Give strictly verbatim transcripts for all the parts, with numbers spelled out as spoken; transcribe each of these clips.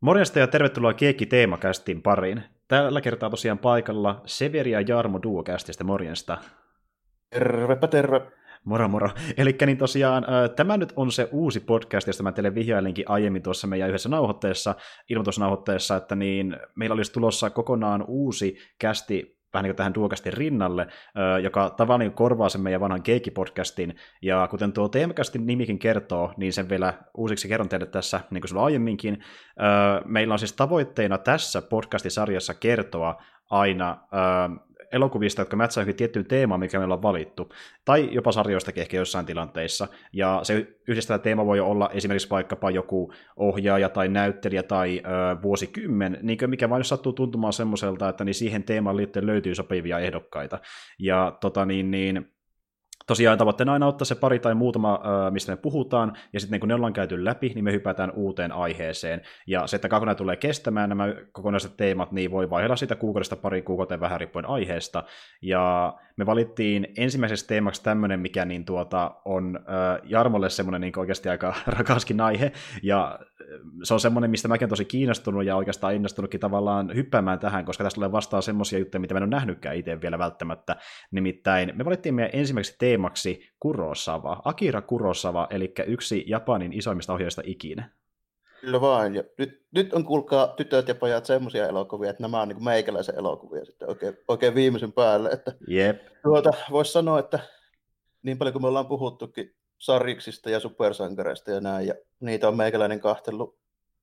Morjesta ja tervetuloa Kiekki Teemakästin pariin. Tällä kertaa tosiaan paikalla Severi ja Jarmo Duokästistä, morjesta. Tervepä terve. Moro moro. Elikkä niin tosiaan tämä nyt on se uusi podcast, josta mä teille vihjailinkin aiemmin tuossa meidän yhdessä nauhoitteessa, ilmoitusnauhoitteessa, että niin meillä olisi tulossa kokonaan uusi kästi vähän niin kuin tähän Duokästin rinnalle, joka tavallaan korvaa sen meidän vanhan Keikki-podcastin, ja kuten tuo Teemakästin nimikin kertoo, niin sen vielä uusiksi kerron teille tässä, niin kuin sulla aiemminkin. Meillä on siis tavoitteena tässä podcastisarjassa kertoa aina elokuvista, jotka mätsää johonkin tiettyyn teemaan, mikä meillä on valittu, tai jopa sarjoistakin ehkä jossain tilanteissa. Ja se yhdistävä teema voi olla esimerkiksi vaikkapa joku ohjaaja tai näyttelijä tai ö, vuosikymmen, niin mikä vain jos sattuu tuntumaan semmoiselta, että niin siihen teemaan liittyen löytyy sopivia ehdokkaita. Ja tota niin, niin tosiaan tavoitteena aina ottaa se pari tai muutama, mistä me puhutaan, ja sitten kun ne ollaan käyty läpi, niin me hypätään uuteen aiheeseen. Ja se, että kauan nämä tulee kestämään nämä kokonaiset teemat, niin voi vaihdella siitä kuukaudesta pari kuukauteen vähän riippuen aiheesta. Ja me valittiin ensimmäiseksi teemaksi tämmöinen, mikä niin tuota, on äh, Jarmolle semmoinen niin oikeasti aika rakaskin aihe, ja se on semmoinen, mistä mäkin olen tosi kiinnostunut ja oikeastaan innostunutkin tavallaan hyppäämään tähän, koska tässä tulee vastaan semmoisia juttuja, mitä mä en ole nähnytkään itse vielä välttämättä. Nimittäin me valittiin meidän ensimmäiseksi teemaksi Kurosawa, Akira Kurosawa, eli yksi Japanin isoimmista ohjaajista ikinä. Kyllä vain. Ja nyt, nyt on, kuulkaa, tytöt ja pojat, semmoisia elokuvia, että nämä on niin kuin meikäläisen elokuvia sitten oikein, oikein viimeisen päälle. Että Jep. Tuota, voisi sanoa, että niin paljon kuin me ollaan puhuttukin sarjiksista ja supersankareista ja näin, ja niitä on meikäläinen kahtellut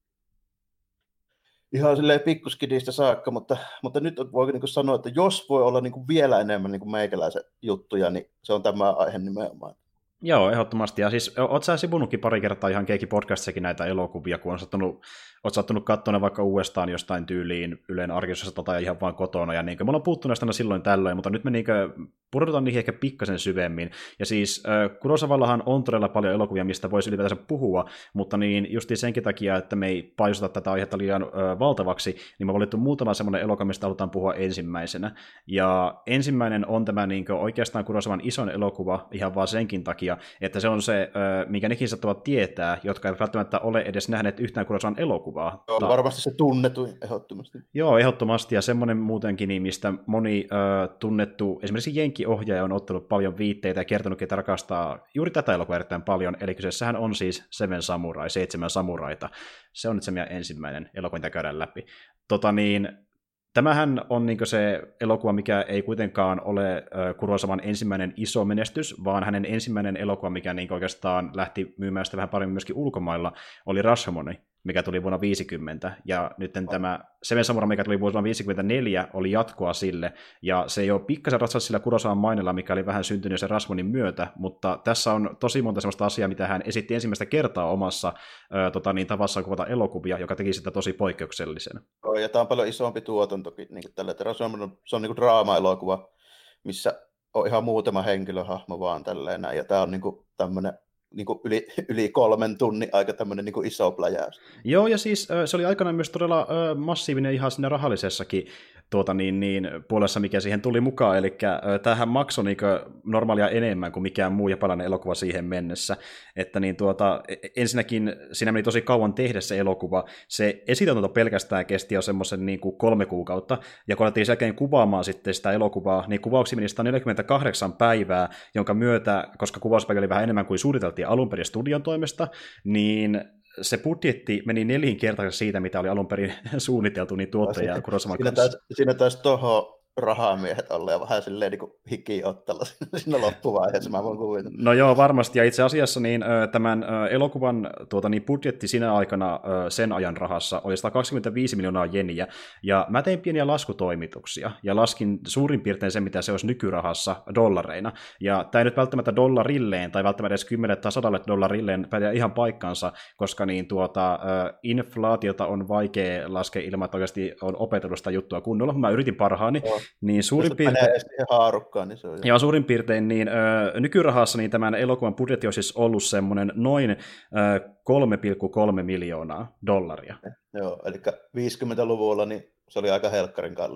ihan silleen pikkuskidistä saakka, mutta, mutta nyt voi niin kuin sanoa, että jos voi olla niin kuin vielä enemmän niin kuin meikäläisen juttuja, niin se on tämä aihe nimenomaan. Joo, ehdottomasti. Ja siis oot sä sivunutkin pari kertaa ihan Keikki-podcastissakin näitä elokuvia, kun on sattunut, oot sattunut katsoa ne vaikka uudestaan jostain tyyliin Ylen arkisesta tai ihan vaan kotona. Ja niin kuin, me ollaan puhuttu näistä silloin tällöin, mutta nyt me niin pudotetaan niihin ehkä pikkasen syvemmin. Ja siis äh, Kurosavallahan on todella paljon elokuvia, mistä voisi ylipäätänsä puhua, mutta niin justiin senkin takia, että me ei paisuta tätä aihetta liian äh, valtavaksi, niin me valittu muutama semmoinen elokuva, mistä halutaan puhua ensimmäisenä. Ja ensimmäinen on tämä niin kuin, oikeastaan Kurosawan isoin elokuva ihan vaan senkin takia, että se on se, minkä nekin saattavat tietää, jotka eivät välttämättä ole edes nähneet yhtään Kurosawan elokuvaa. On Ta- varmasti se tunnetuin, ehdottomasti. Joo, ehdottomasti, ja semmoinen muutenkin, niin mistä moni äh, tunnettu, esimerkiksi Jenkki-ohjaaja on ottanut paljon viitteitä ja kertonut, että rakastaa juuri tätä elokuvaa erittäin paljon, eli kyseessähän on siis Seven Samurai, seitsemän samuraita. Se on nyt se meidän ensimmäinen elokuva, mitä käydään läpi. Tota niin, tämähän on niin se elokuva, mikä ei kuitenkaan ole Kurosawan ensimmäinen iso menestys, vaan hänen ensimmäinen elokuva, mikä niin oikeastaan lähti myymään sitä vähän paremmin myöskin ulkomailla, oli Rashomon, mikä tuli vuonna viisikymmentä, ja nyt oh. tämä Seven Samurai, mikä tuli vuonna viisikymmentäneljä, oli jatkoa sille, ja se ei ole pikkasen ratsas sillä Kurosawan mainella, mikä oli vähän syntynyt sen Rashomonin myötä, mutta tässä on tosi monta sellaista asiaa, mitä hän esitti ensimmäistä kertaa omassa ö, tota, niin, tavassaan kuvata elokuvia, joka teki sitä tosi poikkeuksellisen. Oh, ja tämä on paljon isompi tuotantokin, niin kuin tällä, että Rashomon, se on niin kuin draama-elokuva, missä on ihan muutama henkilöhahmo vaan tälleen näin, ja tämä on niin kuin tämmöinen niin kuin yli, yli kolmen tunnin aika tämmöinen niin kuin iso pläjäys. Joo, ja siis se oli aikanaan myös todella massiivinen ihan siinä rahallisessakin tuota, niin, niin, puolessa, mikä siihen tuli mukaan, eli tämähän maksoi niin normaalia enemmän kuin mikään muu japanilainen elokuva siihen mennessä, että niin, tuota, ensinnäkin siinä meni tosi kauan tehdä se elokuva, se esituotanto pelkästään kesti jo semmoisen niin kuin kolme kuukautta, ja kun alettiin sen jälkeen kuvaamaan sitten sitä elokuvaa, niin kuvauksia meni sata neljäkymmentäkahdeksan päivää, jonka myötä, koska kuvauspäivä oli vähän enemmän kuin suunniteltiin alun perin studion toimesta, niin se budjetti meni nelinkertaisesti siitä, mitä oli alun perin suunniteltu, niin tuottaja Kurosawan kanssa. Siinä taisi, siinä taisi toho rahamiehet olla ja vähän silleen niin kuin hikiottella siinä loppuvaiheessa, mä voin kuvitella. No joo, varmasti, ja itse asiassa niin, tämän elokuvan tuota, niin budjetti sinä aikana sen ajan rahassa oli sata kaksikymmentäviisi miljoonaa jeniä, ja mä tein pieniä laskutoimituksia, ja laskin suurin piirtein sen, mitä se olisi nykyrahassa dollareina, ja tämä ei nyt välttämättä dollarilleen, tai välttämättä edes kymmenelle tai sadalle dollarilleen pätee ihan paikkansa, koska niin, tuota, inflaatiota on vaikea laskea ilman, että oikeasti on opetellut sitä juttua kunnolla, mä yritin parhaani, no. Niin suurin piirtein, haarukkaan, niin se on ja suurin piirtein niin, ö, nykyrahassa niin tämän elokuvan budjetti on siis ollut semmoinen noin ö, kolme pilkku kolme miljoonaa dollaria. Joo, eli viisikymmentäluvulla niin se oli aika helkkarin kallis.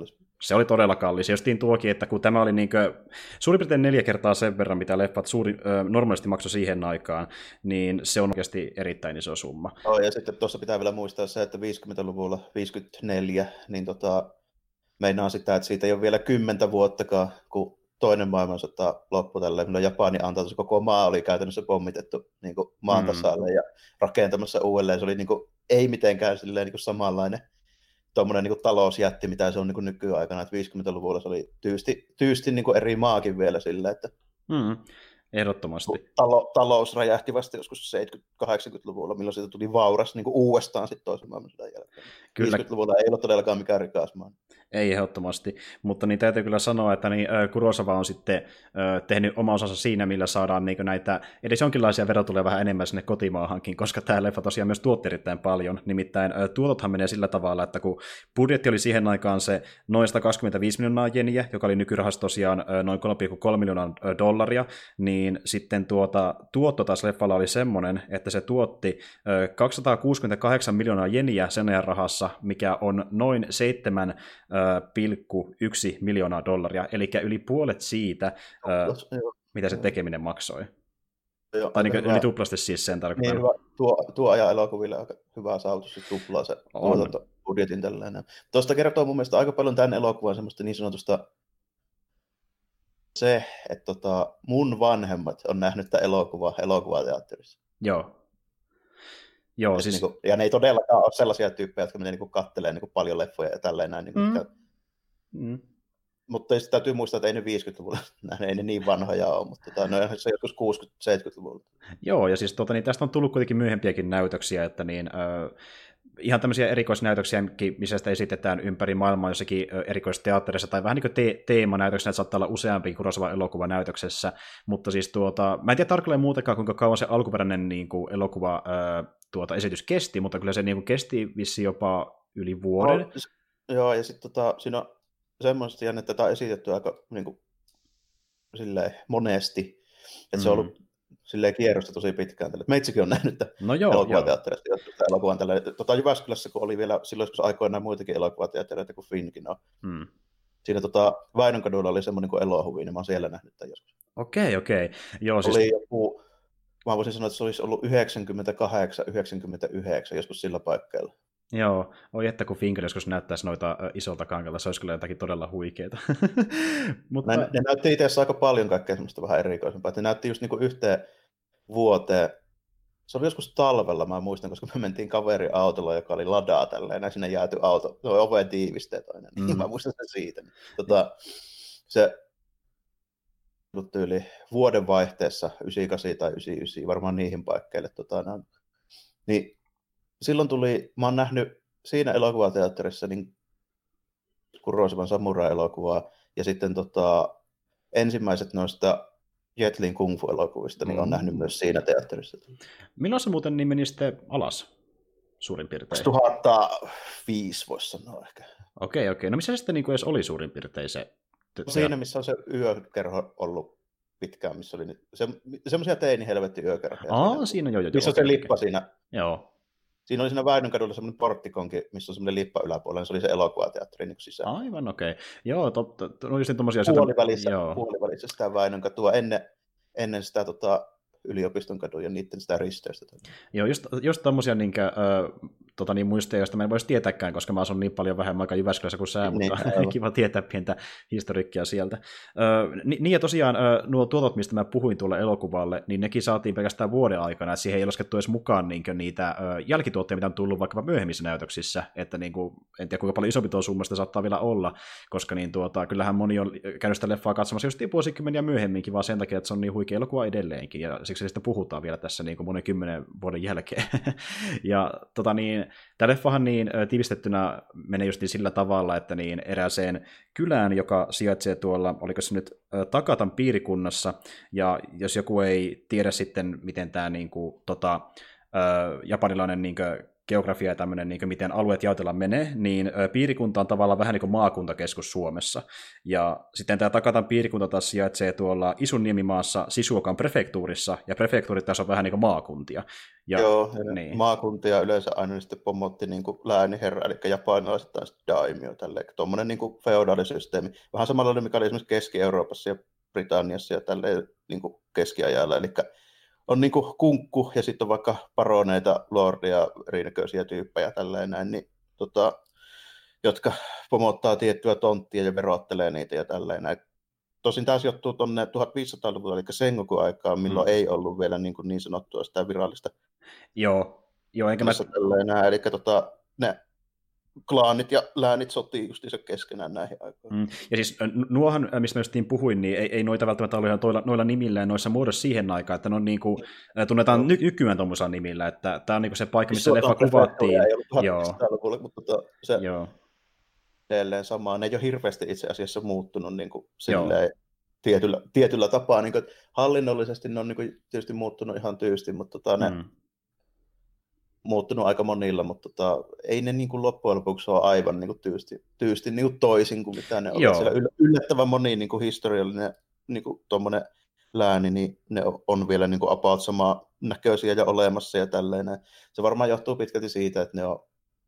Se oli todella kallis. Ja justiin tuokin, että kun tämä oli niinkö, suurin piirtein neljä kertaa sen verran, mitä leffat suuri, ö, normaalisti maksoi siihen aikaan, niin se on oikeasti erittäin iso summa. Oh, ja sitten tuossa pitää vielä muistaa se, että viisikymmentäluvulla, viisikymmentäneljä, niin tota, meinaa sitä, että siitä ei ole vielä kymmentä vuottakaan, kun toinen maailmansota loppui tälleen, milloin Japani antoi, koko maa oli käytännössä pommitettu niin kuin maan tasalle mm. ja rakentamassa uudelleen. Se oli niin kuin, ei mitenkään silleen, niin kuin samanlainen tuommoinen niin talousjätti, mitä se on niin kuin nykyaikana, että viisikymmentäluvulla se oli tyysti, tyysti niin kuin eri maakin vielä silleen, että mm. Ehdottomasti. Talo, talous räjähti vasta joskus seitsemänkymmentä-kahdeksankymmentäluvulla, milloin siitä tuli vauras niin kuin uudestaan sitten toisen maailmansodan jälkeen. Kyllä. viisikymmentäluvulla ei ole todellakaan mikään rikas maa. Ei ehdottomasti, mutta niin täytyy kyllä sanoa, että niin, Kurosawa on sitten äh, tehnyt oma osansa siinä, millä saadaan niin näitä edes jonkinlaisia verotuloja vähän enemmän sinne kotimaahankin, koska tämä leffa tosiaan myös tuotti erittäin paljon. Nimittäin äh, tuotothan menee sillä tavalla, että kun budjetti oli siihen aikaan se noin sata kaksikymmentäviisi miljoonaa jeniä, joka oli nykyrahassa tosiaan äh, noin kolme pilkku kolme miljoonaa äh, dollaria, niin sitten tuota, tuotto taas leffalla oli semmoinen, että se tuotti äh, kaksisataakuusikymmentäkahdeksan miljoonaa jeniä sen ajan rahassa, mikä on noin seitsemän pilkku yksi miljoonaa dollaria, eli yli puolet siitä, no, mitä se tekeminen maksoi. Joo, tai niin yli tuplasti siis sen tarkoitan. Niin, tuo, tuo ajan elokuville aika hyvä saavutus, että tuplaa se tuotantobudjetin tällainen. Tuosta kertoo mun mielestä aika paljon tämän elokuvan semmoista niin sanotusta se, että tota, mun vanhemmat on nähnyt tämän elokuva elokuvateatterissa. Joo. Joo, siis... niin kuin, ja ne ei todellakaan ole sellaisia tyyppejä, jotka menee niin kattelee niin paljon leffoja ja tälleen näin. Niin mm. Mm. Mutta sitten täytyy muistaa, että ei ne viisikymmentäluvulla, ei ne niin vanhoja ole, mutta tota, no, se on joskus kuusikymmentä-seitsemänkymmentäluvulla. Joo, ja siis tota, niin tästä on tullut kuitenkin myöhempiäkin näytöksiä, että niin, äh, ihan tämmöisiä erikoisnäytöksiä, missä sitä esitetään ympäri maailmaa jossakin erikoisteatterissa, tai vähän niin kuin te- teemanäytöksiä, että saattaa olla useampi Kurosawan elokuva näytöksessä, mutta siis tuota, mä en tiedä tarkalleen muutenkaan, kuinka kauan se alkuperäinen niin kuin elokuva äh, tuota, esitys kesti, mutta kyllä se niin kuin kesti vissiin jopa yli vuoden. No, joo, ja sitten tota, siinä on semmoisesti jännä, että tätä on esitetty aika niin kuin, silleen, monesti, että mm. se on ollut silleen kierrosta tosi pitkään. Meitsikin on nähnyt no elokuvateatterista elokuvan tällä. Tota Jyväskylässä, kun oli vielä silloin joskus aikoinaan muitakin elokuvateattereita kuin Finkin on. Mm. Siinä tota, Väinönkadulla oli semmoinen kuin elohuvi, niin mä oon siellä nähnyt tämän joskus. Okei, okei. Joo, oli siis... joku, mä voisin sanoa, että se olisi ollut yhdeksänkymmentäkahdeksan yhdeksänkymmentäyhdeksän joskus sillä paikkeilla. Joo, oi että kun Finkel joskus näyttäisi noita isolta kankalta, se olisi kyllä jotakin todella huikeeta. Mutta... Ne, ne näytti itse asiassa aika paljon kaikkea semmoista vähän erikoisempaa. Että ne näytti just niinku yhteen vuoteen. Se oli joskus talvella, mä muistan, koska me mentiin kaverin autolla, joka oli ladaa tälleen, ja sinne jääty auto, se oli oveen tiivisteet aina, niin mm. mä muistan sen siitä. Tota, se tyyli vuoden vaihteessa yhdeksänkymmentäkahdeksan tai yhdeksänkymmentäyhdeksän, varmaan niihin paikkeille. Tota, no, niin silloin tuli, mä oon nähnyt siinä elokuvateatterissa niin Kurosawan samurai-elokuvaa, ja sitten tota, ensimmäiset noista Jet Lin Kung Fu-elokuvista, niin mm. on nähnyt myös siinä teatterissa. Milloin se muuten niin meni sitten alas, suurin piirtein? kaksituhattaviisi voisi sanoa ehkä. Okei, okei. No missä se sitten niin kuin edes oli suurin piirtein se? No siinä, missä on se yökerho ollut pitkään, missä oli se, semmoisia teini-helvetti yökerhoja. Aa, siinä, siinä jo, jo. Missä on se lippa siinä. Joo. Siinä oli siinä Väinönkadulla semmoinen porttikonki, missä on semmoinen lippa yläpuolella, se oli se elokuvateatteri niin sisään. Aivan, okei. Okay. Joo, totta. No just tommosia... Puolivälissä, puolivälissä sitä Väinönkatua ennen, ennen sitä tota, yliopiston kadun ja niiden sitä risteystä. Joo, just, just tommosia niinkä, äh, tota, niin muisteja, joista mä en voisi tietääkään, koska mä asun niin paljon vähemmän aika Jyväskylässä kuin sä, mutta niin, kiva tietää pientä historiikkia sieltä. Äh, niin ja tosiaan äh, nuo tuotot, mistä mä puhuin tuolle elokuvalle, niin nekin saatiin pelkästään vuoden aikana, että siihen ei laskettu edes mukaan niin niitä äh, jälkituotteja, mitä on tullut vaikka myöhemmissä näytöksissä, että niin kuin, en tiedä kuinka paljon isompi tuo summa sitä saattaa vielä olla, koska niin, tuota, kyllähän moni on käynyt sitä leffaa katsomassa just vuosikymmeniä myöhemminkin, vaan sen takia, että se on niin huikea elokuva edelleenkin, ja siksi sitä puhutaan vielä tässä niin kuin monen kymmenen vuoden jälkeen. ja tota niin, tämä leffahan niin tiivistettynä menee just niin sillä tavalla, että niin erääseen kylään, joka sijaitsee tuolla, oliko se nyt Takatan piirikunnassa, ja jos joku ei tiedä sitten, miten tämä niin kuin, tota, japanilainen niin kuin geografia ja tämmöinen, niin miten alueet jaotellaan menee, niin piirikunta on tavallaan vähän niin kuin maakuntakeskus Suomessa. Ja sitten tämä Takatan piirikunta taas sijaitsee tuolla Isunniemimaassa Shisuokan prefektuurissa, ja prefektuurit taas on vähän niin kuin maakuntia. Ja, Joo, niin. maakuntia yleensä aina sitten pomotti niin kuin lääniherra, eli japanilaiset taas daimyo, tälleen. Tuommoinen niin kuin feodaalisysteemi. Vähän samalla mikä oli esimerkiksi Keski-Euroopassa ja Britanniassa ja tälleen niin kuin keskiajalla, eli on niin kuin kunkku ja sitten on vaikka paroneita, lordia, erinäköisiä tyyppejä tälleen näin, niin, tota, jotka pomottaa tiettyä tonttia ja verottelee niitä ja tälleen näin. Tosin tämä sijoittuu tuonne viisitoistasataa-luvulle, eli Sengoku-aikaan, milloin mm. ei ollut vielä niin, kuin niin sanottua sitä virallista. Joo, joo eikä mä... Näin, eli tota, ne klaanit ja läänit sotii justiinsa keskenään näihin aikoihin. Mm. Ja siis nuohan, mistä mä justiin puhuin, niin ei, ei noita välttämättä ollut ihan toilla, noilla nimillä ja noissa muodossa siihen aikaan, että ne on niinku, tunnetaan no. ny- nykyään tuommoisella nimillä, että tämä on niinku se paikka, missä leffa kuvattiin. Joo. Mutta tota, se Joo. edelleen samaa. Ne ei ole hirveästi itse asiassa muuttunut niin kuin silleen, tietyllä, tietyllä tapaa. Niin kuin, hallinnollisesti ne on niin kuin, tietysti muuttunut ihan tyysti, mutta tota, ne mm. muuttunut aika monilla, mutta tota, ei ne niin kuin loppujen lopuksi ole aivan niin kuin tyysti, tyysti niin kuin toisin kuin mitä ne ovat. Siellä yllättävän moni niin kuin historiallinen niin kuin tuommoinen lääni, niin ne on vielä niin kuin about samaa näköisiä ja olemassa ja tälleen. Se varmaan johtuu pitkälti siitä, että ne on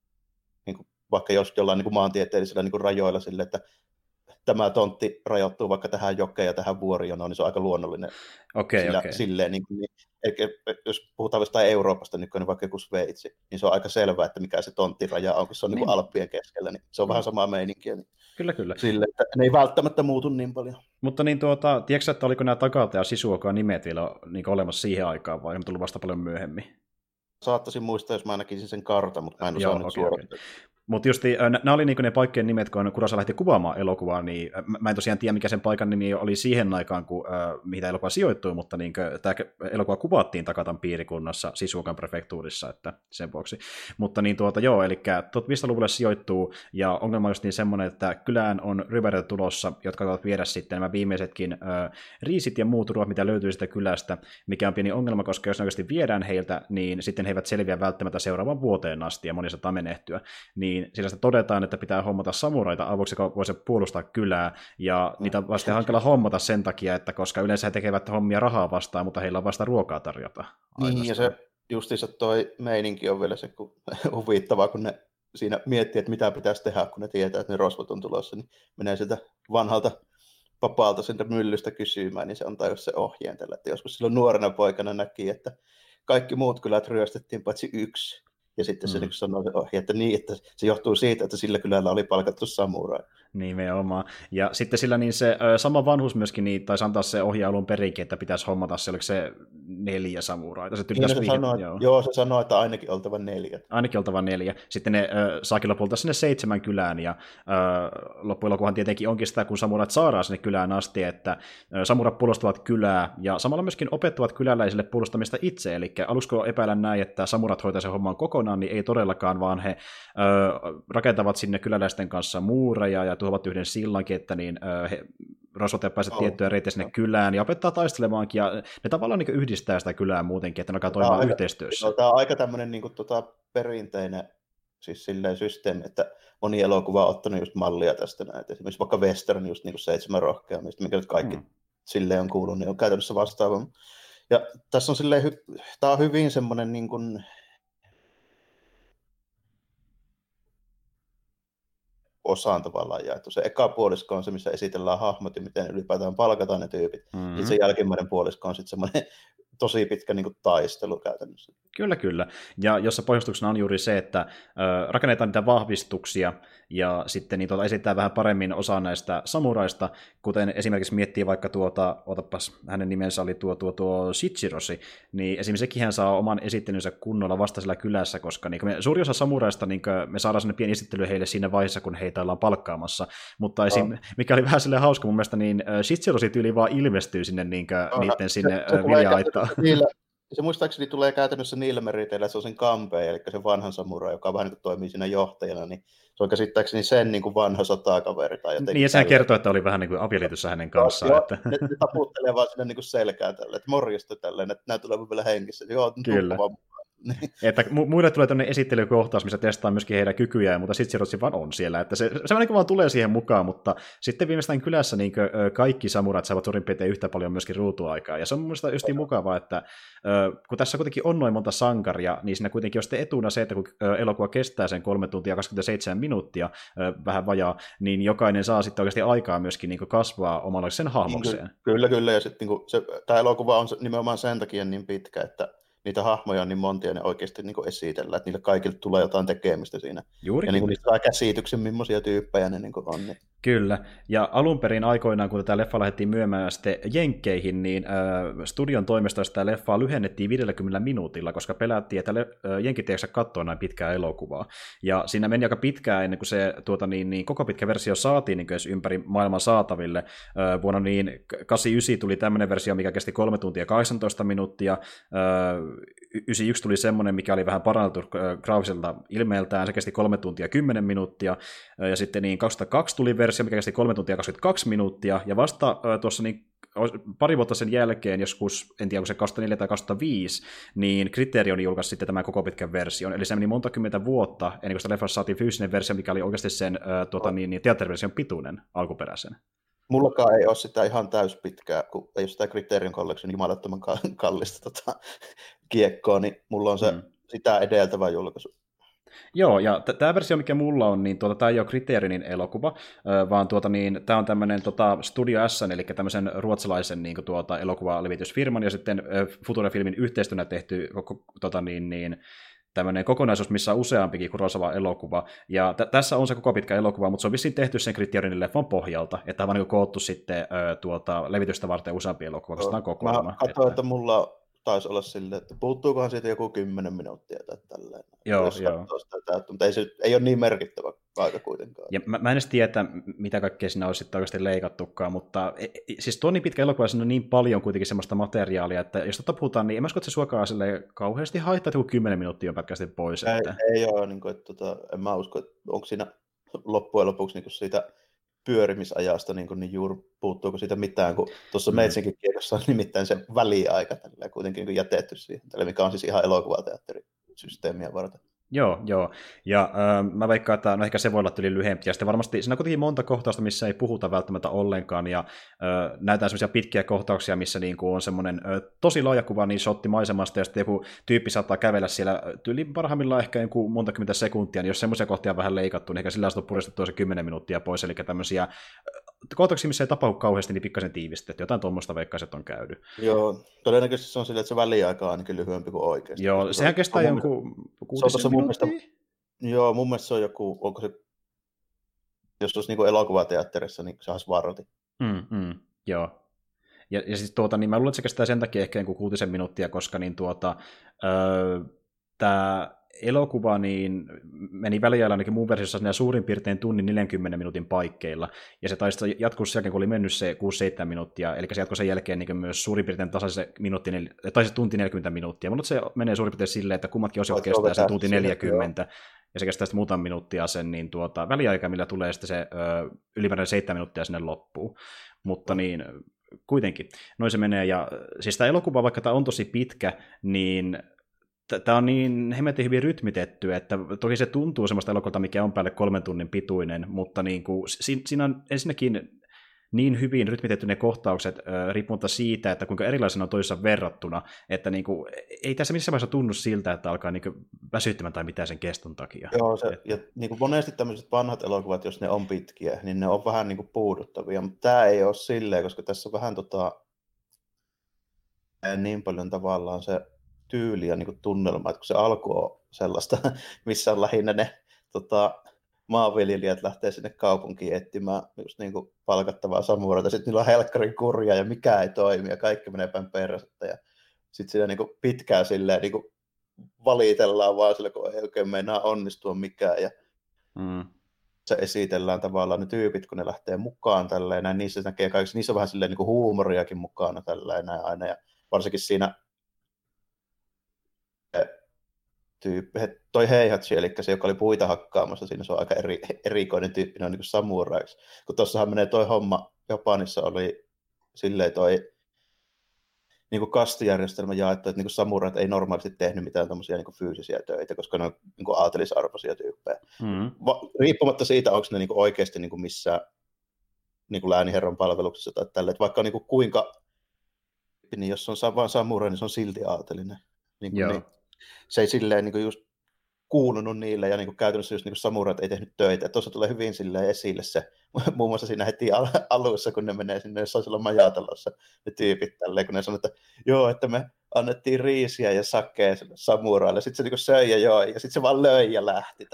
niin kuin, vaikka jos jollain niin kuin maantieteellisillä niin kuin rajoilla sille, että tämä tontti rajoittuu vaikka tähän jokeen ja tähän vuorijonoon, niin se on aika luonnollinen. Okay, sillä, okay. Silleen, niin, niin, eikä, jos puhutaan jostain Euroopasta, niin, niin vaikka joku Sveitsi, niin se on aika selvää, että mikä se tonttiraja on, kun se on niin. Niin Alppien keskellä, niin se on mm. vähän samaa meininkiä. Niin kyllä, kyllä. Silleen, että ne ei välttämättä muutu niin paljon. Mutta niin tuota, tiedätkö, että oliko nämä Takata ja Shisuokan nimet vielä niin olemassa siihen aikaan, vai on tullut vasta paljon myöhemmin? Saattaisin muistaa, jos mä näkisin sen kartan, mutta mä en osaa Joo, nyt okay, suoraan. Okay. Mutta just nämä oli niinku ne paikkeen nimet, kun Kurosawa lähti kuvaamaan elokuvaa, niin mä en tosiaan tiedä, mikä sen paikan nimi oli siihen aikaan, kun, äh, mihin elokuva sijoittui, mutta niin tämä elokuva kuvattiin Takatan piirikunnassa Shisuokan prefektuurissa, että sen vuoksi. Mutta niin tuota, joo, eli tuhatviisisataa-luvulle sijoittuu, ja ongelma on just niin semmoinen, että kylään on ryväreitä tulossa, jotka voivat viedä sitten nämä viimeisetkin äh, riisit ja muut ruoat, mitä löytyy sitä kylästä, mikä on pieni ongelma, koska jos ne oikeasti viedään heiltä, niin sitten he eivät selviä välttämättä seuraavan vuoteen asti, ja moni saattaa menehtyä. Niin sillä sitä todetaan, että pitää hommata samuraita avuksi, joka voisi puolustaa kylää, ja niitä vasta hankala hommata sen takia, että koska yleensä he tekevät hommia rahaa vastaan, mutta heillä on vasta ruokaa tarjota. Ainoastaan. Niin, ja se justiinsa toi meininki on vielä se kun, huvittavaa, kun ne siinä miettii, että mitä pitäisi tehdä, kun ne tietää, että ne rosvot on tulossa, niin menee sieltä vanhalta papaalta sieltä myllystä kysymään, niin se antaa just se ohjeen tällä, että joskus silloin nuorena poikana näki, että kaikki muut kylät ryöstettiin paitsi yksi. Ja sitten se mm. sanoi ohje, että niin, että se johtuu siitä, että sillä kylällä oli palkattu samurai. Nimenomaan. Ja sitten sillä niin se ö, sama vanhus myöskin niin, taisi antaa se ohje alun perinkin, että pitäisi hommata se, oliko se neljä samuraita. Se niin se vihin, sanoi, joo. joo, se sanoi, että ainakin oltava neljä. Ainakin oltava neljä. Sitten ne ö, saakin lopulta sinne seitsemän kylään, ja ö, loppujen lopuhan tietenkin onkin sitä, kun samurat saadaan sinne kylään asti, että ö, samurat puolustavat kylää, ja samalla myöskin opettavat kyläläisille puolustamista itse, eli aluksi kun epäillä näin, että samurat hoitaa sen homman kokonaan, niin ei todellakaan, vaan he ö, rakentavat sinne kyläläisten kanssa muureja ja tuovat yhden sillankin, että niin, ö, he rosvot eivät pääse oh. tiettyä reittiä sinne kylään ja opettaa taistelemaankin, ja ne tavallaan niin yhdistää sitä kylää muutenkin, että ne alkaa toimimaan aika, yhteistyössä. Tämä on aika tämmöinen niin kuin, tota, perinteinen siis silleen systeemi, että moni elokuva on ottanut just mallia tästä näitä. Esimerkiksi vaikka Western, just niin kuin Seitsemän rohkea, mikä nyt kaikki hmm. silleen on kuullut, niin on käytännössä vastaava. Ja tässä on silleen, tämä on hyvin semmoinen niin kuin osaan tavallaan jaettu. Se eka puolisko on se, missä esitellään hahmot ja miten ylipäätään palkataan ne tyypit. Mm-hmm. Sitten se jälkimmäinen puolisko on sitten semmoinen tosi pitkä niin kuin taistelu käytännössä. Kyllä, kyllä. Ja jossa pohjustuksena on juuri se, että ö, rakennetaan niitä vahvistuksia ja sitten niin tuota, esittää vähän paremmin osaa näistä samuraista, kuten esimerkiksi miettii vaikka tuota, otapas, hänen nimensä oli tuo, tuo, tuo Shichiroshi, niin esimerkiksi sekin hän saa oman esittelynsä kunnolla vasta sillä kylässä, koska niin me, suuri osa samuraista, niin me saadaan sellainen pieni esittely heille siinä vaiheessa, kun heitä ollaan palkkaamassa, mutta esim, no. mikä oli vähän silleen hauska mun mielestä, niin Shichiroshi tyyli vaan ilmestyy sinne niin no, niiden sinne vilja-aittaan. Se muistaakseni tulee käytännössä niillä meriteillä, että se on sen Kanpei, eli se vanhan samurai, joka vähän niin kuin toimii siinä johtajana, niin se on käsittääkseni sen niin kuin vanha sotakaveri. Tai niin, ja sehän kertoo, että oli vähän niin kuin avioliitossa hänen kanssaan. Joo, että... ne, ne taputtelee vaan sinne niin kuin selkään tälleen, että morjesta tälleen, että nämä tulee vielä hengissä. Joo, kyllä. Että mu- muille tulee tämmöinen esittelykohtaus, missä testaa myöskin heidän kykyjään, mutta sitten Zero vaan on siellä. Että se, se niin vaan tulee siihen mukaan, mutta sitten viimeistään kylässä niin kuin, kaikki samurat saavat suurin piirtein yhtä paljon myöskin ruutuaikaa. Ja se on mun mielestä just mukavaa, että kun tässä kuitenkin on noin monta sankaria, niin siinä kuitenkin on sitten etuna se, että kun elokuva kestää sen kolme tuntia kaksikymmentäseitsemän minuuttia vähän vajaa, niin jokainen saa sitten oikeasti aikaa myöskin niin kasvaa omanlaisen hahmokseen. Kyllä, kyllä. Ja sitten niin se, tämä elokuva on nimenomaan sen takia niin pitkä, että niitä hahmoja on niin montia ja ne oikeasti niin kuin esitellään, että niille kaikille tulee jotain tekemistä siinä. Juurikin. Ja niin kuin niistä saa käsityksen, millaisia tyyppejä ne niin kuin on. Niin. Kyllä, ja alun perin aikoinaan, kun tätä leffa lähdettiin myymään sitten Jenkkeihin, niin äh, studion toimesta sitä leffaa lyhennettiin viidelläkymmenellä minuutilla, koska pelättiin, että le- äh, Jenkit ei katsoa näin pitkää elokuvaa. Ja siinä meni aika pitkään ennen kuin se tuota, niin, niin, koko pitkä versio saatiin niin ympäri maailman saataville. Äh, vuonna niin kahdeksankymmentäyhdeksän tuli tämmöinen versio, mikä kesti kolme tuntia kahdeksantoista minuuttia. Äh, yhdeksänkymmentäyksi tuli semmoinen, mikä oli vähän paranneltu äh, graafiselta ilmeeltään, se kesti kolme tuntia kymmenen minuuttia. Äh, ja sitten niin kaksituhattakaksi tuli versio, mikä kesti kolme tuntia kaksikymmentäkaksi minuuttia, ja vasta äh, tuossa niin pari vuotta sen jälkeen, joskus, en tiedä, kun se kaksituhattaneljä tai kaksituhattaviisi, niin Criterion julkaisi sitten tämän koko pitkän version, eli se meni monta kymmentä vuotta, ennen kuin sitä leffassa saatiin fyysinen versio, mikä oli oikeasti sen äh, tuota, niin, niin, teatteriversion pituinen alkuperäisen. Mullakaan ei ole sitä ihan täyspitkää, kun ei ole sitä Criterion Collection jumalattoman kallista tota, kiekkoa, niin mulla on se hmm. sitä edeltävä julkaisu. Joo, ja t- tämä versio, mikä mulla on, niin tuota, tämä ei ole Criterionin elokuva, äh, vaan tuota, niin, tämä on tämmöinen tota, Studio S, eli tämmöisen ruotsalaisen niin kuin, tuota, elokuvalevitysfirman, ja sitten äh, Future-filmin yhteistyönä tehty tota, niin, niin, tämmöinen kokonaisuus, missä on useampikin Kurosava elokuva, ja t- tässä on se koko pitkä elokuva, mutta se on vissiin tehty sen Criterionin leffan pohjalta, että on vaan niin koottu sitten äh, tuota, levitystä varten useampi elokuva, koska tämä on kokoelma. Mä katsoin, että... että mulla taisi olla silleen, että puuttuukohan siitä joku kymmenen minuuttia tai tälleen. Joo, joo. Täyttä, mutta ei, se, ei ole niin merkittävä aika kuitenkaan. Ja mä, mä en edes tiedä, mitä kaikkea siinä olisi sitten oikeasti leikattukaan, mutta e, siis tuo niin pitkä elokuva, siinä on niin paljon kuitenkin semmoista materiaalia, että jos totta puhutaan, niin en mä usko, että se suokaa kauheasti haittaa, että joku kymmenen minuuttia on pätkästi pois. Ei, että... ei ole, niin kuin, että, tota, en mä usko, että onko siinä loppujen lopuksi niin siitä pyörimisajasta, niin, kuin, niin juuri puuttuuko siitä mitään, kun tuossa mm. Meitsinkin kirjassa on nimittäin se väliaika tällä, kuitenkin niin jätetty siihen, tällä, mikä on siis ihan elokuvateatterisysteemiä varten. Joo, joo. Ja äh, mä veikkaan, että no ehkä se voi olla yli lyhempi. Ja sitten varmasti siinä on kuitenkin monta kohtausta, missä ei puhuta välttämättä ollenkaan. Ja äh, näytetään semmoisia pitkiä kohtauksia, missä niinku on semmoinen äh, tosi laaja kuva niin shottimaisemasta, ja sitten joku tyyppi saattaa kävellä siellä tyyli parhaimmillaan ehkä joku monta kymmentä sekuntia, niin jos semmoisia kohtia on vähän leikattu, niin ehkä sillä on puristettu se kymmenen minuuttia pois. Eli tämmöisiä kohtauksia, missä ei tapahdu kauheasti, niin pikkasen tiivistetty. Jotain tuommoista veikkaiset on käynyt. Joo, todennäköisesti se on sillä, että se väliaika on ainakin lyhyempi kuin oikeasti. Joo, sehän kestää on jonkun kuutisen minuuttia. Joo, mun mielestä se on joku, onko se, jos olisi niin kuin elokuvateatterissa, niin se olisi varti. Mm, mm, joo. Ja, ja siis tuota, niin mä luulen, että se kestää sen takia ehkä joku kuutisen minuuttia, koska niin tuota, öö, tämä elokuva niin meni väliajalla ainakin mun versiossa sinne suurin piirtein tunnin neljänkymmenen minuutin paikkeilla, ja se taisi jatkuu sen jälkeen, kun oli mennyt se kuusi seitsemän minuuttia, eli se jatkuu sen jälkeen niin myös suurin piirtein tasaisen minuutti, tai se tunti neljäkymmentä minuuttia, mutta se menee suurin piirtein silleen, että kummatkin osiot kestää sen tunti neljäkymmentä, ja se kestää sitten muutaman minuuttia sen niin tuota, väliaika, millä tulee sitten se ö, ylimääräinen seitsemän minuuttia sinne loppuun, mutta niin kuitenkin, noin se menee, ja siis tämä elokuva, vaikka tämä on tosi pitkä, niin tämä on niin hemmetin hyvin rytmitetty, että toki se tuntuu semmoista elokuvalta, mikä on päälle kolmen tunnin pituinen, mutta niin kuin, siinä on ensinnäkin niin hyvin rytmitetty ne kohtaukset, riippumatta siitä, että kuinka erilaisena on toisessa verrattuna, että niin kuin, ei tässä missään vaiheessa tunnu siltä, että alkaa niin kuin väsyttämään tai mitään sen keston takia. Joo, se, ja niin kuin monesti tämmöiset vanhat elokuvat, jos ne on pitkiä, niin ne on vähän niin kuin puuduttavia, mutta tämä ei ole silleen, koska tässä on vähän tota, niin paljon tavallaan se tyyli ja niin kuin tunnelma, että kun se alku on sellaista, missä on lähinnä ne tota, maanviljelijät lähtee sinne kaupunkiin etsimään just niin kuin palkattavaa samuroita, sitten niillä on helkkarin kurja ja mikä ei toimi ja kaikki menee päin perästä ja sitten siinä niin kuin pitkään silleen niin kuin valitellaan vaan sillä, kun ei oikein meinaa onnistua mikään ja mm. se esitellään tavallaan ne tyypit, kun ne lähtee mukaan tälleen näin, niissä näkee kaikissa, niissä on vähän silleen niin kuin huumoriakin mukana tälleen näin aina ja varsinkin siinä tyyppi, toi Heihachi, eli se, joka oli puita hakkaamassa, siinä se on aika eri, erikoinen tyyppi, ne on niin kuin samuraiksi. Kun tuossahan menee toi homma, Japanissa oli silleen toi, niin kuin kastijärjestelmä jaettu, että niin kuin samurait ei normaalisti tehnyt mitään tämmöisiä niin kuin fyysisiä töitä, koska ne on niin kuin aatelisarvoisia tyyppejä. Mm. Va- riippumatta siitä, onko ne niin kuin oikeasti niin kuin missään niin kuin lääniherran palveluksessa tai tälle, että vaikka niin kuin kuinka, niin jos on vaan samurai, niin se on silti aatelinen. Niin kuin, niin, se ei silleen niin kuin just kuulunut niille, ja niin kuin käytännössä just niin kuin samurait ei tehnyt töitä. Tuossa tulee hyvin silleen esille se, muun muassa siinä heti al- alussa, kun ne menee sinne jossain silloin majatalossa, ne tyypit tälleen, kun ne sanoo, että joo, että me annettiin riisiä ja sakea samuraille, sitten se niin kuin söi ja joi, ja sitten se vaan löi ja lähti.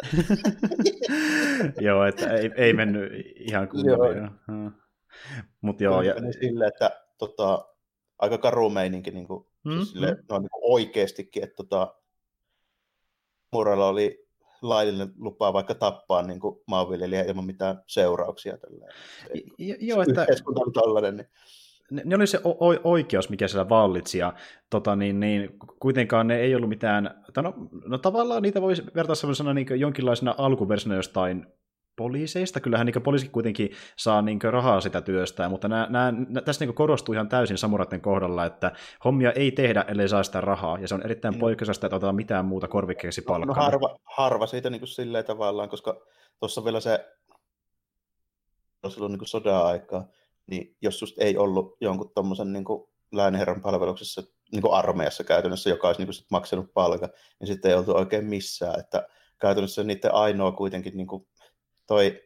Joo, että ei, ei mennyt ihan kunnolla. Mutta joo. Ja... silleen, että tota, aika karu meininki, niin kuin, mm, siis silleen, mm. no, niin kuin oikeastikin, että tota, samurailla oli laillinen lupa vaikka tappaa niin kuin maanviljelijä ilman mitään seurauksia. Jo, joo, että... Yhteiskunta on tällainen, niin... Ne, ne oli se o- oikeus, mikä siellä vallitsi, ja tota, niin, niin, kuitenkaan ne ei ollut mitään, no, no tavallaan niitä voisi vertaa sellaisena niin jonkinlaisena alkuversiona jostain poliiseista, kyllähän niin poliisikin kuitenkin saa niin rahaa sitä työstä, mutta nää, nää, nää, tässä niin korostuu ihan täysin samuraiden kohdalla, että hommia ei tehdä, ellei saa sitä rahaa, ja se on erittäin mm. poikkeusasta, että otetaan mitään muuta korvikkeeksi palkkaa. No, no harva, harva siitä niin kuin silleen tavallaan, koska tuossa vielä se, silloin niin sodan aikaa, niin jos just ei ollut jonkun tommosen niin lääniherran palveluksessa niin kuin armeijassa käytännössä, joka olisi niin kuin sit maksanut palkan, niin sitten ei oltu oikein missään. Että käytännössä niiden ainoa kuitenkin niin kuin toi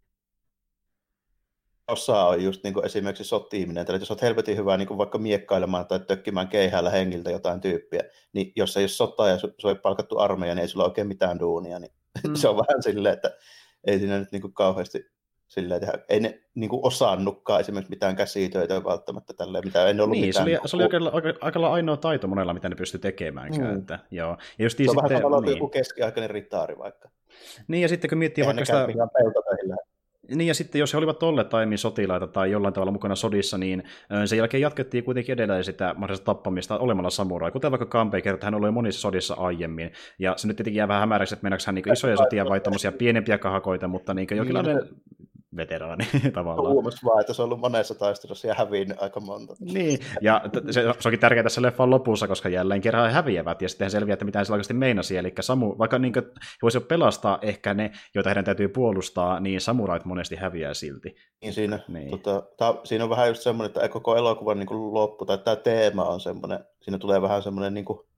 osa on just niin kuin esimerkiksi sotiiminen. Eli jos olet helvetin hyvä niin kuin vaikka miekkailemaan tai tökkimään keihäällä hengiltä jotain tyyppiä, niin jos ei ole sotaa ja se ei palkattu armeija, niin ei sulla oikein mitään duunia. Niin mm. se on vähän silleen, että ei siinä nyt niin kuin kauheasti silleen tehdä. Ei ne niin kuin osannutkaan esimerkiksi mitään käsitöitä välttämättä tälleen, mitä en ollut niin, mitään. Se oli, niin se oli aika, aika, aika ainoa taito monella, mitä ne pystyi tekemään. Mm. Että, joo. Ja se on sitten, vähän samalla niin. joku keskiaikainen ritaari vaikka. Niin, ja sitten kun miettii Eihän vaikka sitä... Niin, ja sitten jos he olivat olleet aiemmin sotilaita tai jollain tavalla mukana sodissa, niin sen jälkeen jatkettiin kuitenkin edelleen sitä mahdollista tappamista olemalla samurai. Kuten vaikka Kanpei kertoi, hän oli monissa sodissa aiemmin. Ja se nyt tietenkin jää vähän hämäräksi, että mennäänkö hän niin isoja sotia vai tämmöisiä pienempiä kahakoita, mutta niin jonkinlainen veteraani tavallaan. Huomasi vaan, että se on ollut monessa taistelussa ja hävinnyt aika monta. Niin, ja se, se onkin tärkeää tässä leffan lopussa, koska jälleen kerran he häviävät, ja sitten selviää, että mitä he oikeasti meinasi. Eli samu, vaikka niin kuin, he voisivat pelastaa ehkä ne, joita heidän täytyy puolustaa, niin samurait monesti häviää silti. Niin siinä, niin. Tota, tää, siinä on vähän just semmoinen, että koko elokuvan niin kuin loppu, tai tämä teema on semmoinen, siinä tulee vähän semmoinen, niin kuin,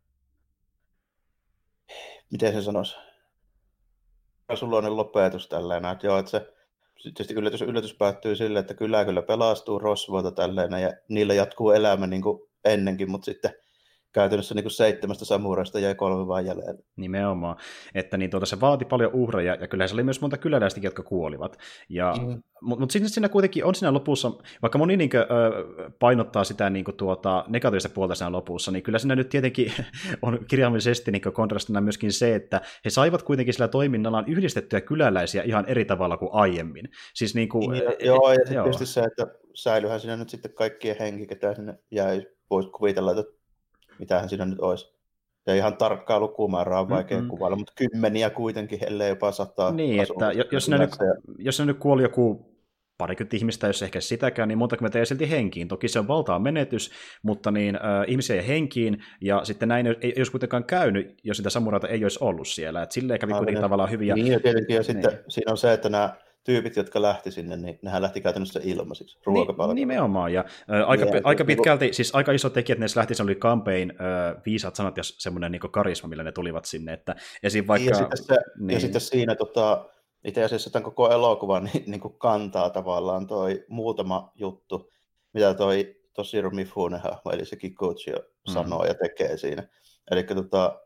miten se sanoisi, rasuloinen lopetus tällainen, että joo, että se tietysti yllätys, yllätys päättyy sille, että kyllä kyllä pelastuu rosvoilta tälleen, ja niillä jatkuu elämä niin kuin ennenkin, mutta sitten käytännössä niin kuin seitsemästä samuraista jäi kolme vaan jäljellä. Nimenomaan, että niin tuota, se vaati paljon uhreja, ja kyllähän se oli myös monta kyläläistäkin, jotka kuolivat. Ja, mm. Mutta mut siinä, siinä kuitenkin on siinä lopussa, vaikka moni niin kuin, ö, painottaa sitä niin kuin, tuota, negatiivista puolta siinä lopussa, niin kyllä siinä nyt tietenkin on kirjaimellisesti niin kontrastina myöskin se, että he saivat kuitenkin sillä toiminnallaan yhdistettyä kyläläisiä ihan eri tavalla kuin aiemmin. Siis, niin kuin, ja, e, joo, ja sitten tietysti se, että säilyhän siinä nyt sitten kaikkien henki, ketä sinne jäi, voisi kuvitella, että mitähän siinä nyt olisi. Ja ihan tarkkaa lukumäärää on vaikea mm-hmm. kuvailla, mutta kymmeniä kuitenkin, ellei jopa sataa. Niin, että jos ne, nyt, jos ne nyt kuoli joku parikymmentä ihmistä, jos ehkä sitäkään, niin monta kymmentä ei silti henkiin. Toki se on valtaa menetys, mutta niin, äh, ihmisiä ei henkiin, ja sitten näin ei, ei olisi kuitenkaan käynyt, jos sitä samuraita ei olisi ollut siellä. Et silleen kävi kuitenkin tavallaan hyvin. Niin, ja tietenkin, ja sitten niin. Siinä on se, että nämä tyypit, jotka lähti sinne, niin nehän lähti käytännössä ilmaisiksi ruokapalveluun. Nimenomaan, ja ä, aika, yeah, aika pitkälti, siis aika iso tekijä, että ne lähti, se oli Kanpein äh, viisaat sanat ja semmoinen niin karisma, millä ne tulivat sinne, että esim. Vaikka... Ja sitten, se, niin. ja sitten siinä tota, itse asiassa tämän koko elokuvan niin, niin kuin kantaa tavallaan toi muutama juttu, mitä toi Toshiro Mifune hahmo, eli se Kikuchi mm. sanoo ja tekee siinä. Eli tota,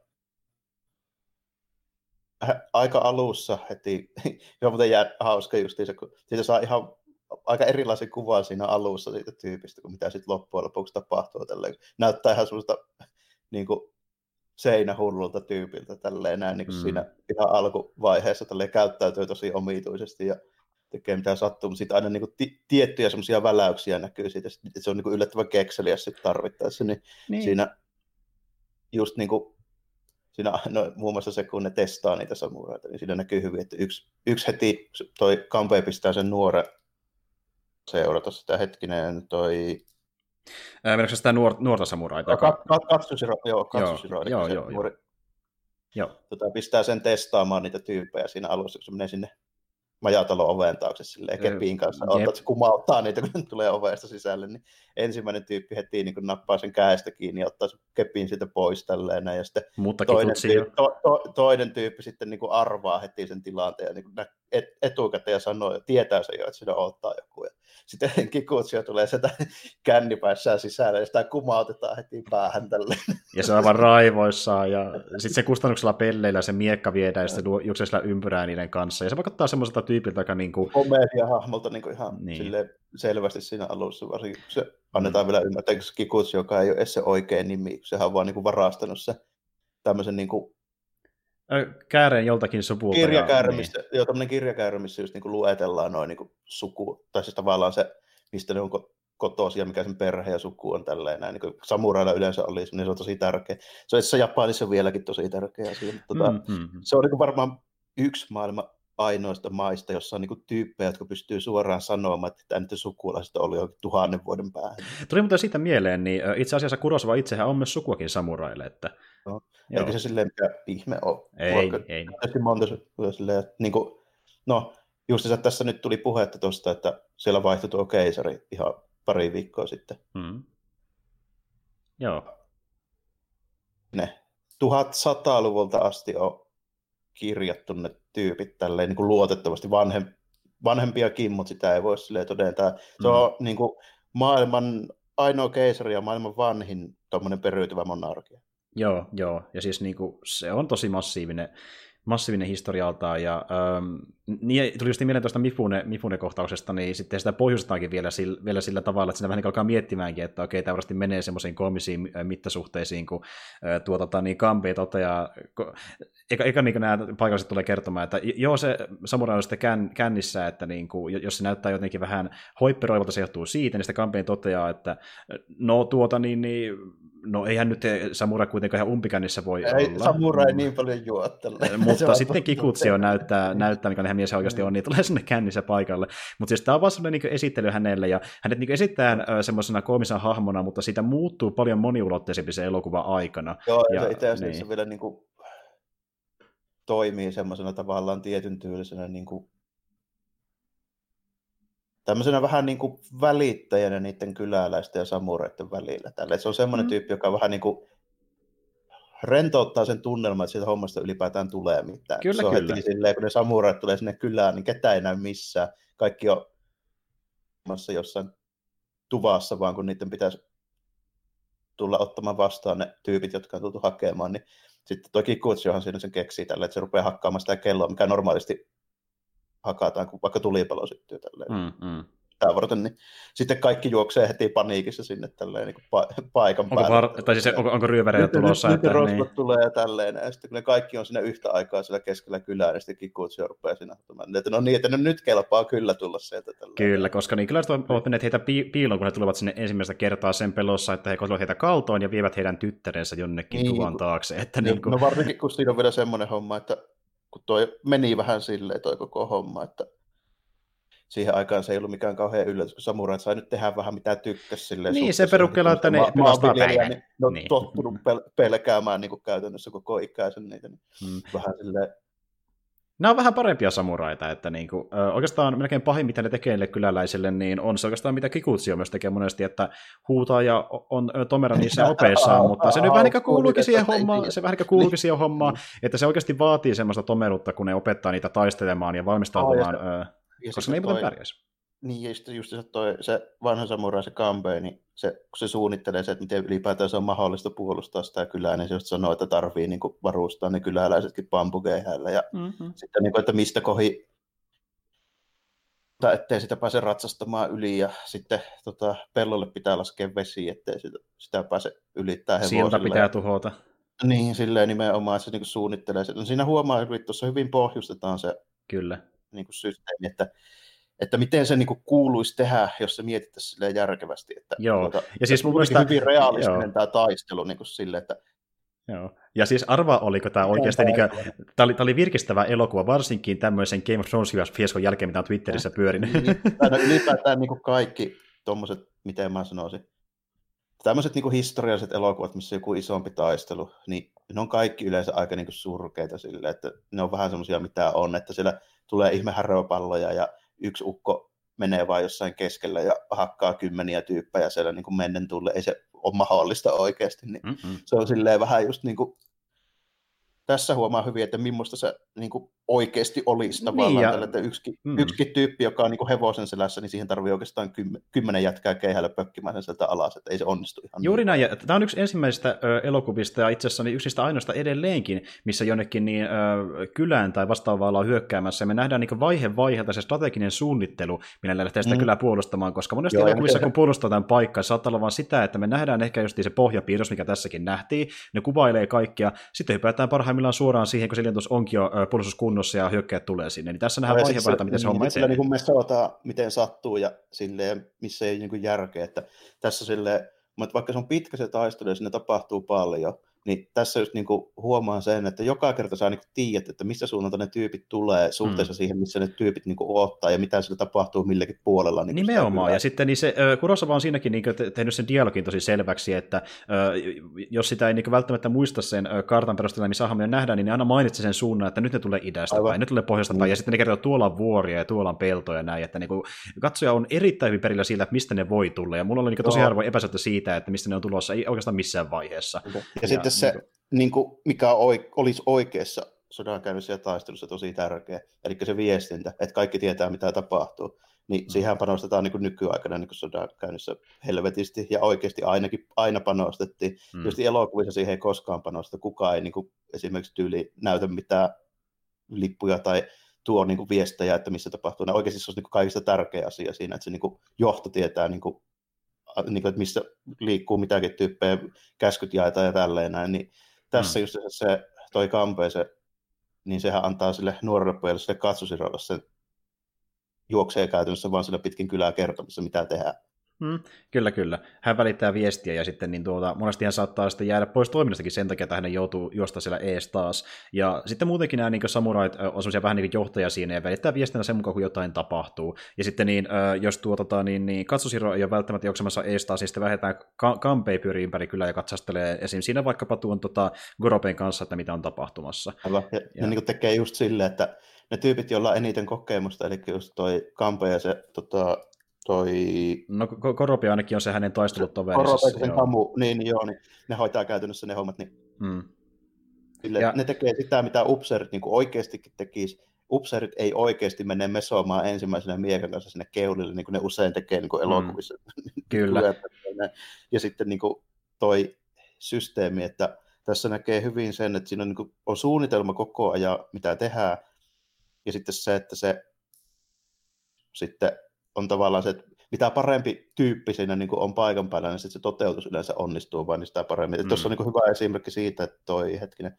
aika alussa heti, ja muuten jää hauska justiinsa, kun siitä saa ihan aika erilaisen kuvan siinä alussa siitä tyypistä, kuin mitä sitten loppujen lopuksi tapahtuu. Tälleen. Näyttää ihan semmoista niin kuin seinähullulta tyypiltä tälleen näin, niin kuin mm. siinä ihan alkuvaiheessa tälleen, käyttäytyy tosi omituisesti ja tekee mitä sattuu, mutta sitten aina niin kuin t- tiettyjä semmoisia väläyksiä näkyy siitä, että se on niin kuin yllättävän kekseliäs sitten tarvittaessa, niin, niin. Siinä just niin kuin siinä no, muun muassa se, kun ne testaa niitä samuraita, niin siinä näkyy hyvin, että yksi, yksi heti toi Kanpei pistää sen nuoren seurata sitä hetkinen toi Meneekö sitä nuor, nuorta samuraita? Joka... Katsushiro, joo, Katsushiro. Joo, joo, joo, nuori... joo. Tota, pistää sen testaamaan niitä tyyppejä siinä alussa, kun se menee sinne majatalon oven taakse silleen kepiin kanssa, ottaa, että se kumauttaa niitä, kun ne tulee ovesta sisälle, niin ensimmäinen tyyppi heti niin nappaa sen käestä kiinni ja ottaa sen kepin siitä pois tälleen, ja sitten toinen tyyppi, to, to, toinen tyyppi sitten niin arvaa heti sen tilanteen ja niin et, etukäteen ja sanoo, ja tietää sen jo, että siinä ottaa joku. Ja sitten Kikutsio tulee sieltä kännipäissään sisälle ja sitä kumautetaan heti päähän tälleen. Ja se on aivan raivoissaan ja sitten se kustannuksella pelleillä se miekka viedään ja sitten juoksee sillä ympyrää niiden kanssa. Ja se vaikuttaa semmoiselta tyypiltä, joka niinku... komediahahmolta niinku ihan niin. selvästi siinä alussa, varsinkin se annetaan mm. vielä ymmärtää, että Kikutsio, joka ei ole edes se oikein nimi, sehän on vaan niinku varastanut se tämmöisen niinku kääreen joltakin sopulta. Kirjakäärä, missä, joo, tämmöinen kirjakäärä, missä just niinku luetellaan noin niinku suku, tai siis tavallaan se, mistä ne on kotoisia, mikä sen perhe ja suku on tälleen näin. Niin samurailla yleensä oli, niin se on tosi tärkeä. Se on itse Japanissa vieläkin tosi tärkeä asia. Mutta tota, mm-hmm. Se on niin varmaan yksi maailman ainoista maista, jossa on niin tyyppejä, jotka pystyy suoraan sanomaan, että tämä nyt sukulaiset oli jo tuhannen vuoden päähän. Tuli muuten siitä mieleen, niin itse asiassa Kurosawa itsehän on myös sukuakin samuraille. Että... No, eikä se silleen mikä ihme ole. Ei, Vaikka, ei. Monta silleen, niin kuin, no, just tässä nyt tuli puhetta tuosta, että siellä vaihtui tuo keisari ihan pari viikkoa sitten. Mm. Joo. Ne tuhatsataluvulta asti on kirjattu ne tyypit tälleen niin kuin luotettavasti vanhem, vanhempiakin, mutta sitä ei voi silleen todentaa. Se mm. on niin kuin maailman ainoa keisari ja maailman vanhin tuommoinen periytyvä monarkia. Joo, joo. Ja siis niin kuin, se on tosi massiivinen, massiivinen historialtaan, ja ähm, niin, tuli just mieleen tuosta Mifune, Mifune-kohtauksesta, niin sitten sitä pohjustetaankin vielä sillä, vielä sillä tavalla, että siinä vähän niin alkaa miettimäänkin, että okei, tämä varmasti menee semmoisiin koomisiin mittasuhteisiin, kun äh, tuo tota, niin Kanbei toteaa, eikä, eikä niin nämä paikalliset tulee kertomaan, että joo, se samurai on sitten kän, kännissä, että niin kuin, jos se näyttää jotenkin vähän hoipperoivalta, se johtuu siitä, niin sitten Kanbei toteaa, että no tuota niin, niin no eihän nyt samurai kuitenkaan ihan umpikännissä voi ei, olla. Samurai niin paljon juottele. Mutta sitten Kikutsio näyttää, näyttää, mikä mies oikeasti on, niin tulee sinne kännissä paikalle. Mutta siis tämä on vaan sellainen niin esittely hänelle, ja hänet niin esittää semmoisena koomisena hahmona, mutta siitä muuttuu paljon moniulotteisempi se elokuva aikana. Joo, ja itse asiassa niin. vielä niin kuin toimii semmoisena tavallaan tietyn tyylisenä niin kuin tämmöisenä vähän niin kuin välittäjänä niiden kyläläisten ja samuraiden välillä. Tälle. Se on semmoinen mm. tyyppi, joka vähän niin kuin rentouttaa sen tunnelman, että siitä hommasta ylipäätään tulee mitään. Kyllä, se on kyllä. Silleen, kun ne samurait tulee sinne kylään, niin ketään ei näy missään. Kaikki on jossain tuvassa, vaan kun niiden pitäisi tulla ottamaan vastaan ne tyypit, jotka on tultu hakemaan, niin sitten tuo Kikutsiohan siinä sen keksii tälle, että se rupeaa hakkaamaan sitä kelloa, mikä normaalisti hakataan, kun vaikka tulipalo syttyy tälleen. Mm, mm. Tämä varten, niin sitten kaikki juoksee heti paniikissa sinne tälleen niin pa- paikan onko päälle. Var- tai siis onko, onko ryöväreitä tulossa? Nyt, että, nyt rosvot niin. tulee ja tälleen, ja sitten kun ne kaikki on siinä yhtä aikaa siellä keskellä kylää, niin sitten Kikutsio rupeaa siinä. Että no niin, että no nyt kelpaa kyllä tulla sieltä. Tälleen. Kyllä, koska niin kyllä ovat menneet heitä piiloon, kun he tulevat sinne ensimmäistä kertaa sen pelossa, että he kohtelevat heitä kaltoon ja vievät heidän tyttärensä jonnekin niin, tuvan taakse. Että niin kuin... No varsinkin, kun siinä on vielä semmoinen homma, että kun toi meni vähän silleen toi koko homma, että siihen aikaan se ei ollut mikään kauhean yllätys, kun samurait sai nyt tehdä vähän mitä tykkäsi. Silleen, niin, se perukkeella, että ne pelastaa päivän. Niin, ne on niin. tottunut pel- pelkäämään niin kuin käytännössä koko ikäisen niitä. Niin hmm. Vähän silleen... Nämä on vähän parempia samuraita, että niin kuin, ö, oikeastaan melkein pahin, mitä ne tekee niille kyläläisille, niin on se oikeastaan, mitä Kikutsio myös tekee monesti, että huutaa ja on tomera niissä opeissaan, mutta se nyt vähän niin kuuluukin siihen hommaan, se vähän niin kuuluukin siihen hommaan, että se oikeasti vaatii semmoista tomerutta, kun ne opettaa niitä taistelemaan ja valmistautumaan, oh, ja se, koska ne ei muuten pärjäisi. Niin, ja sitten just toi, se vanha samurai, se Kanbei, niin se, kun se suunnittelee se, että miten ylipäätään se on mahdollista puolustaa sitä kylää, niin se just sanoo, että tarvii niin kuin varustaa ne kyläläisetkin pampukeihäillä, ja mm-hmm. sitten, niin kuin, että mistä kohi, ettei sitä pääse ratsastamaan yli, ja sitten tota, pellolle pitää laskea vesi, ettei sitä, sitä pääse ylittää hevosilla. Silta pitää tuhota. Niin, silleen nimenomaan, että se niin kuin suunnittelee se. No, siinä huomaa, että tuossa hyvin pohjustetaan se Kyllä. Niin kuin systeemi, että että miten se niinku kuuluisi tehdä, jos se mietittäisiin silleen järkevästi. Että joo. Tuota, ja siis mun mielestä hyvin realistinen tämä taistelu niin kuin silleen, että joo. Ja siis arvaa, oliko tämä oikeasti, niin kuin, tämä, oli, tämä oli virkistävä elokuva, varsinkin tämmöisen Game of Thrones-fieskon jälkeen, mitä on Twitterissä pyörinyt. Niin, ylipäätään niin kuin kaikki tuommoiset, miten mä sanoisin, tämmöiset niin kuin historialliset elokuvat, missä on joku isompi taistelu, niin ne on kaikki yleensä aika niin kuin surkeita silleen, että ne on vähän semmoisia mitä on, että siellä tulee ihme häröpalloja ja yksi ukko menee vaan jossain keskellä ja hakkaa kymmeniä tyyppejä siellä niin kuin mennen tulle, ei se ole mahdollista oikeasti, niin mm-hmm. se on silleen vähän just niin kuin tässä huomaa hyvin, että millaista se niin kuin oikeasti olisi tavallaan, niin, ja... tällä, että yksikin, mm. yksikin tyyppi, joka on niin kuin hevosen selässä, niin siihen tarvii oikeastaan kym, kymmenen jätkää keihällä pökkimään sen sieltä alas, että ei se onnistu ihan. Juuri niin. Näin, ja tämä on yksi ensimmäisistä ö, elokuvista, ja itse asiassa niin yksistä ainoista edelleenkin, missä jonnekin niin, ö, kylään tai vastaavaa ollaan hyökkäämässä, ja me nähdään niin vaihe vaiheelta se strateginen suunnittelu, millä lähtee sitä mm. kylää puolustamaan, koska monesti Joo, elokuvissa, kun puolustetaan paikkaa, saattaa olla vain sitä, että me nähdään ehkä just se pohjapiirros, mikä tässäkin nähtiin, ne kuvailee kaikkia, sitten hypätään parhaimmillaan suoraan siihen, kun se lientos onkin jo puolustuskunnossa ja hyökkäät tulee sinne. Niin tässä nähdään vaihe vaiheelta, miten se homma etenee. Niin me sanotaan, miten sattuu ja silleen, missä ei niin kuin järkeä. Että tässä silleen, mutta vaikka se on pitkä se taistelu ja siinä tapahtuu paljon, niin tässä just niin kuin huomaan sen, että joka kerta sä niin kuin tiedät, että missä suunnalta ne tyypit tulee suhteessa mm. siihen, missä ne tyypit niin kuin odottaa ja mitä sillä tapahtuu milläkin puolella. Niin nimenomaan, ja sitten niin se, Kurosawa on siinäkin niin kuin tehnyt sen dialogin tosi selväksi, että jos sitä ei niin kuin välttämättä muista sen kartan perusteella, missä hahmoja nähdään, niin ne aina mainitsi sen suunnan, että nyt ne tulee idästä Aivan. päin, nyt tulee pohjoista päin, mm. ja sitten ne kertoo, että tuolla on vuoria ja tuolla on peltoja ja näin, että niin kuin katsoja on erittäin hyvin perillä siitä, että mistä ne voi tulla, ja mulla oli niin tosi harvoin epäselvä siitä, että mistä ne on tulossa, ei oikeastaan missään vaiheessa. Ja, ja sitten se, niin kuin, mikä olisi oikeassa sodankäynnissä ja taistelussa tosi tärkeä, eli se viestintä, että kaikki tietää, mitä tapahtuu, niin mm. siihen panostetaan niin kuin nykyaikana niin kuin sodankäynnissä helvetisti, ja oikeasti ainakin aina panostettiin. Mm. Tietysti elokuvissa siihen ei koskaan panosteta, kukaan ei niin kuin, esimerkiksi tyyli näytä mitään lippuja tai tuo niin kuin viestejä, että missä tapahtuu. Ne oikeasti se on niin kuin kaikista tärkeä asia siinä, että se niin kuin johto tietää, niin kuin, niin kuin, että missä liikkuu mitäkin tyyppejä, käskyt jaetaan ja tälleen näin, niin tässä mm. just se toi Kampee, se, niin sehän antaa sille nuorelle pojalle, sille Katsusirolle, se juoksee käytännössä vaan sille pitkin kylää kertomassa, mitä tehdään. Mm, kyllä, kyllä. Hän välittää viestiä ja sitten niin tuota, monesti hän saattaa sitten jäädä pois toiminnastakin sen takia, että hän joutuu juosta siellä ees taas. Ja sitten muutenkin nämä niin samurait on semmoisia vähän niin johtajia siinä ja välittää viestinä sen mukaan, kun jotain tapahtuu. Ja sitten niin, jos tuo tota, niin, niin Katsushiro ei ole välttämättä juoksemassa ees taas, niin sitten vähetään ka- Kampei pyörii ympäri kylää ja katsastelee esim. Siinä vaikkapa tuon tota, Goropen kanssa, että mitä on tapahtumassa. Aivan. Ja, ja, ja niin tekee just silleen, että ne tyypit, joilla on eniten kokemusta, eli just toi Kampei ja se tota, toi... No Koropi ainakin on se hänen taistelutoverinsa. Koropi sen hamu, niin joo, niin ne hoitaa käytännössä ne hommat. Niin mm. ja... Ne tekee sitä, mitä upseerit niin oikeastikin tekisi. Upseerit ei oikeasti mene mesomaan ensimmäisenä miekan kanssa sinne keulille, niin kuin ne usein tekee niin kuin elokuvissa. Mm. Kyllä. Ja sitten niin kuin toi systeemi, että tässä näkee hyvin sen, että siinä on, niin kuin, on suunnitelma koko ajan, mitä tehdään, ja sitten se, että se sitten on tavallaan se, että mitä parempi tyyppi siinä niin kuin on paikan päällä, niin sitten se toteutus yleensä onnistuu vain niin sitä paremmin. Mm. Tuossa on niin kuin hyvä esimerkki siitä, että toi hetkinen,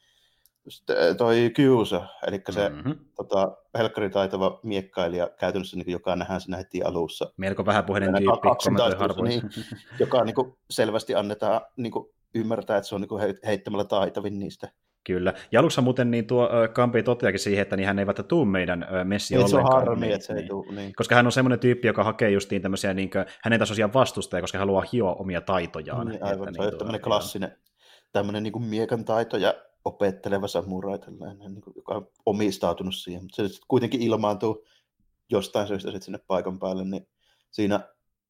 toi Kyusa, eli se mm-hmm. tota, helkkarin taitava miekkailija käytännössä, niin kuin, joka nähdään siinä heti alussa. Melko vähäpuheinen tyyppi, kommentoi harvoin. Niin, joka niin kuin, selvästi annetaan niin kuin, ymmärtää, että se on niin kuin, heittämällä taitavin niistä. Kyllä. Ja alussa muuten niin tuo äh, Kampei toteakin siihen, että niin hän ei välttämättä tuu meidän äh, messiin ollenkaan. Se on harmi, niin, että se ei tuu. Niin. Koska hän on semmoinen tyyppi, joka hakee justiin tämmöisiä niin kuin, hänen tasoisia vastustajia, koska hän haluaa hioa omia taitojaan. Niin, aivan, että, se on niin, tämmöinen klassinen tämmöinen niin kuin miekan taitoja opetteleva samurai, tällainen, niin kuin, joka on omistautunut siihen. Mutta se kuitenkin ilmaantuu jostain syystä sitten sinne paikan päälle, niin siinä,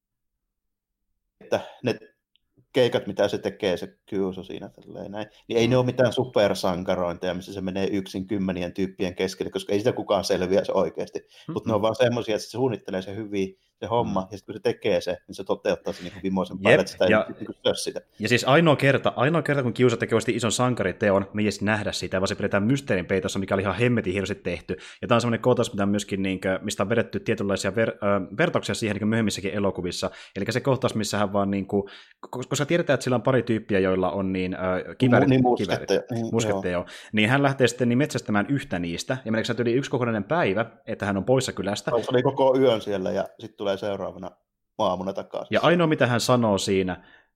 että ne keikat, mitä se tekee, se Kyuso siinä, tälleen, näin, niin ei ne ole mitään supersankarointeja, missä se menee yksin kymmenien tyyppien keskelle, koska ei sitä kukaan selviä se oikeasti. Mm-hmm. Mutta ne on vaan semmoisia, että se suunnittelee se hyvin, se homma, mm-hmm. ja sitten kun se tekee se, niin se toteuttaa se niin vimoisen päälle, että sitä ja, ei niin kuin sitä. Ja siis ainoa kerta, ainoa kerta, kun Kyuso tekee ison sankariteon, me ei edes nähdä sitä, vaan se pidetään mysteerin peitossa, mikä oli ihan hemmetin hienosti tehty. Ja tämä on semmoinen kohtaus, mitä myöskin, niin kuin, mistä on vedetty tietynlaisia ver, äh, vertauksia siihen niin myöhemmissäkin elokuvissa. Eli se kohtaus, missä hän vaan, niin kuin, koska tiedetään, että sillä on pari tyyppiä, joilla on niin, äh, kiväärit, niin, musketteja, niin, musketteja, niin hän lähtee sitten niin metsästämään yhtä niistä, ja meneekö se yli yksi kokonainen päivä, että hän on poissa kylästä. Se oli koko yön siellä, ja sitten tulee seuraavana aamuna takaisin. Ja ainoa, mitä hän sanoo siinä,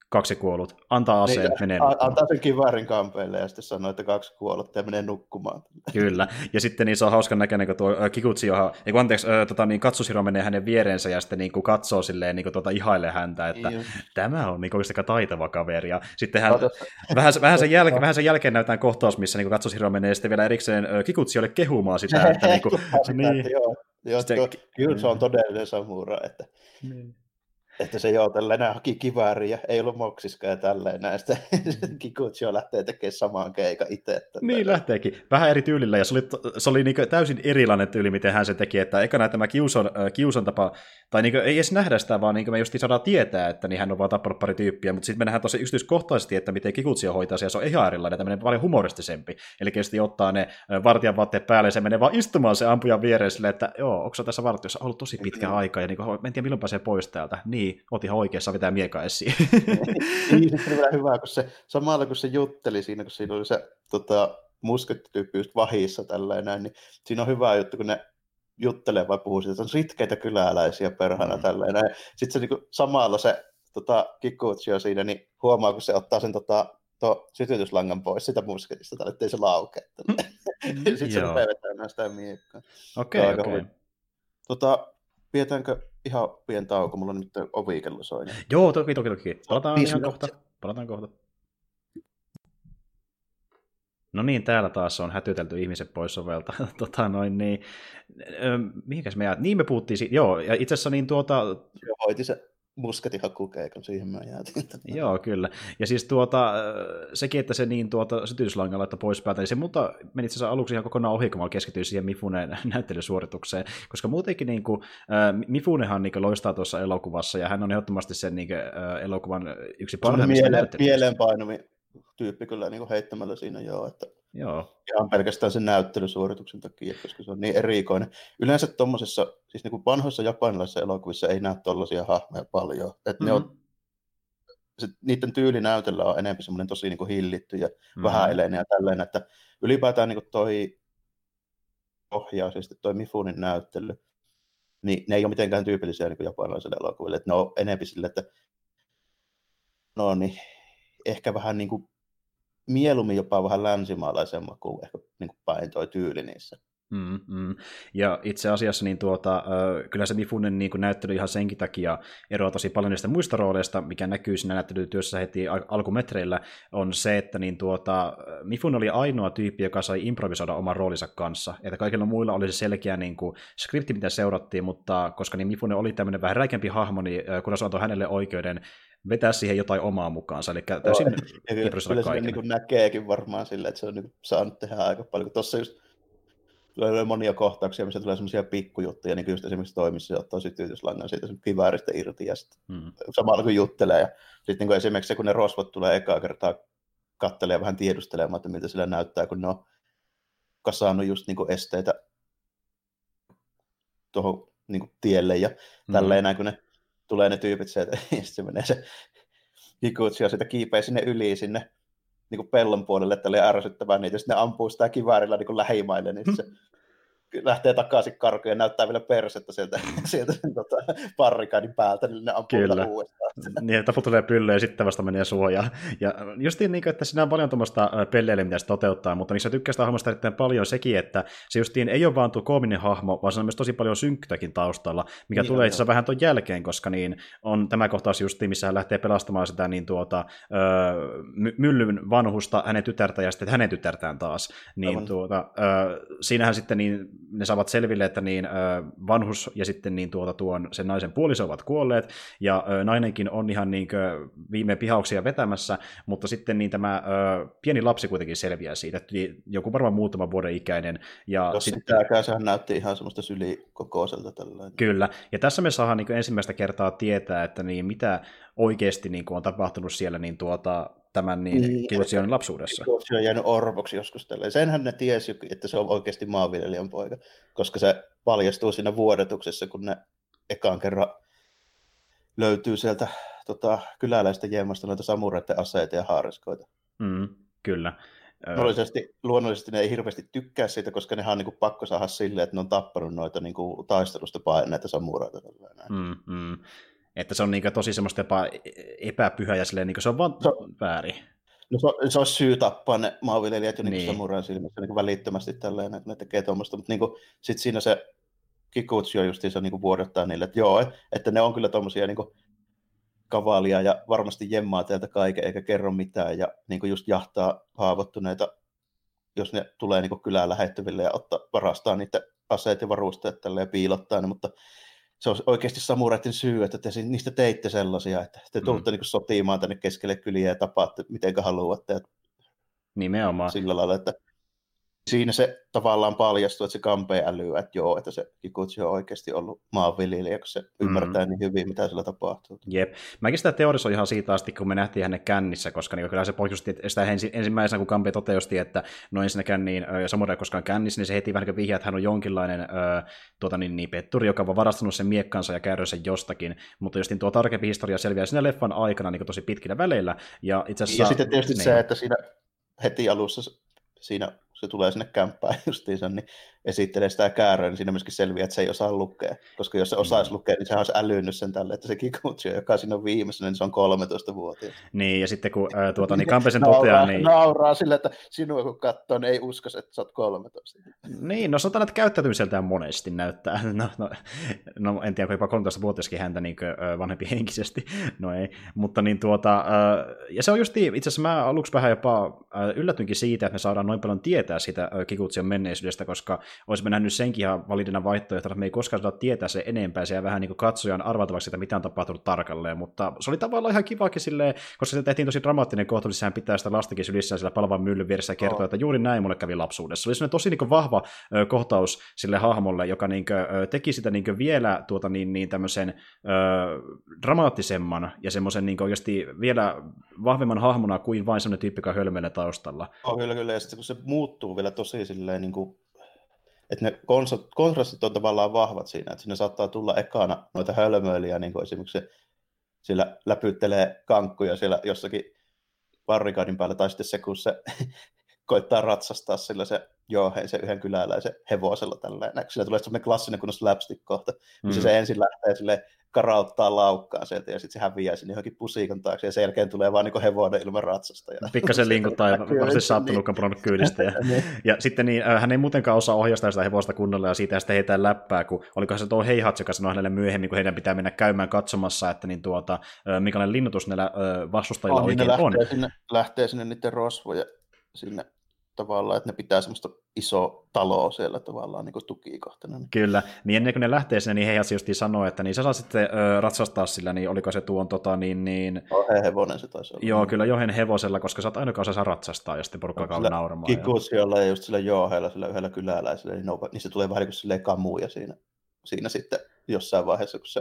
kaksi kuollut, antaa aseen, niin, menee nukkumaan. Antaa sen kiväärin kampeille ja sitten sanoo, että kaksi kuollutta ja menee nukkumaan. Kyllä, ja sitten niin se on hauskan näköinen, kun tuo Kikuchi, johon, ei kun anteeksi, äh, tota, niin Katsushiro menee hänen viereensä ja sitten niin kuin katsoo silleen, niin kuin, tuota, ihailee häntä, että niin. Tämä on niin kuin, aika taitava kaveri. Ja sitten hän, vähän, vähän, sen jälkeen, vähän sen jälkeen näytetään kohtaus, missä niin Katsushiro menee sitten vielä erikseen äh, Kikuchiolle kehumaan sitä. Että, niin kuin, niin, joo, joo sitten, kyllä se on todellinen samura, että... Niin. Että se joo, tällainen haki kivääriä ja ei ollut moksiska ja tälleen näistä. Kikuchio lähtee tekemään samaan keikan itse. Niin lähteekin. Vähän eri tyylillä ja se oli, se oli niin täysin erilainen tyyli, miten hän se teki. Että eikä näe tämä kiuson, kiuson tapa, tai niin ei edes nähdä sitä, vaan niin me just saadaan tietää, että niin hän on vaan tappanut pari tyyppiä. Mutta sitten me nähdään tosi yksityiskohtaisesti, että miten Kikuchio hoitaa se ja se on ihan erilainen, tämmöinen paljon humoristisempi. Eli tietysti ottaa ne vartijan vaatteet päälle ja se menee vaan istumaan se ampujan viereen silleen, että joo, onko se tässä vartiossa ollut tosi pitkä aika ja niin kuin, en tiedä milloin pääsee pois täältä. Niin. Oot ihan oikeassa, vetää mieka esiin. Niin, se oli hyvä, kun se, samalla kun se jutteli siinä, kun siinä oli se tota, muskettityyppi just vahissa tällainen, niin siinä on hyvä juttu, kun ne juttelee vai puhuu siitä, että on sitkeitä kyläläisiä perhana mm. tällainen. Sitten se niin samalla se tota, Kikuchio siinä, niin huomaa, kun se ottaa sen tota, to, sytytyslangan pois sitä musketista, tai ettei se laukea. Sitten se rupeaa vetämään sitä miekkaa. Okei, okay, okei. Okay. Tota, pidetäänkö ihan pieni tauko? Mulla on nyt ovikello soi. Joo, toki, toki, toki. Palataan ihan kohta. Palataan kohta. No niin, täällä taas on hätytelty ihmiset pois sovelta. tota, noin, niin, mihinkäs me jää? Niin me puhuttiin siitä. Joo, ja itse asiassa niin tuota... Joo, hoiti se musketin hakukeikan, siihen mä jäätin. Joo, kyllä. Ja siis tuota, sekin, että se niin tuota sytytyslanga laittaa pois päältä, niin se mutta meni itse asiassa aluksi ihan kokonaan ohi, kun mä keskityin siihen Mifunen näyttelysuoritukseen, koska muutenkin niin kuin, äh, Mifunehan niin kuin loistaa tuossa elokuvassa, ja hän on ehdottomasti sen niin kuin, äh, elokuvan yksi parhaimmista näyttelyistä. Mieleenpainumi tyyppi kyllä niin kuin heittämällä siinä, joo, että joo. Ihan pelkästään sen näyttelysuorituksen takia, koska se on niin erikoinen. Yleensä tuommoisessa, siis niin kuin vanhoissa japanilaisissa elokuvissa ei näe tuollaisia hahmoja paljon. Että mm-hmm. ne on, se, niiden tyylinäytöllä on enemmän semmoinen tosi niin kuin hillitty ja mm-hmm. vähäeleinen ja tällainen, että ylipäätään niin kuin toi ohjaus, siis toi Mifunen näyttely, niin ne ei ole mitenkään tyypillisiä niin kuin japanilaisille elokuville. Että ne on enemmän sille, että no niin, ehkä vähän niin kuin mieluummin jopa vähän länsimaalaisemman kuin ehkä niin kuin päin toi tyyli niissä. Mm, mm. Ja itse asiassa niin tuota, äh, kyllä se Mifunen niin näyttely ihan senkin takia eroaa tosi paljon niistä muista rooleista, mikä näkyy siinä näyttelytyössä heti al- alkumetreillä, on se, että niin tuota, Mifunen oli ainoa tyyppi, joka sai improvisoida oman roolinsa kanssa. Että kaikilla muilla oli se selkeä niin kuin, skripti, mitä seurattiin, mutta koska niin Mifunen oli tämmöinen vähän räikempi hahmo, niin äh, kun se antoi hänelle oikeuden vetää siihen jotain omaa mukaansa, eli täysin improvisoida kaiken. Kyllä se niin näkeekin varmaan sillä, että se on niin saanut tehdä aika paljon. Tuossa just tulee monia kohtauksia, missä tulee semmoisia pikkujuttuja, niin kuin just esimerkiksi toimissa se ottaa sytytyslangan siitä sen kivääristä irti, ja sitten hmm. samalla kun juttelee. Ja sitten niin esimerkiksi se, kun ne rosvot tulee ekaa kertaa katselemaan ja vähän tiedustelemaan, että miltä sillä näyttää, kun ne on kasannut just niin kuin esteitä tuohon niin kuin tielle ja hmm. tälleen näin, kun ne tulee ne tyypit sieltä, ja sitten se menee se Kikuchio siitä kiipeä sinne yli sinne niin kuin pellon puolelle, että oli ärsyttävää niitä, ja sitten ne ampuu sitä kiväärillä niin kuin lähimaille, niin se lähtee takaisin karkuun ja näyttää vielä persettä sieltä, sieltä sen tota, barrikaadin päältä, niin ne ampuu vielä uudestaan. Niin, taputtelee pyllyä ja sitten vasta menee suojaan. Ja justiin niin, että siinä on paljon tuommoista pelleilyä, mitä se toteuttaa, mutta niissä tykkää sitä hahmosta erittäin paljon sekin, että se justiin ei ole vaan tuo koominen hahmo, vaan se on myös tosi paljon synkkytäkin taustalla, mikä niin, tulee itse asiassa vähän tuon jälkeen, koska niin on tämä kohtaus justiin, missä hän lähtee pelastamaan sitä niin tuota, my- myllyn vanhusta, hänen tytärtä ja sitten hänen tytärtään taas. Niin, tuota, siinähän sitten niin ne saavat selville, että niin, vanhus ja sitten niin tuota, tuon sen naisen puoliso ovat kuolleet, ja nainenkin on ihan niin viime pihauksia vetämässä, mutta sitten niin tämä pieni lapsi kuitenkin selviää siitä, että joku varmaan muutaman vuoden ikäinen. Ja Jos sitten, sitäkään, sehän näytti ihan semmoista sylikokoiselta tällainen. Kyllä, ja tässä me saadaan niin ensimmäistä kertaa tietää, että niin, mitä oikeasti niin on tapahtunut siellä niin tuota, tämän niin, niin Kikuchion lapsuudessa. Kikuchi on jäänyt orvoksi joskus tälleen. Senhän ne tiesi, että se on oikeasti maanviljelijän poika, koska se paljastuu siinä vuodatuksessa, kun ne ekaan kerran löytyy sieltä tota, kyläläisten jemmasta noita samureiden aseita ja haariskoita. Mm, kyllä. Luonnollisesti, luonnollisesti ne ei hirveästi tykkää siitä, koska nehän on niin kuin pakko saada silleen, että ne on tappanut noita niin kuin taistelusta paineita samureita. Mm, mm. Että se on niin tosi semmoista jopa epäpyhä ja silleen, niin se on vaan se, väärin. No se, se olisi syy tappaa ne maanviljelijät jo niin niin. samurain silmissä niin välittömästi tälleen, että ne tekee tuommoista, mutta niin sitten siinä se Kikuchi on justiinsa niin vuodottaa niille, että joo, että ne on kyllä tuommoisia niin kavalia ja varmasti jemmaa teiltä kaiken eikä kerro mitään ja niin just jahtaa haavoittuneita, jos ne tulee niin kylään lähettyville ja ottaa, varastaa niiden aseet ja varusteet tälleen ja piilottaa ne, mutta se on oikeasti samuraiden syy, että te niistä teitte sellaisia, että te tuutte mm. niin sotimaan tänne keskelle kyliä ja tapaatte mitenkä haluatte. Ja nimenomaan. Sillä lailla, että siinä se tavallaan paljastuu, että se kampee älyä, että joo, että se Kikuchi on oikeasti ollut maanviljelijä, kun se mm. ymmärtää niin hyvin, mitä sillä tapahtuu. Jep. Mäkin sitä teorisoin ihan siitä asti, kun me nähtiin hänen kännissä, koska niin kyllä se pohjusti sitä ensimmäisenä, kun Kampe toteusti, että no ensinnäkään niin samurai koskaan kännissä, niin se heti vähän vihjaa, että hän on jonkinlainen ö, tuota, niin, niin, petturi, joka on varastanut sen miekkansa ja käydnyt sen jostakin, mutta justin tuo tarkempi historia selviää siinä leffan aikana niin tosi pitkillä väleillä. Ja, itse asiassa, ja sitten tietysti niin. se, että siinä heti alussa siinä se tulee sinne kämppään justiinsa, niin esittelee sitä kääröä, niin siinä myöskin selviää, että se ei osaa lukea. Koska jos se osaisi mm. lukea, niin sehän olisi älynyt sen tälle, että se Kikuchi, joka siinä on viimeisessä, niin se on kolmetoistavuotias. Niin, ja sitten kun äh, tuota, niin Kampe sen toteaa, niin... Nauraa sillä, että sinua kun katsoo, niin ei usko, että sä oot kolmetoista. Niin, no sanotaan, että käyttäytymiseltään monesti näyttää. No, no, no en tiedä, jopa kolmetoistavuotiaskin häntä niin kuin, vanhempi henkisesti. No ei, mutta niin tuota... Äh, ja se on justi, itse asiassa mä aluksi vähän jopa äh, yllätynkin siitä, että me saadaan noin paljon tietää siitä äh, Kikuchion menneisyydestä, koska olisimme nähnyt senkin ihan validina vaihtoehto, että me ei koskaan saada tietää se enempää, se jää vähän niin kuin katsojan arvattavaksi, että mitä on tapahtunut tarkalleen, mutta se oli tavallaan ihan kivakin silleen, koska se tehtiin tosi dramaattinen kohta, niin sehän pitää sitä lastakin sylissään sillä palavan myllyn vieressä ja kertoo, oh. että juuri näin mulle kävi lapsuudessa. Se oli sellainen tosi niin kuin vahva ö, kohtaus sille hahmolle, joka niin kuin, ö, teki sitä niin kuin vielä tuota, niin, niin tämmöisen ö, dramaattisemman ja semmoisen niin kuin oikeasti vielä vahvemman hahmona kuin vain semmoinen tyyppi, joka hölmöilee taustalla. Oh, kyllä, kyllä, ja sitten kun se muuttuu vielä tosi silleen niin kuin että ne kontrastit on tavallaan vahvat siinä, että siinä saattaa tulla ekana noita hölmöilijä, niin kuin esimerkiksi se, siellä läpyttelee kankkuja siellä jossakin barrikaadin päällä, tai sitten se, kun se koittaa ratsastaa sillä se Johei, se yhden kyläläisen hevosella tällainen. Sillä tulee semmoinen klassinen kunnon slapstick-kohta, missä mm. se ensin lähtee silleen karauttaa laukkaa sieltä, ja sitten se häviää sinne johonkin pusikan taakse, ja sen jälkeen tulee vaan niin hevonen ilman ratsasta. Ja pikkasen linkuttaa, ja varmasti saattanutkaan pudonnut kyydistä. Ja, ja sitten niin, hän ei muutenkaan osaa ohjastaa sitä hevosta kunnolla, ja siitä sitten heitään läppää, kun olikohan se tuo Heihatsu, joka sanoi hänelle myöhemmin, kun heidän pitää mennä käymään katsomassa, että niin tuota, minkälainen linnutus näillä vastustajilla on, oikein niin on. Lähtee sinne, lähtee sinne niiden rosvoja sinne tavallaan, että ne pitää semmoista isoa taloa siellä tavallaan niin kuin tukikohtana. Kyllä, niin ennen kuin ne lähtee sinne, niin Heihatsu justiin sanoo, että niin sä saa sitten ö, ratsastaa sillä, niin oliko se tuon tota niin... niin... Johen hevonen se taisi olla. Joo, kyllä Johen hevosella, koska sä oot aina kanssa saa ratsastaa, ja sitten porukka alkaa no, nauramaan. Kikuchiolla ja just sillä Johella, sillä yhdellä kyläläisellä, niin, niin se tulee vähän niin kuin silleen kamuja siinä, siinä sitten jossain vaiheessa, kun se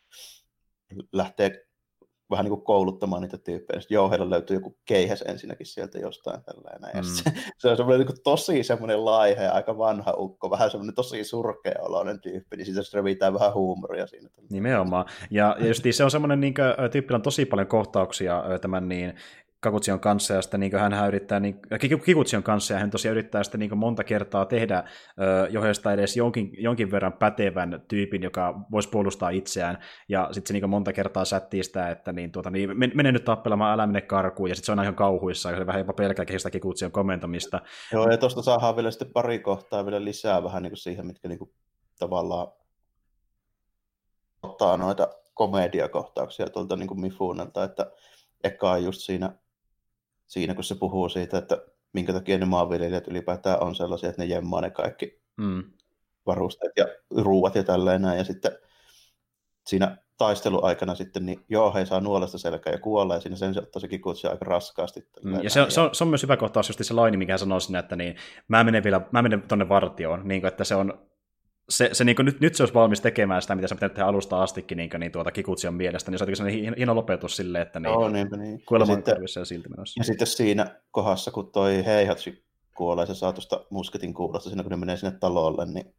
lähtee vähän niin kuin kouluttamaan niitä tyyppejä. Sitten Jouheilla löytyy joku keihäs ensinnäkin sieltä jostain tällainen. Mm. Se, se on semmoinen niin tosi semmoinen laihe ja aika vanha ukko, vähän semmoinen tosi surkea-oloinen tyyppi, niin siitä revitään vähän huumoria siinä. Nimenomaan. Ja, ja just se on semmoinen niin kuin, tyyppillä on tosi paljon kohtauksia tämän niin Kikuchion kanssa, ja sitten niin hän yrittää, niin, Kikuchion kanssa, ja hän tosiaan yrittää sitten niin monta kertaa tehdä äh, Johesta edes jonkin, jonkin verran pätevän tyypin, joka voisi puolustaa itseään, ja sitten se niin monta kertaa sättii sitä, että niin, tuota, niin, mene nyt tappelemaan, älä mene karkuun, ja sitten se on ihan kauhuissa, ja se vähän jopa pelkääkin sitä Kikuchion komentamista. Joo, ja tuosta saadaan vielä sitten pari kohtaa vielä lisää vähän niin kuin siihen, mitkä niin kuin, tavallaan ottaa noita komediakohtauksia tuolta niin kuin Mifunelta, että eka just siinä Siinä, kun se puhuu siitä, että minkä takia ne maanviljelijät ylipäätään on sellaisia, että ne jemmaa ne kaikki mm. varusteet ja ruuat ja tälleen näin. Ja sitten siinä taisteluaikana sitten, niin joo, he saa nuolesta selkää ja kuolla, ja siinä sen se ottaa se Kikuchi aika raskaasti. Mm, ja se on, se, on, se on myös hyvä kohtaus just se laini, mikä hän sanoo sinne, että niin, mä menen vielä, mä menen tonne vartioon, niin kuin, että se on Se, se, niin kuin, nyt, nyt se olisi valmis tekemään sitä, mitä se pitää tehdä alusta astikin niin, niin tuota Kikuchion mielestä, niin se on sellainen hieno lopetus silleen, että niin, joo, niinpä niin. kuolema on tarvissa ja silti menossa. Ja sitten siinä kohdassa, kun toi Heihatsu kuolee, se saa tuosta musketin kuulosta siinä, kun ne menee sinne talolle, niin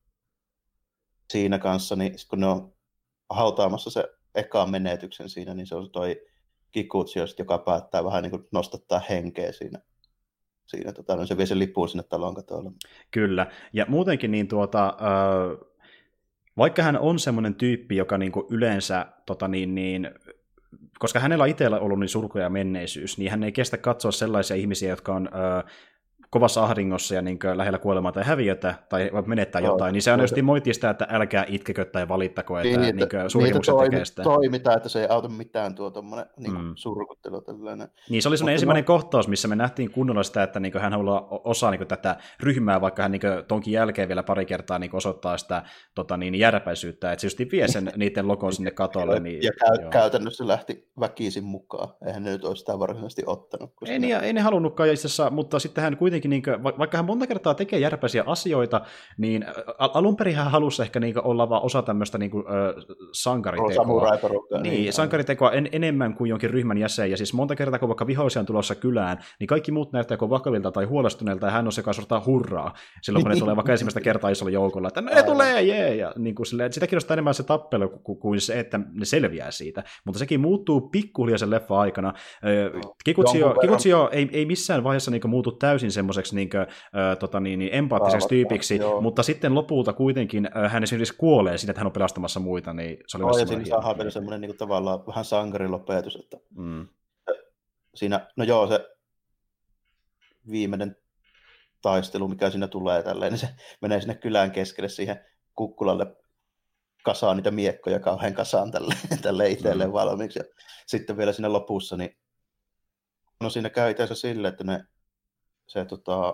siinä kanssa, niin kun ne on hautaamassa se ekaan menetyksen siinä, niin se on toi Kikuchi, joka päättää vähän niin kuin nostattaa henkeä siinä. Siinä tota, no se vie sen lippuun sinne talon katolle. Kyllä, ja muutenkin niin tuota, äh, vaikka hän on semmoinen tyyppi, joka niinku yleensä, tota niin, niin, koska hänellä on itsellä ollut niin surkuja ja menneisyys, niin hän ei kestä katsoa sellaisia ihmisiä, jotka on ö, kovassa ahdingossa ja niin lähellä kuolemaa tai häviötä, tai menettää Joo, jotain, niin se on just moitii sitä, että älkää itkekö tai valittako, että niin, niin niitä suurikemukset toimi, tekee sitä. toimitaan, että se ei auta mitään tuo tommonen niin Mm. surkuttelu. Tällainen. Niin, se oli semmoinen ensimmäinen no... kohtaus, missä me nähtiin kunnolla sitä, että niin hän haluaa osaa niin tätä ryhmää, vaikka hän niin tonkin jälkeen vielä pari kertaa niin osoittaa sitä tota, niin, järpäisyyttä, että se just vie sen niiden logon sinne katolle. Niin, ja käy, käytännössä lähti väkisin mukaan. Eihän ne nyt olisi sitä varsinaisesti ottanut. Ei, ne... niin, ei ne halunnutkaan itse asiassa, mutta sitten hän kuitenkin, niin kuin, vaikka hän monta kertaa tekee järpäisiä asioita, niin alun perin hän halusi ehkä niin olla vaan osa tämmöistä niin kuin, sankaritekoa. Niin, niin, sankaritekoa en, enemmän kuin jonkin ryhmän jäsen. Ja siis monta kertaa, kun vaikka vihollisia on tulossa kylään, niin kaikki muut näyttää joko vakavilta tai huolestuneilta, ja hän on se, joka sortaa hurraa silloin, kun ne tulee vaikka ensimmäistä kertaa isolla joukolla, että ne tulee, jee! Ja niin kuin silleen, sitä kiinnostaa enemmän se tappelu kuin se, että ne selviää siitä. Mutta sekin muuttuu pikkuhiljaa sen leffa aikana. Kikutsio, Kikutsio ei, ei missään vaiheessa niin kuin, muutu täysin semmoiseksi niin kuin, äh, tota, niin, niin, empaattiseksi tyypiksi, joo. Mutta sitten lopulta kuitenkin äh, hän esimerkiksi kuolee siinä, että hän on pelastamassa muita, niin se oli oh, myös semmoinen hieno. Saadaan vielä semmoinen niin kuin, tavallaan vähän sankarilopetus, että mm. siinä, no joo, se viimeinen taistelu, mikä siinä tulee tälleen, niin se menee sinne kylän keskelle siihen kukkulalle kasaan niitä miekkoja kauhean kasaan tälleen, tälleen itselleen mm. valmiiksi. Ja sitten vielä siinä lopussa, niin no siinä käy itse asiassa silleen, että ne se tota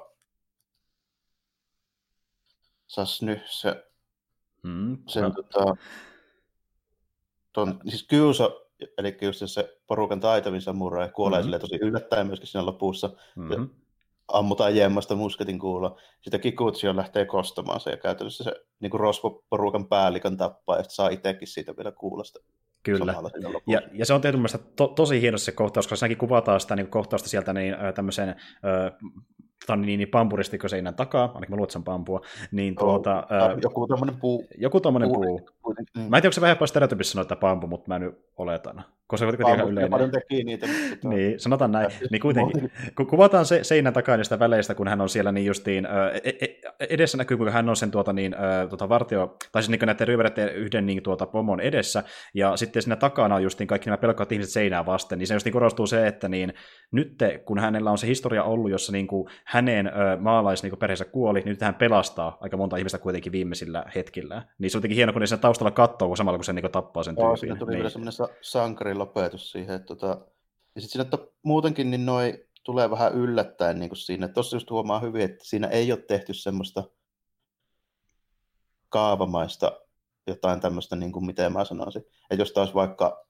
sas nyt se mm. sen no. tota ton, siis Kyuso, eli just se porukan taitavin samurai kuolee mm-hmm. tosi yllättäen myöskin siinä lopussa. Mm-hmm. Ammutaan jemmasta musketin kuulla. Sitten Kikutsio lähtee kostamaan se ja käytännössä se niin kuin rosvoporukan päällikön tappaa ja saa itsekin siitä vielä kuulosta. Kyllä. Ja, ja se on tehty mielestäni to, tosi hienosti se kohtaus, koska siinäkin kuvataan sitä niin kohtausta sieltä niin, tämmöiseen äh, niin, niin pampuristikko seinän takaa, ainakin mä luulen, että se on pampua. Niin, tuota, äh, joku tommonen puu. Joku tommonen puu. puu. Mm. Mä en tiedä, onko se vähän jopa stereotypissa sanoa, että pampu, mutta mä nyt oletan. Koska se on ihan yleinen. Teki niitä, mutta... niin, sanotaan näin. Niin kuitenkin, kun kuvataan se seinän takaa niistä väleistä, kun hän on siellä niin justiin, äh, edessä näkyy, kuinka hän on sen tuota, niin, äh, tuota vartio, tai siis niin näiden ryövereiden yhden niin, tuota, pomon edessä, ja sitten siinä takana on justiin kaikki nämä pelkkaat ihmiset seinää vasten, niin se just niin korostuu se, että niin, nyt kun hänellä on se historia ollut, jossa niin kuin hänen äh, maalaisperheensä kuoli, niin nyt hän pelastaa aika monta ihmistä kuitenkin viimeisillä hetkillä. Niin se on jotenkin hieno, kun ne sen taustalla katsoo, kun samalla kun se niin kuin tappaa sen tyypin. Joo, siinä tuli niin. Vielä semmoinen sankarilopetus siihen. Että, tota... Ja sitten siinä, että muutenkin niin noi tulee vähän yllättäen niin kuin siinä. Tuossa just huomaa hyvin, että siinä ei ole tehty semmoista kaavamaista jotain tämmöistä, niin kuin miten mä sanoisin. Että jos taas vaikka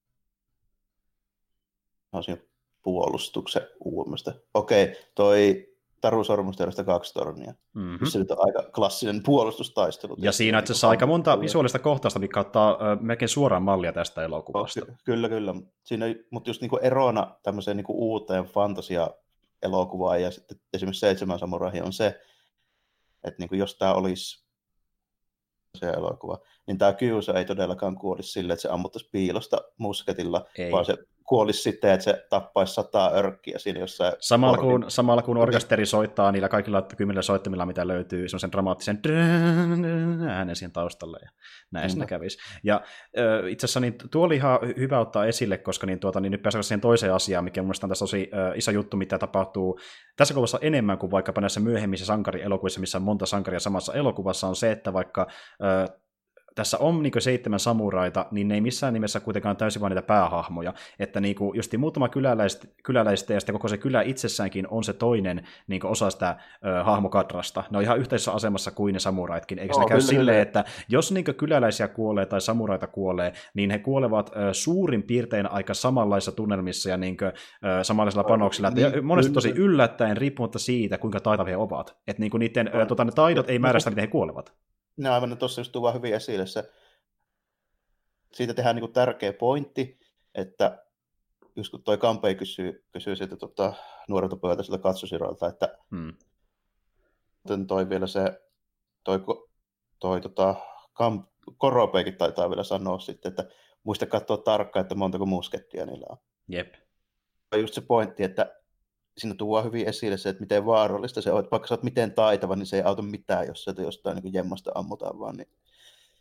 puolustuksen uudemmasta. Okei, toi Taru Sormusterosta kaksi tornia. Mm-hmm. Se nyt on aika klassinen puolustustaistelu. Ja siinä itse asiassa aika monta visuaalista kohtausta, mikä ottaa ö, melkein suoraan mallia tästä elokuvasta. Ky- kyllä, kyllä. Siinä, mutta just niinku erona tämmöiseen niinku uuteen fantasia-elokuvaan ja sitten esimerkiksi Seitsemän samuraihin on se, että niinku jos tämä olisi se elokuva, niin tämä Kyusa ei todellakaan kuolisi silleen, että se ammuttaisi piilosta musketilla, ei. Vaan se kuolisi sitten, että se tappaisi sataa örkkiä siinä jossain. Samalla kun, samalla kun orkesteri soittaa niillä kaikilla kymmenillä soittimilla, mitä löytyy, semmoisen dramaattisen äänen siihen taustalle, ja näin mm. siinä kävisi. Ja äh, itse asiassa niin, tuo oli ihan hyvä ottaa esille, koska niin, tuota, niin nyt pääsee siihen toiseen asiaan, mikä mun mielestä on tässä tosi äh, iso juttu, mitä tapahtuu tässä kuvassa enemmän kuin vaikkapa näissä myöhemmissä sankarielokuvissa, missä on monta sankaria samassa elokuvassa, on se, että vaikka äh, tässä on niin seitsemän samuraita, niin ne ei missään nimessä kuitenkaan täysin vain niitä päähahmoja. Että niin kuin, just muutama kyläläistä, kyläläistä ja sitten koko se kylä itsessäänkin on se toinen niin osa sitä ö, hahmokadrasta. Ne on ihan yhteisessä asemassa kuin ne samuraitkin. Eikä no, se käy silleen, että jos niin kyläläisiä kuolee tai samuraita kuolee, niin he kuolevat ö, suurin piirtein aika samanlaisissa tunnelmissa ja niin kuin, ö, samanlaisilla panoksilla. Niin, monesti tosi yllättäen, riippumatta siitä, kuinka taitavia he ovat. Että niin niiden ö, tota, ne taidot ei määrä sitä, miten he kuolevat. No aivan, tuossa just tuo hyvin esille se, siitä tehdään niin kuin tärkeä pointti, että just kun toi Kampei kysyy, kysyy siitä tota, nuorelta pojalta siltä Katsusirolta, että hmm. toi vielä se, toi, toi tota, Kamp, Koropeikin taitaa vielä sanoa sitten, että muista katsoa tarkkaan, että montako muskettia niillä on. Jep. Ja just se pointti, että siinä tuodaan hyvin esille se, että miten vaarallista se on, että vaikka sä oot miten taitava, niin se ei auta mitään, jos sieltä jostain niin jemmasta ammutaan vaan. Niin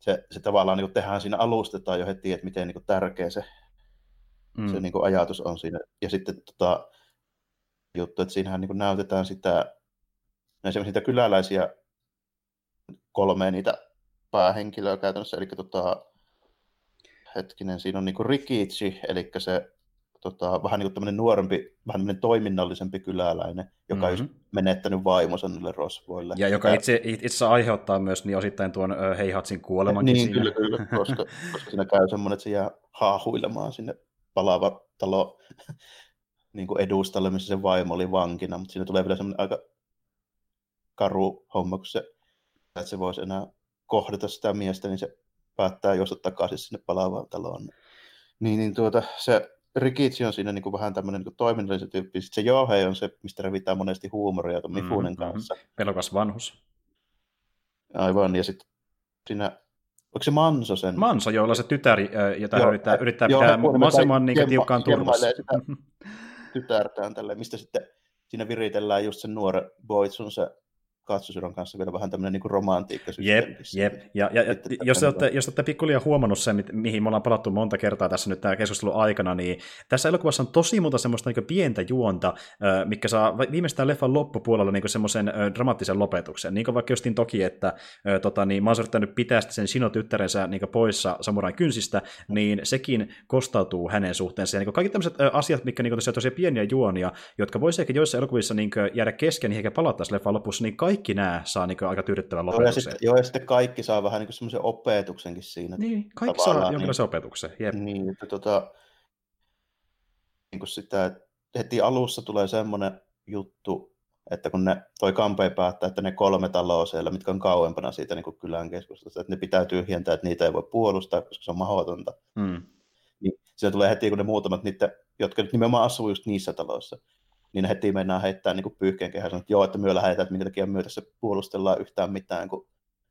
se, se tavallaan niin kuin tehdään siinä, alustetaan jo heti, että miten niin kuin tärkeä se, mm. se niin kuin ajatus on siinä. Ja sitten tota, juttu, että siinähän niin kuin näytetään sitä, niitä kyläläisiä kolmea niitä päähenkilöä käytännössä, eli tota, hetkinen, siinä on niin kuin Rikichi, eli se tota, vähän niin kuin tämmöinen nuorempi, vähän tämmöinen toiminnallisempi kyläläinen, joka mm-hmm. on menettänyt vaimonsa niille rosvoille. Ja joka itse, itse aiheuttaa myös niin osittain tuon uh, Heihatsin kuolemankin niin, siinä. Kyllä, kyllä, koska, koska siinä käy semmoinen, että se jää haahuilemaan sinne palaava talo niin kuin edustalle, missä se vaimo oli vankina, mutta siinä tulee vielä semmoinen aika karu homma, kun se, että se voisi enää kohdata sitä miestä, niin se päättää juosta takaisin sinne palaavaan taloon. Niin, niin tuota, se Rikichi on siinä niin kuin vähän tämmöinen niin kuin toiminnallisen tyyppi. Sitten se Johei on se, mistä revitään monesti huumoria tuon Mifunen mm-hmm. kanssa. Pelokas vanhus. Aivan, ja sitten siinä, onko se Manso sen? Manso, jolla on se tytär, jota hän yrittää, yrittää joo, pitää maseman niin tiukkaan turvassa. Tytärtään tälleen, mistä sitten siinä viritellään just sen nuoren Boitsun se Katsushirón kanssa vielä vähän tämmöinen niin romantiikka. Jep, jep. Ja, ja, ja jos, te olette, jos olette pikkuliin huomannut sen, mihin me ollaan palattu monta kertaa tässä nyt tämän keskustelun aikana, niin tässä elokuvassa on tosi monta semmoista niin pientä juonta, mikä saa viimeistään leffan loppupuolella niin semmoisen dramaattisen lopetuksen. Niin kuin vaikka justiin toki, että tota, niin, mä oon yrittänyt pitää sen Shino-tyttärensä niin poissa samurain kynsistä, niin sekin kostautuu hänen suhteensa. Ja niin kaikki tämmöiset asiat, mitkä niin tosi pieniä juonia, jotka voisi ehkä joissain elokuvissa niin jäädä kesken, niin ehkä palattaisiin leffan lopussa, niin kaikki nämä saa niin aika tyydyttävän lopetuksen. Joo, ja sitten, joo, ja sitten kaikki saa vähän niin semmoisen opetuksenkin siinä. Niin, kaikki saa jonkinlaisen niin, opetuksen. Jep. Niin, että tota, niin kuin sitä, että heti alussa tulee semmoinen juttu, että kun ne, toi Kampei päättää, että ne kolme taloa siellä, mitkä on kauempana siitä niin kuin kylän keskustasta, että ne pitää tyhjentää, että niitä ei voi puolustaa, koska se on mahdotonta. Hmm. Niin siinä tulee heti, kun ne muutamat niitä, jotka nyt nimenomaan asuu just niissä taloissa, niin ne heti mennään heittää niin pyyhkeen kehään, että joo, että me lähdetään, että minkä takia me tässä puolustellaan yhtään mitään, kun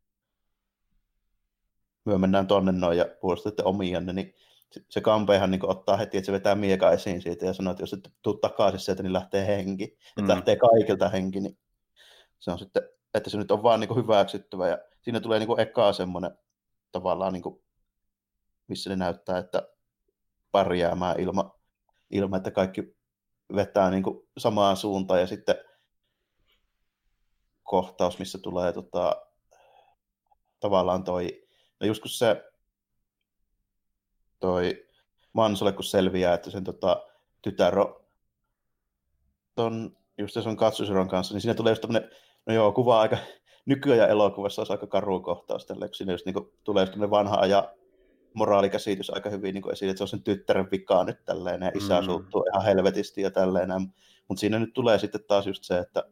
me mennään tonne noin ja puolustatte omianne, niin se Kampeihan niin ottaa heti, että se vetää mieka esiin siitä ja sanoo, että jos et tuu takaisin sieltä, niin lähtee henki. Että mm. lähtee kaikilta henki, niin se on sitten, että se nyt on vaan niin hyväksyttävä. Ja siinä tulee niin ekaa semmoinen tavallaan, niin kuin, missä ne näyttää, että pärjäämään ilman, ilma, että kaikki vetää niin kuin samaan suuntaan. Ja sitten kohtaus, missä tulee tota, tavallaan toi, no just kun se toi Mansolle, kun selviää, että sen tota, tytär on just se on Katsushirón kanssa, niin siinä tulee just tämmöinen, no joo, kuva aika nykyajan elokuvassa olisi aika karu kohtaus tälle, kun siinä just niin kuin, tulee just tämmöinen vanha ajan moraalikäsitys aika hyvin niin kuin esille, että se on sen tyttären vikaa nyt tälleen, ja isä mm. suuttuu ihan helvetisti ja tälleen, mutta siinä nyt tulee sitten taas just se, että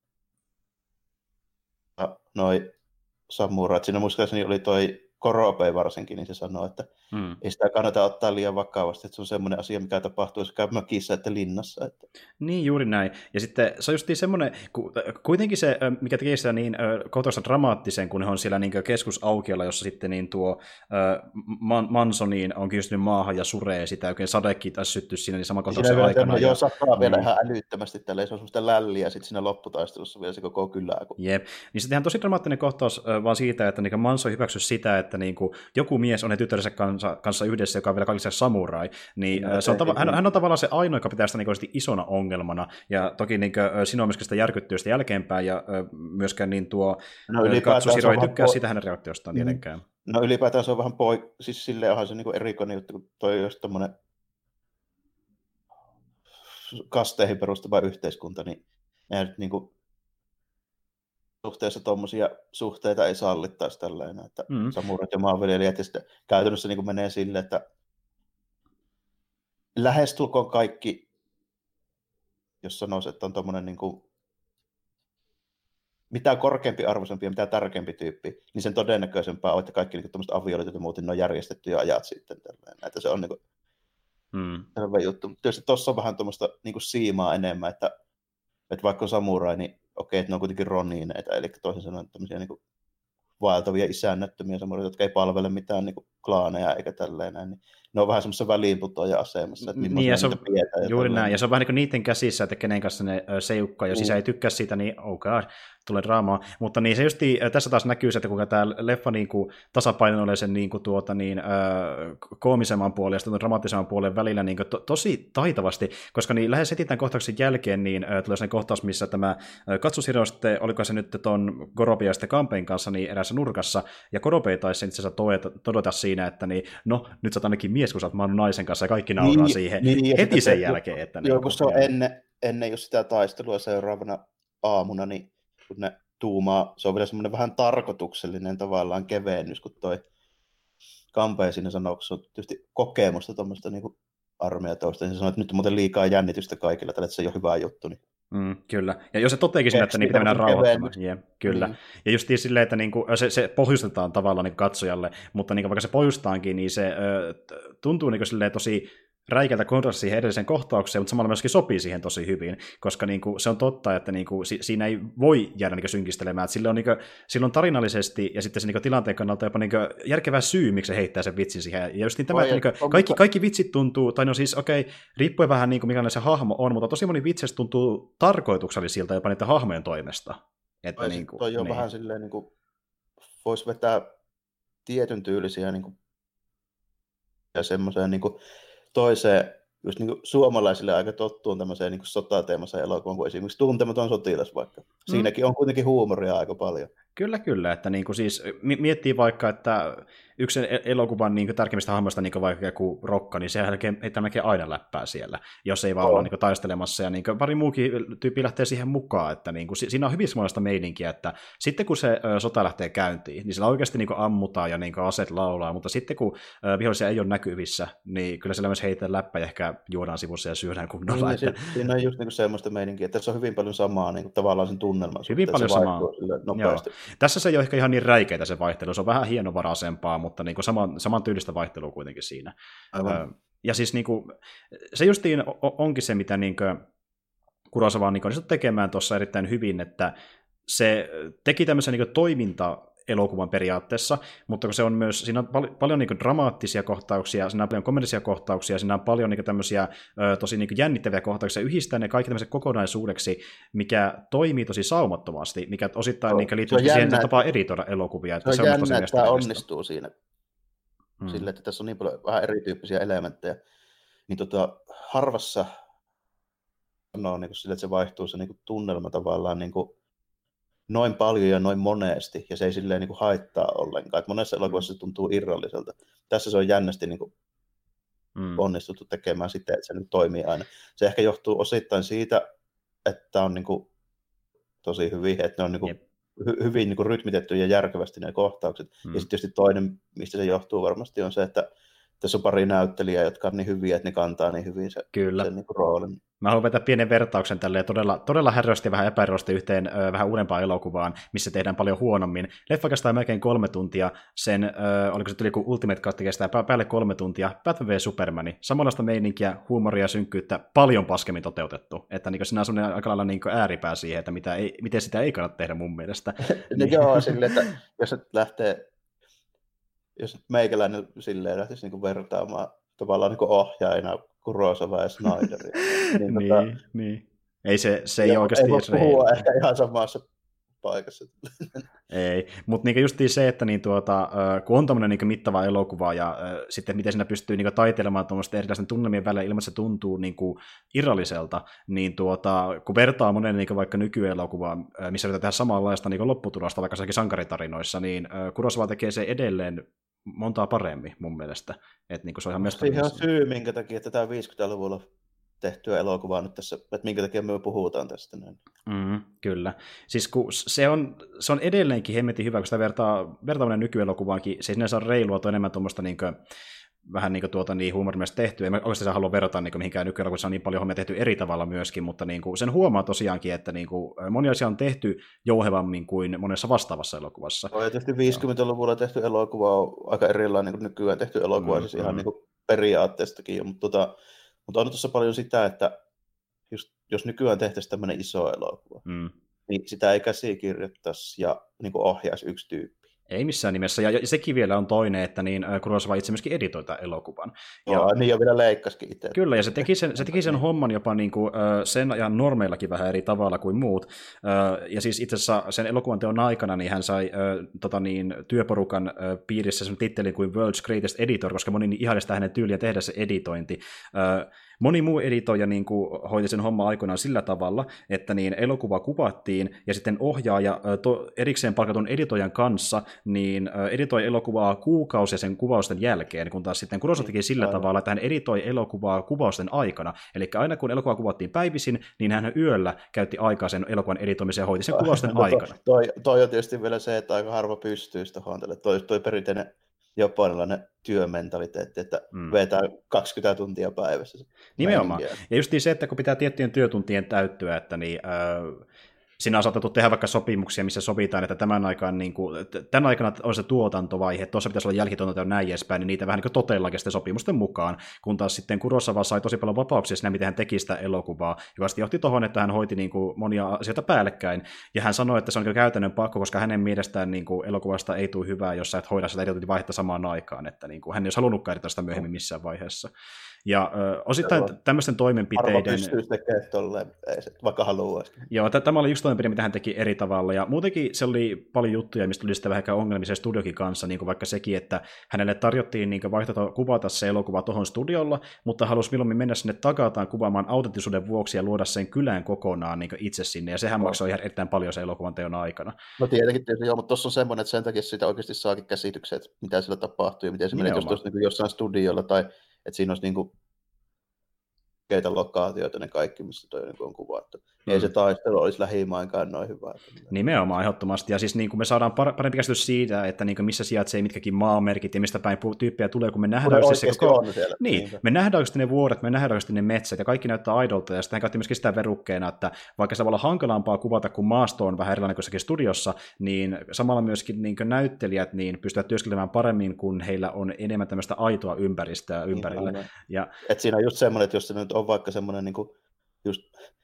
noi samurait, siinä muistaakseni oli toi Koropei varsinkin, niin se sanoo, että hmm. ei sitä kannata ottaa liian vakavasti, että se on semmoinen asia, mikä tapahtuu sekä mökissä että linnassa. Että. Niin, juuri näin. Ja sitten se on just semmoinen, kuitenkin se, mikä tekee sitä niin kohtausta dramaattisen, kun he on siellä niin keskusaukiolla, jossa sitten niin tuo Man- Mansoniin on kysynyt maahan ja suree sitä, oikein sadekin taisi syttyä siinä niin saman kohtauksen siinä aikana. Joo, sataa niin. vielä ihan älyttömästi tälleen, se on semmoista lälliä sitten siinä lopputaistelussa vielä se koko kylää. Kun. Jep, niin sitten ihan tosi dramaattinen kohtaus vaan siitä, että niin Manson hyväksy sitä, että niin kuin joku mies on ne tyttärensä kanssa, kanssa yhdessä, joka on vielä kaikille samurai, niin no, se on tava- hän, hän on tavallaan se ainoa, joka pitää sitä niin isona ongelmana, ja toki niin sinua myöskin sitä järkyttyy sitä jälkeenpäin, ja myöskään niin tuo no, Katsushiro ei tykkää po- siitä hänen reaktiostaan mm. tietenkään. No ylipäätään se on vähän poik... siis silleen onhan se niin erikoinen juttu, kun toi on just tommoinen kasteihin perustuva yhteiskunta, niin eihän nyt niin kuin suhteessa tuommoisia suhteita ei sallittaisi tällainen, että mm. samurat ja maanviljelijät, ja sitten käytännössä niin kuin menee silleen, että lähestulkoon kaikki, jos sanoisi, että on tuommoinen niin kuin mitä korkeampi arvoisempi ja mitä tärkeämpi tyyppi, niin sen todennäköisempää on, että kaikki niin tuommoiset avioliitot ja muuten on järjestetty jo ajat sitten. Tällainen. Että se on niin kuin mm. selvä juttu. Tietysti tuossa on vähän tuommoista niin kuin siimaa enemmän, että, että vaikka on samurai, niin okei, että ne on kuitenkin roniineita, eli toisin sanoen tämmöisiä niin kuin vaeltavia isännättömiä samureita, jotka ei palvele mitään niin kuin klaaneja eikä tälleen näin, niin ne on vähän semmoisessa väliinputoaja-asemassa, että niin, ja se on, pidetään. juuri näin, ja se on vähän niin kuin niiden käsissä, että kenen kanssa ne seukkaa, jos isä ei tykkää siitä, niin oh god, tulee draamaa. Mutta niin se justi, tässä taas näkyy se, että kuinka tämä leffa niin kuin tasapainoilee sen niin kuin tuota, niin, äh, koomisemman puolen ja sitten dramaattisemman puolen välillä niin kuin to, tosi taitavasti, koska niin lähes heti tämän kohtauksen jälkeen niin äh, tulee sellainen kohtaus, missä tämä äh, Katsushiro sitten, oliko se nyt ton Gorobe ja sitten Kampen kanssa niin eräässä nurkassa, ja Gorobe taisi itse asiassa todeta, todeta siinä, että niin, no, nyt sä oot ainakin mies, kun sä oot maannut naisen kanssa, ja kaikki nauraa niin, siihen niin, heti sen se, jälkeen. Että joo, niin, kun se on ennen, ennen just sitä taistelua seuraavana aamuna, niin kun ne tuumaa, se on vielä semmoinen vähän tarkoituksellinen tavallaan kevennys, kun toi Kampeen siinä sanoo, kun se on tietysti kokemusta tuommoista niin armeijatoista, niin se sanoo, että nyt on muuten liikaa jännitystä kaikilla, tällä, että se ei ole hyvä juttu. Niin. Mm, kyllä. Ja jos se toteekin siinä, että niin pitää mennä rauhoittamaan. Yeah, kyllä. Mm. Ja just silleen, että niinku, se, se pohjustetaan tavallaan niin katsojalle, mutta niin, vaikka se pohjustetaankin, niin se ö, tuntuu niin silleen tosi räikältä kontrasti siihen edelliseen kohtaukseen, mutta samalla myöskin sopii siihen tosi hyvin, koska niin kuin, se on totta, että niin kuin, si- siinä ei voi jäädä niin kuin, synkistelemään, että sillä on, niin kuin, sillä on tarinallisesti ja sitten se niin kuin, tilanteen kannalta jopa niin kuin, järkevä syy, miksi se heittää sen vitsin siihen. Ja just niin tämä, että niin kuin, kaikki, kaikki vitsit tuntuu, tai no siis okei, okay, riippuen vähän niin kuin, millainen se hahmo on, mutta tosi moni vitseistä tuntuu tarkoituksellisilta jopa niiden hahmojen toimesta. Että, niin kuin, toi on niin. vähän silleen, niin kuin, voisi vetää tietyn tyylisiä niin kuin, ja semmoiseen niin kuin, toiseen, just niin kuin suomalaisille aika tottuun tämmöiseen niin sotateemaseen elokuvaan, kuin esimerkiksi Tuntematon sotilas vaikka. Mm. Siinäkin on kuitenkin huumoria aika paljon. Kyllä, kyllä. Että niin kuin siis, miettii vaikka, että yksi elokuvan niin kuin tärkeimmistä hahmoista, niin kuin vaikka joku Rokka, niin sehän heittää melkein aina läppää siellä, jos ei vaan oh. olla niin kuin taistelemassa. Ja niin kuin pari muukin tyyppi lähtee siihen mukaan. Että niin kuin, siinä on hyvin semmoista meininkiä, että sitten kun se sota lähtee käyntiin, niin sillä oikeasti niin kuin ammutaan ja niin kuin aseet laulaa, mutta sitten kun vihollisia ei ole näkyvissä, niin kyllä siellä myös heitetään läppä ja ehkä juodaan sivussa ja syödään kunnolla. Niin, että... Siinä on just niin kuin semmoista meininkiä, että tässä on hyvin paljon samaa niin kuin tavallaan sen tunnelman. Hyvin paljon samaa. Tässä se ei ole ehkä ihan niin räikeitä se vaihtelu, se on vähän hienovaraisempaa, mutta niin kuin saman, saman tyylistä vaihtelua kuitenkin siinä. Aivan. Ja siis niin kuin, se justiin onkin se, mitä niin kuin Kurosawa niin onnistui tekemään tuossa erittäin hyvin, että se teki tämmöisen niin kuin toiminta elokuvan periaatteessa, mutta kun se on myös, siinä on pal- paljon niin kuin dramaattisia kohtauksia, siinä on paljon komedisia kohtauksia, siinä on paljon niin kuin tämmöisiä ö, tosi niin kuin jännittäviä kohtauksia, yhdistää ne kaikki tämmöisen kokonaisuudeksi, mikä toimii tosi saumattomasti, mikä osittain no, niin liittyy siihen jännä, tapaan editoida elokuvia. Että se on, se on jännä, että tämä onnistuu siinä, hmm. sille, että tässä on niin paljon vähän erityyppisiä elementtejä, niin tota, harvassa no, niin kuin sille, että se vaihtuu se niin kuin tunnelma tavallaan niin kuin noin paljon ja noin monesti, ja se ei silleen niin kuin haittaa ollenkaan. Et monessa elokuvassa se tuntuu irralliselta. Tässä se on jännästi niin kuin mm. onnistuttu tekemään sitä, että se nyt toimii aina. Se ehkä johtuu osittain siitä, että on niin kuin tosi hyvin, että ne on niin kuin hy- hyvin niin kuin rytmitetty ja järkevästi ne kohtaukset. Mm. Ja sitten tietysti toinen, mistä se johtuu varmasti, on se, että tässä on pari näyttelijää, jotka on niin hyviä, että ne kantaa niin hyvin se, sen niin kuin roolin. Mä haluan vetää pienen vertauksen tälleen todella, todella härösti ja vähän epärösti yhteen ö, vähän uudempaan elokuvaan, missä tehdään paljon huonommin. Leffa kestää melkein kolme tuntia, sen, ö, oliko se tuli kun Ultimate Cut kestää päälle kolme tuntia, Batman v Superman, samanlaista meininkiä, huumoria ja synkkyyttä, paljon paskemmin toteutettu. Että niin siinä on sellainen aika lailla niin ääripää siihen, että mitä ei, miten sitä ei kannata tehdä mun mielestä. No niin. Joo, silleen, että jos et lähtee, jos meikäläinen silleen lähtisi niin kuin vertaamaan tavallaan niin kuin ohjaajina Kurosawa ja Snyderia. Niin, niin, tota, niin. Ei se, se ei oikeasti ei voi puhua ehkä ihan samassa paikassa. Ei, mutta niinku justiin se, että niin tuota, kun on tämmöinen niinku mittava elokuva ja äh, sitten miten siinä pystyy niinku taiteilemaan tuommoisten erilaisten tunnelmien välillä ilman, se tuntuu niinku irralliselta, niin tuota, kun vertaa monen niinku vaikka nykyelokuvaan, missä yritetään tehdä samanlaista niinku lopputulosta vaikka jossakin sankaritarinoissa, niin äh, Kurosawa tekee se edelleen montaa paremmin mun mielestä. Et niinku se on ihan mestari. Se on syy, minkä takia että tämä viisikymmentäluvulla tehtyä elokuvaa nyt tässä, että minkä takia me puhutaan tästä näin. Mm, kyllä. Siis kun se on, se on edelleenkin hemmetin hyvä, kun sitä vertaa, vertaa nykyelokuvaankin, se ei sinänsä ole reilua, tuo enemmän tuommoista niin kuin, vähän niin kuin tuota, niin huumorimäistä tehtyä. En oikeasti saa halua verrata niin mihinkään nykyelokuvassa on niin paljon hommia tehty eri tavalla myöskin, mutta niin kuin, sen huomaa tosiaankin, että niin kuin, moni asia on tehty jouhevammin kuin monessa vastaavassa elokuvassa. No, ja tietysti viisikymmentäluvulla tehty elokuva on aika erilainen kuin nykyään tehty elokuva, mm, siis mm. ihan niin kuin periaatteestakin, mutta tota, Mutta on tuossa paljon sitä, että just, jos nykyään tehtäisiin tämmöinen iso elokuva, mm. niin sitä ei käsikirjoittaisi ja niin kuin ohjaisi yksi tyyppi. Ei missään nimessä, ja sekin vielä on toinen, että niin Kurosawa itse myöskin editoi tämän elokuvan. Ja, oh, niin ja vielä leikkasikin itse. Kyllä, ja se teki sen, se teki sen homman jopa niin kuin, sen ajan normeillakin vähän eri tavalla kuin muut. Ja siis itse asiassa sen elokuvan teon aikana niin hän sai tota niin, työporukan piirissä sen tittelin kuin World's Greatest Editor, koska moni niin ihaili sitä hänen tyyliä tehdä se editointi. Moni muu editoija niin kuin, hoiti sen homma aikoinaan sillä tavalla, että niin elokuva kuvattiin, ja sitten ohjaaja to, erikseen palkatun editoijan kanssa niin editoi elokuvaa kuukausia sen kuvausten jälkeen, kun taas sitten Kurosawa teki sillä Aivan. tavalla, että hän editoi elokuvaa kuvausten aikana. Eli aina kun elokuva kuvattiin päivisin, niin hän yöllä käytti aikaa sen elokuvan editoimiseen ja hoiti sen kuvausten no, aikana. Toi, toi on tietysti vielä se, että aika harva pystyy sitä hoitelemaan. Toi, toi perinteinen japanilainen työmentaliteetti, että mm. vetää kaksikymmentä tuntia päivässä. Nimenomaan. Ja just se, että kun pitää tiettyjen työtuntien täyttyä, että niin, äh, siinä on saatettu tehdä vaikka sopimuksia, missä sovitaan, että tämän, aikaan, niin kuin, tämän aikana on se tuotantovaihe, tuossa pitäisi olla jälkituotanto ja näin edespäin, niin niitä vähän niin totellakin sitten sopimusten mukaan, kun taas sitten Kurosawa sai tosi paljon vapauksia siinä, miten hän teki sitä elokuvaa, joka sitten johti tuohon, että hän hoiti niin kuin monia asioita päällekkäin, ja hän sanoi, että se on niin käytännön pakko, koska hänen mielestään niin kuin elokuvasta ei tule hyvää, jos sä et hoida sitä editointivaihetta samaan aikaan, että niin kuin, hän ei olisi halunnutkaan editoida sitä myöhemmin missään vaiheessa. Ja ö, osittain tämmöisten toimenpiteiden... Harva pystyy tekemään tolleen, vaikka haluaisi. Joo, tämä oli yksi toimenpide, mitä hän teki eri tavalla, ja muutenkin se oli paljon juttuja, mistä tuli sitten vähän ongelmisia studiokin kanssa, niin kuin vaikka sekin, että hänelle tarjottiin niin vaihtoehto kuvata se elokuva tuohon studiolla, mutta halusi milloin mennä sinne takataan kuvaamaan autenttisuuden vuoksi ja luoda sen kylän kokonaan niin itse sinne, ja sehän no. maksoi ihan erittäin paljon sen elokuvan teon aikana. No tietenkin, tietenkin joo, mutta tuossa on semmoinen, että sen takia siitä oikeasti saakin käsityksen, että mitä sillä tapahtuu, ja miten se menee, jos tuossa niin jossain studiolla, tai että siinä olisi niin kuin keitä lokaatioita ne kaikki, missä toi on kuvattu. Mm. Ei se taistelu olisi lähimainkaan noin hyvä. Nimenomaan, ehdottomasti. Ja siis niin kuin me saadaan parempi käsitys siitä, että niin kuin missä sijaitsee mitkäkin maamerkit ja mistä päin tyyppejä tulee, kun me nähdään se koko... Niin, me nähdään oikeasti ne vuoret, me nähdään oikeasti ne metsät, ja kaikki näyttää aidolta, ja sitten hän käytti myöskin sitä verukkeena, että vaikka se voi olla hankalampaa kuvata, kun maasto on vähän erilainen kuin jossakin studiossa, niin samalla myöskin niin näyttelijät niin pystyvät työskentelemään paremmin, kun heillä on enemmän tämmöistä aitoa ympäristöä ympärillä. Niin, ja... Et siinä on just semmoinen, että jos se nyt on vaikka semmoinen niin kuin just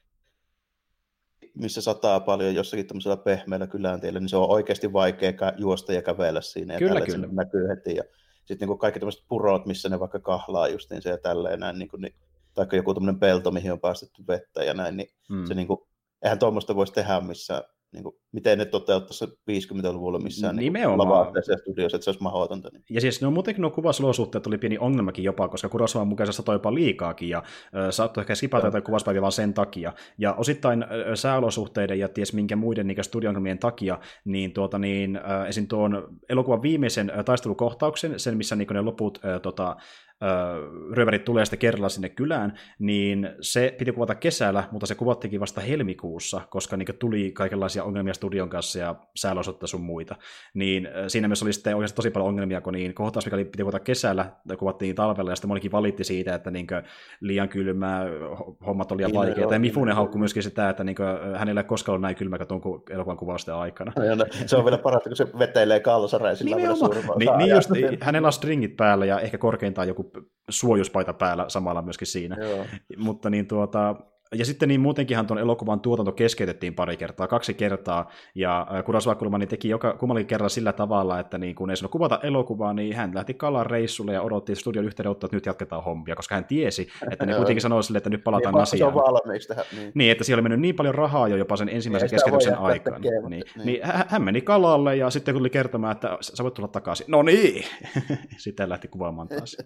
missä sataa paljon jossakin tämmöisellä pehmeällä kyläntiellä, niin se on oikeasti vaikea juosta ja kävellä siinä. Ja kyllä, tällä, kyllä. Se näkyy heti. Ja sitten niin kaikki tämmöiset purot, missä ne vaikka kahlaa just niin se ja tälleen näin, niin kuin, niin, tai joku tämmöinen pelto, mihin on päästetty vettä ja näin, niin hmm. se niin kuin, eihän tuommoista voisi tehdä missään, niin kuin, miten ne toteuttaisi viisikymmentäluvulla missään niin lavaatteessa ja studiossa, että se olisi mahdotonta. Niin. Ja siis no, muutenkin nuo kuvasolosuhteet oli pieni ongelmakin jopa, koska Kurosawan mukaan se satoi jopa liikaakin, ja äh, saattoi ehkä skipata jotain kuvaspäiviä vaan sen takia. Ja osittain äh, sääolosuhteiden ja ties minkä muiden niin studio-ongelmien takia, niin, tuota, niin äh, esim. Tuon elokuvan viimeisen äh, taistelukohtauksen, sen missä niin ne loput äh, tota, ryövärit tulee sitten kerralla sinne kylään, niin se piti kuvata kesällä, mutta se kuvattikin vasta helmikuussa, koska niin tuli kaikenlaisia ongelmia studion kanssa ja sääolosuhteita sun muita. Niin siinä myös oli sitten oikeasti tosi paljon ongelmia, kun niin kohtaus, mikä piti kuvata kesällä, kuvattiin talvella, ja sitten monikin valitti siitä, että niin liian kylmää, hommat oli liian niin, vaikeita. Ja Mifune haukkui myöskin sitä, että niin hänellä ei koskaan ollut näin kylmä kuin elokuvan kuvausten aikana. Se on vielä parasta, kun se veteilee kalsareisilla. Niin, niin just, hänellä on stringit päällä ja ehkä korkeintaan joku suojuspaita päällä samalla myöskin siinä. Joo. Mutta niin tuota, ja sitten niin muutenkinhan tuon elokuvan tuotanto keskeytettiin pari kertaa, kaksi kertaa, ja Kurosawa niin teki joka kummallakin kerralla sillä tavalla, että niin kun ei sanonut kuvata elokuvaa, niin hän lähti kalan reissulle ja odotti studion yhteydenottoa, että nyt jatketaan hommia, koska hän tiesi, että ne kuitenkin sanoi sille, että nyt palataan niin, asiaan. Se on valmiiksi tähän. Niin. niin, että siellä oli mennyt niin paljon rahaa jo jopa sen ensimmäisen keskeytyksen aikana. Niin, niin. niin hän meni kalalle, ja sitten kun tuli kertomaan, että sä voit tulla takaisin. No niin! Sitten lähti kuvaamaan taas.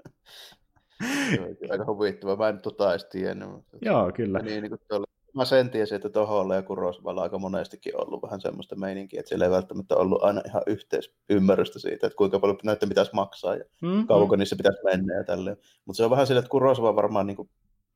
Aika huvittava. Mä en tota edes tiennyt. Joo, kyllä. Niin, niin tuolla, mä sen tiesin, että Toholla ja Kurosawalla aika monestikin ollut vähän semmoista meininkiä, että siellä ei välttämättä ollut aina ihan yhteisymmärrystä siitä, että kuinka paljon näitä pitäisi maksaa ja mm-hmm. kauanko niissä pitäisi mennä ja tälleen. Mutta se on vähän sille, että Kurosawa varmaan niin kuin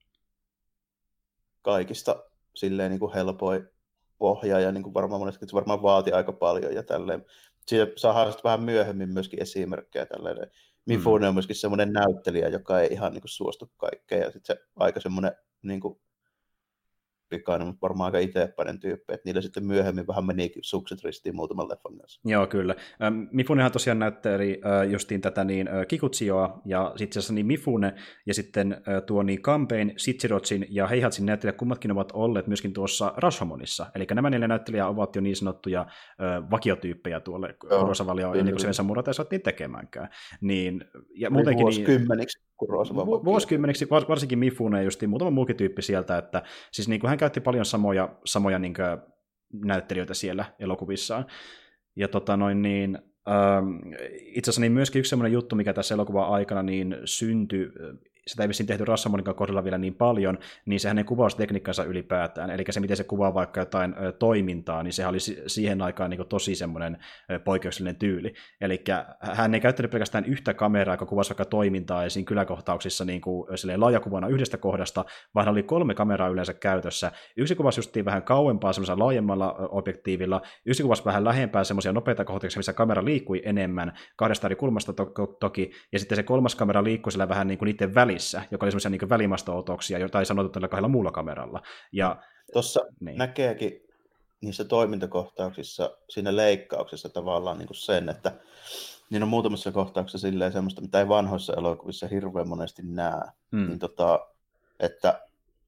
kaikista silleen niin kuin helpoin ohjaaja ja niin kuin varmaan monesti se varmaan vaati aika paljon ja tälleen. Siitä saadaan sitten vähän myöhemmin myöskin esimerkkejä tälleen. Mifune on myöskin semmoinen näyttelijä, joka ei ihan niin kuin suostu kaikkeen, ja sitten se aika semmoinen niin kuin pikainen, mutta varmaan aika itsepäinen tyyppi, että niillä sitten myöhemmin vähän meni sukset ristiin muutaman leffan kanssa. Joo, kyllä. Mifunehan tosiaan näytteli justiin tätä niin Kikutsioa, ja itse asiassa niin Mifune ja sitten tuo niin Kanpein, Shichirotsin ja Heihatsin näyttelijät kummatkin ovat olleet myöskin tuossa Rashomonissa, eli nämä neljä näyttelijää ovat jo niin sanottuja vakiotyyppejä tuolle Kurosawalle, ennen kuin se Samurata ei saattiin tekemäänkään. Niin, ja muutenkin, vuosikymmeniksi Vu- vuosikymmeniksi, varsinkin Mifune justiin, muutama muukin tyyppi sieltä, että siis niin kuin hän käytti paljon samoja, samoja niin kuin näyttelijöitä siellä elokuvissaan. Ja tota noin niin, ähm, itse asiassa niin myöskin yksi semmoinen juttu, mikä tässä elokuvan aikana niin syntyi, sitä ei vissiin tehty Rashomonin kohdalla vielä niin paljon, niin se hänen kuvaustekniikkansa ylipäätään, eli se miten se kuvaa vaikka jotain ö, toimintaa, niin sehän oli siihen aikaan niin kuin tosi semmoinen ö, poikkeuksellinen tyyli. Eli hän ei käyttänyt pelkästään yhtä kameraa, joka kuvasi vaikka toimintaa esiin kyläkohtauksissa niin kuin laajakuvana yhdestä kohdasta, vaan oli kolme kameraa yleensä käytössä. Yksi kuvasi justiin vähän kauempaa semmoisella laajemmalla ö, objektiivilla, yksi kuvasi vähän lähempää semmoisia nopeita kohtauksia, missä kamera liikkui enemmän, kahdesta eri kulmasta to- to- toki, ja sitten se kolmas kamera liikkui siellä vähän niin kuin niiden välissä, joka oli semmoisia niin välimasto-otoksia, jota ei sanottu tällä kahdella muulla kameralla. Ja, tuossa niin. näkeekin niissä toimintakohtauksissa, siinä leikkauksessa tavallaan niin kuin sen, että niin on muutamassa kohtauksessa silleen semmoista, mitä ei vanhoissa elokuvissa hirveän monesti näe. Mm. Niin tota, että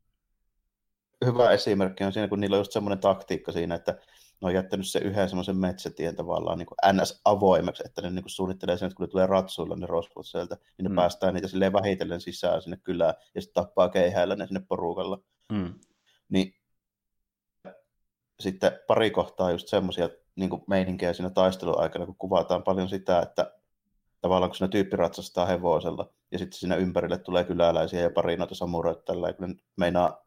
hyvä esimerkki on siinä, kun niillä on just semmoinen taktiikka siinä, että ne on jättänyt sen yhden semmoisen metsätien tavallaan niin kuin N S-avoimeksi, että ne niin kuin suunnittelee sen, että kun ne tulee ratsuilla ne rosvot sieltä, niin ne mm. päästään niitä silleen vähitellen sisään sinne kylään ja sitten tappaa keihäillä ne sinne porukalla. Mm. Niin sitten pari kohtaa just semmoisia niin kuin meininkiä siinä taisteluaikana, kun kuvataan paljon sitä, että tavallaan kun siinä tyyppi ratsastaa hevosella ja sitten siinä ympärille tulee kyläläisiä ja pari noita samuroita tällä, kun ne meinaa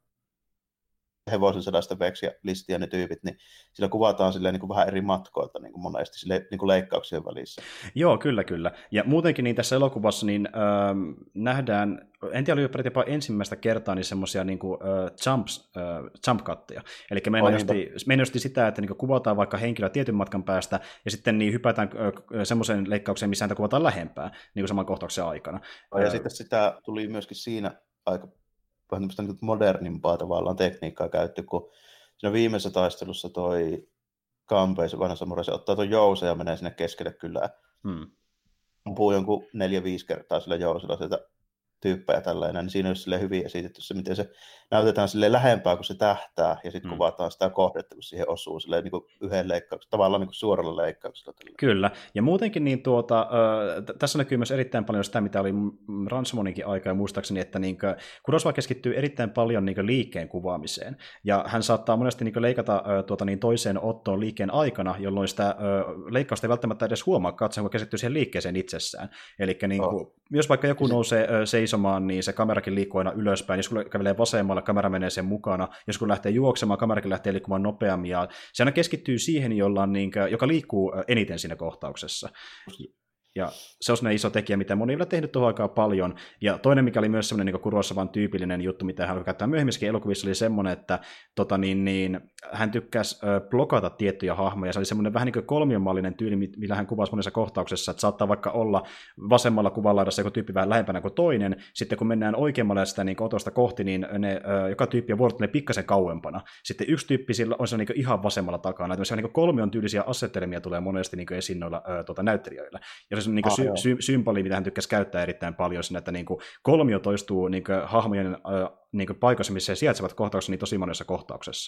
hevosen sellaista veksiä listiä ne tyypit, niin sillä kuvataan silleen niin kuin vähän eri matkoilta niin kuin monesti silleen, niin kuin leikkauksien välissä. Joo, kyllä, kyllä. Ja muutenkin niin tässä elokuvassa niin, äh, nähdään, en tiedä, oli jopa ensimmäistä kertaa niin semmoisia niin kuin, äh, jumps, äh, jump-katteja. Eli meidän just sitä, että niin kuvataan vaikka henkilöä tietyn matkan päästä, ja sitten niin hypätään äh, semmoiseen leikkaukseen, missä häntä kuvataan lähempää, niin kuin saman kohtauksen aikana. Ja äh, sitten sitä tuli myöskin siinä aika vähän niin modernimpaa tavallaan tekniikkaa käytetty, kun siinä viimeisessä taistelussa toi Kanpei, se vanha samurai, se ottaa tuon jousen ja menee sinne keskelle kylään. Hmm. Ampuu jonkun neljä-viisi kertaa sillä jousella sieltä tyyppejä tällainen, niin siinä olisi silleen hyvin esitetty se, miten se näytetään silleen lähempää, kun se tähtää, ja sitten hmm. kuvataan sitä kohdetta, kun siihen osuu silleen niin kuin yhden leikkauksen, tavallaan niin kuin suoralla leikkauksella. Tällainen. Kyllä, ja muutenkin niin tuota, äh, t- tässä näkyy myös erittäin paljon sitä, mitä oli Rashomoninkin aikaa, ja muistaakseni, että niin kuin, Kurosawa keskittyy erittäin paljon niin kuin liikkeen kuvaamiseen, ja hän saattaa monesti niin kuin leikata äh, tuota, niin toiseen ottoon liikkeen aikana, jolloin sitä äh, leikkausta ei välttämättä edes huomaa katsoa, kun keskittyy siihen liikkeeseen itsessään. Eli niin kuin, oh. jos vaikka joku nousee äh, seisomaan, niin se kamerakin liikkuu aina ylöspäin, jos kun kävelee vasemmalle, kamera menee sen mukana, jos kun lähtee juoksemaan, kamerakin lähtee liikkumaan nopeammin, ja se aina keskittyy siihen, jolla, niin kuin, joka liikkuu eniten siinä kohtauksessa. Ja se on iso tekijä, mitä moni on tehnyt tuohon aikaan paljon. Ja toinen, mikä oli myös semmoinen niin Kurosawan tyypillinen juttu, mitä hän käyttää myöhemmissäkin elokuvissa, oli semmoinen, että tota, niin, niin, hän tykkäsi ö, blokata tiettyjä hahmoja. Se oli semmoinen vähän niin kuin kolmiomallinen tyyli, millä hän kuvasi monessa kohtauksessa, että saattaa vaikka olla vasemmalla kuvanlaidassa joku tyyppi vähän lähempänä kuin toinen. Sitten kun mennään oikeammalle sitä niin otosta kohti, niin ne, ö, joka tyyppi on vuorottelee pikkasen kauempana. Sitten yksi tyyppi sillä on se niin ihan vasemmalla takana. Että niin kolmion tyylisiä asetelmia tulee monesti niin esiin noilla ö, tuota, näyttelijöillä. Ja se on niin ah, sy- sy- symboli, mitä hän tykkäsi käyttää erittäin paljon siinä, että niin kuin kolmio toistuu niin kuin hahmojen äh, niin kuin paikoissa, missä he sijaitsevat kohtauksessa, niin tosi monessa kohtauksessa.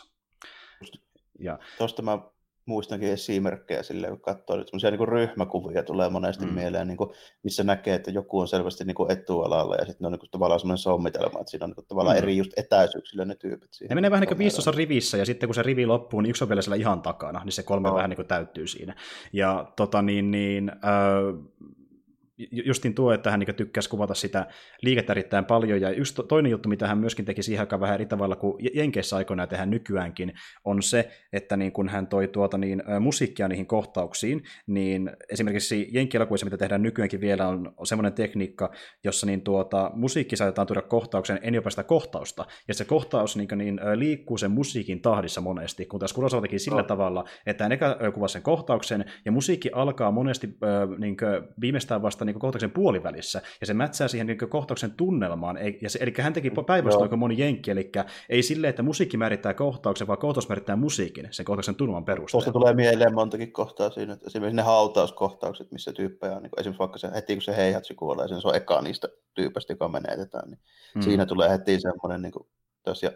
Ja tuosta mä muistankin esimerkkejä silleen, kun katsoo, että semmoisia niin ryhmäkuvia tulee monesti mm. mieleen, niin kuin, missä näkee, että joku on selvästi niin kuin etualalla, ja sitten on niin kuin, tavallaan semmoinen sommitelma, että siinä on niin kuin, tavallaan mm. eri just etäisyyksillä ne tyypit. Ne menee vähän niin kuin viisitoista rivissä, ja sitten kun se rivi loppuu, niin yksi on vielä siellä ihan takana, niin se kolme no. vähän niin kuin täyttyy siinä. Ja tota niin, niin äh, justin tuo, että hän niin tykkäsi kuvata sitä liikettä erittäin paljon, ja yksi toinen juttu, mitä hän myöskin teki siihen aikaan vähän eri tavalla kuin Jenkeissä aikoinaan tehdään nykyäänkin, on se, että niin kun hän toi tuota niin, musiikkia niihin kohtauksiin, niin esimerkiksi Jenkki-elokuvissa, mitä tehdään nykyäänkin vielä, on semmoinen tekniikka, jossa niin tuota, musiikki saatetaan tuoda kohtauksen ennen jopa sitä kohtausta, ja se kohtaus niin, niin, liikkuu sen musiikin tahdissa monesti, kun taas Kurosawa teki sillä oh. tavalla, että hän eka kuvasi sen kohtauksen, ja musiikki alkaa monesti niin, viimeistään vasta niin kohtauksen puolivälissä, ja se mätsää siihen niin kohtauksen tunnelmaan, ja se, eli hän teki päinvastoin aika moni jenkki, eli ei silleen, että musiikki määrittää kohtauksen, vaan kohtaus määrittää musiikin, sen kohtauksen tunnelman perusteella. Tuosta tulee mieleen montakin kohtaa siinä, että esimerkiksi ne hautauskohtaukset, missä tyyppejä on, niin esimerkiksi vaikka se, heti kun se heihatsi kuolee, sen se on eka niistä tyypistä, joka menetetään, niin mm. siinä tulee heti semmoinen, niin kuin, ja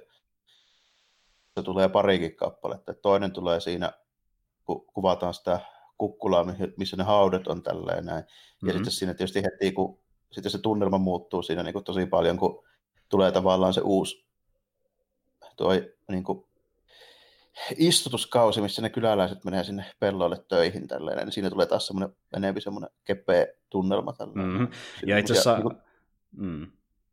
se tulee parikin kappaletta. Toinen tulee siinä, kun kuvataan sitä kukkulaa, missä ne haudat on tälleen näin. Ja mm-hmm. sitten siinä tietysti heti, kun sitten se tunnelma muuttuu siinä niin kuin tosi paljon, kun tulee tavallaan se uusi toi, niin kuin, istutuskausi, missä ne kyläläiset menee sinne pelloille töihin tälleen, niin siinä tulee taas semmoinen enemmän semmoinen kepeä tunnelma tälleen. Mm-hmm. Ja itse asiassa... Niin kuin, mm.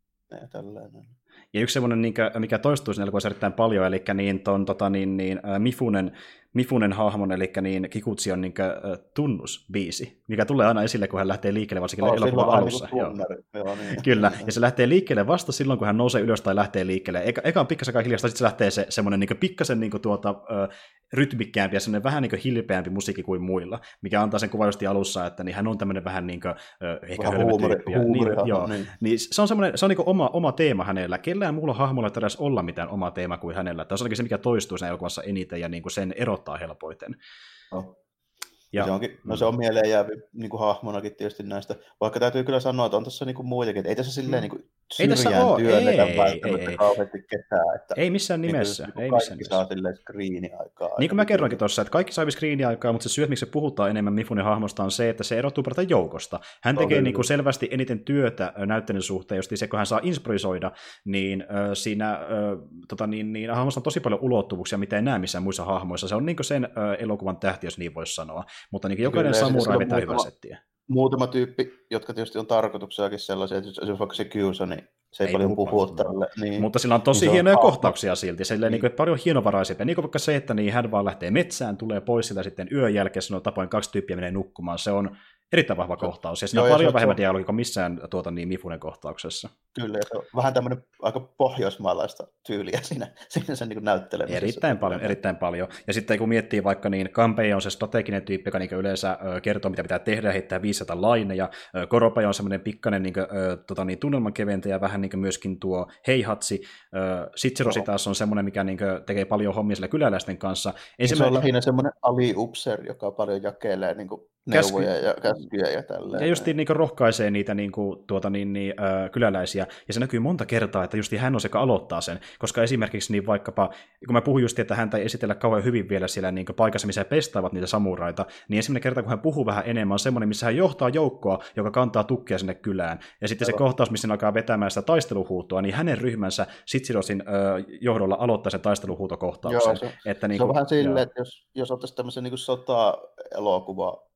ja tälleen. Ja yksi semmoinen, mikä toistuu siinä elokuvassa erittäin paljon, eli niin, ton, tota, niin, niin, Mifunen, Mifunen hahmon, eli niin Kikutsi on niin kuin, tunnusbiisi, mikä tulee aina esille, kun hän lähtee liikkeelle, varsinkin oh, elokuvan alussa. Niin Joo, niin. Kyllä, ja se lähtee liikkeelle vasta silloin, kun hän nousee ylös tai lähtee liikkeelle. Eka, eka on pikkasen hiljasta, sitten se lähtee se, semmoinen niin pikkasen niin tuota, uh, rytmikkäämpi ja semmoinen vähän niin hilpeämpi musiikki kuin muilla, mikä antaa sen kuvan just alussa, että niin hän on tämmöinen vähän niin kuin, uh, ehkä hölmö tyyppi. Niin, joo, niin. Niin, se on semmoinen, se on niin oma, oma teema hänellä. Kellään muulla hahmolla ei edes olla mitään oma teema kuin hänellä. Tämä on ainakin se, mikä toistuu sen elokuvassa eniten ja niin kuin sen erottaa helpoiten. No. Ja, se onkin, no se on mieleen jäävi niin kuin hahmonakin tietysti näistä, vaikka täytyy kyllä sanoa, että on tässä niin kuin muitakin, että ei tässä silleen niin kuin syrjään työnnetä välttämättä kauheasti ketään. Että ei missään nimessä. Niin kuin, ei kaikki missään saa silleen screeni-aikaa. Niin kuin mä kerroinkin tuossa, että kaikki saa screeni-aikaa, mutta se syy, miksi se puhutaan enemmän Mifunen hahmosta, on se, että se erottuu parhaiten joukosta. Hän no, tekee niin kuin selvästi eniten työtä näyttelyn suhteen, just se, kun hän saa inspirisoida, niin äh, siinä äh, tota, niin, niin, hahmosta on tosi paljon ulottuvuuksia, mitä ei näe missään muissa hahmoissa. Se on niin kuin sen äh, elokuvan tähti, jos niin voisi sanoa. Mutta niin jokainen samurai vetää hyvää settiä. Muutama tyyppi, jotka tietysti on tarkoituksenakin sellaisia, että jos vaikka se Kyusa, niin se ei, ei paljon puhu tälle. Niin, mutta sillä on tosi niin hienoja on kohtauksia silti, silleen, niin. Niin paljon hienovaraisempia. Niin kuin vaikka se, että niin hän vaan lähtee metsään, tulee pois sillä sitten yön jälkeen, sanoo tapoin kaksi tyyppiä menee nukkumaan. Se on erittäin vahva kohtaus, ja siinä Joo, on paljon vähemmän dialogia kuin missään tuota, niin Mifunen kohtauksessa. Kyllä, ja se on vähän tämmöinen aika pohjoismaalaista tyyliä siinä, siinä sen niin näyttelemisessä. Erittäin paljon, erittäin paljon. Ja sitten kun miettii vaikka, niin Kanpei on se strateginen tyyppi, joka niin yleensä ö, kertoo, mitä pitää tehdä, heittää viisisataa laineja. Koropai on semmoinen pikkainen niin, ö, tota, niin, tunnelman keventäjä, vähän niin myöskin tuo Heihatsi. Sitserosi taas on semmoinen, mikä niin kuin, tekee paljon hommia sillä kyläläisten kanssa. Se on lähinnä semmoinen ali-upser, joka paljon jakelee niin kuin neuvoja ja käskyjä ja tälleen. Ja justiin niin rohkaisee niitä niin kuin, tuota, niin, niin, äh, kyläläisiä, ja se näkyy monta kertaa, että justiin hän on se, joka aloittaa sen, koska esimerkiksi niin vaikkapa, kun mä puhun justiin, että häntä ei esitellä kauhean hyvin vielä siellä niin paikassa, missä he pestaavat niitä samuraita, niin ensimmäinen kerta, kun hän puhuu vähän enemmän, on semmoinen, missä hän johtaa joukkoa, joka kantaa tukkia sinne kylään, ja sitten se Aivan. kohtaus, missä hän alkaa vetämään sitä taisteluhuutoa, niin hänen ryhmänsä Sitsirosin äh, johdolla aloittaa sen taisteluhuutokohtauksen. Joo, se, että, se niin on kuin, vähän silleen, että jos, jos ottaisiin tämmöisen niin sota-elokuvaa,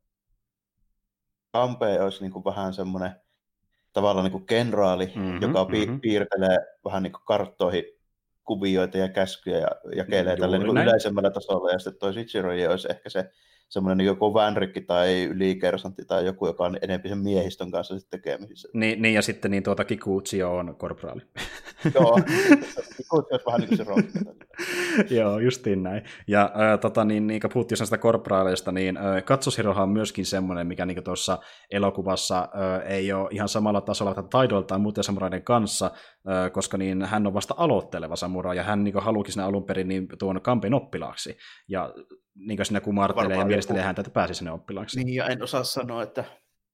Kanpei olisi niin kuin vähän semmoinen tavallaan niin kuin kenraali, mm-hmm, joka pi- mm-hmm. piirtelee vähän niin kuin karttoihin kuvioita ja käskyjä ja jakelee tälle niin yleisemmällä tasolla, ja sitten toi Shichiroji olisi ehkä se semmoinen niin joku vänrikki tai ylikersantti tai joku, joka on enemmän sen miehistön kanssa sitten tekemisissä. Niin, niin, ja sitten niin tuota Kikuchi on korporaali. Joo, Kikuchi olisi vähän niin kuin se rokki. Joo, justiin näin. Ja äh, tota, niin, niin, kun puhuttiin sitä korporaaleista, niin äh, Katsuhirohan on myöskin semmoinen, mikä niin tuossa elokuvassa äh, ei ole ihan samalla tasolla taidoiltaan muuten samuraiden kanssa, äh, koska niin, hän on vasta aloitteleva samurai, ja hän niin haluukin sinne alun perin niin, tuon Kanpein oppilaaksi. Ja niin kuin siinä kumartelee ja mielistelee häntä, että pääsi sinne oppilaaksi. Niin, ja en osaa sanoa, että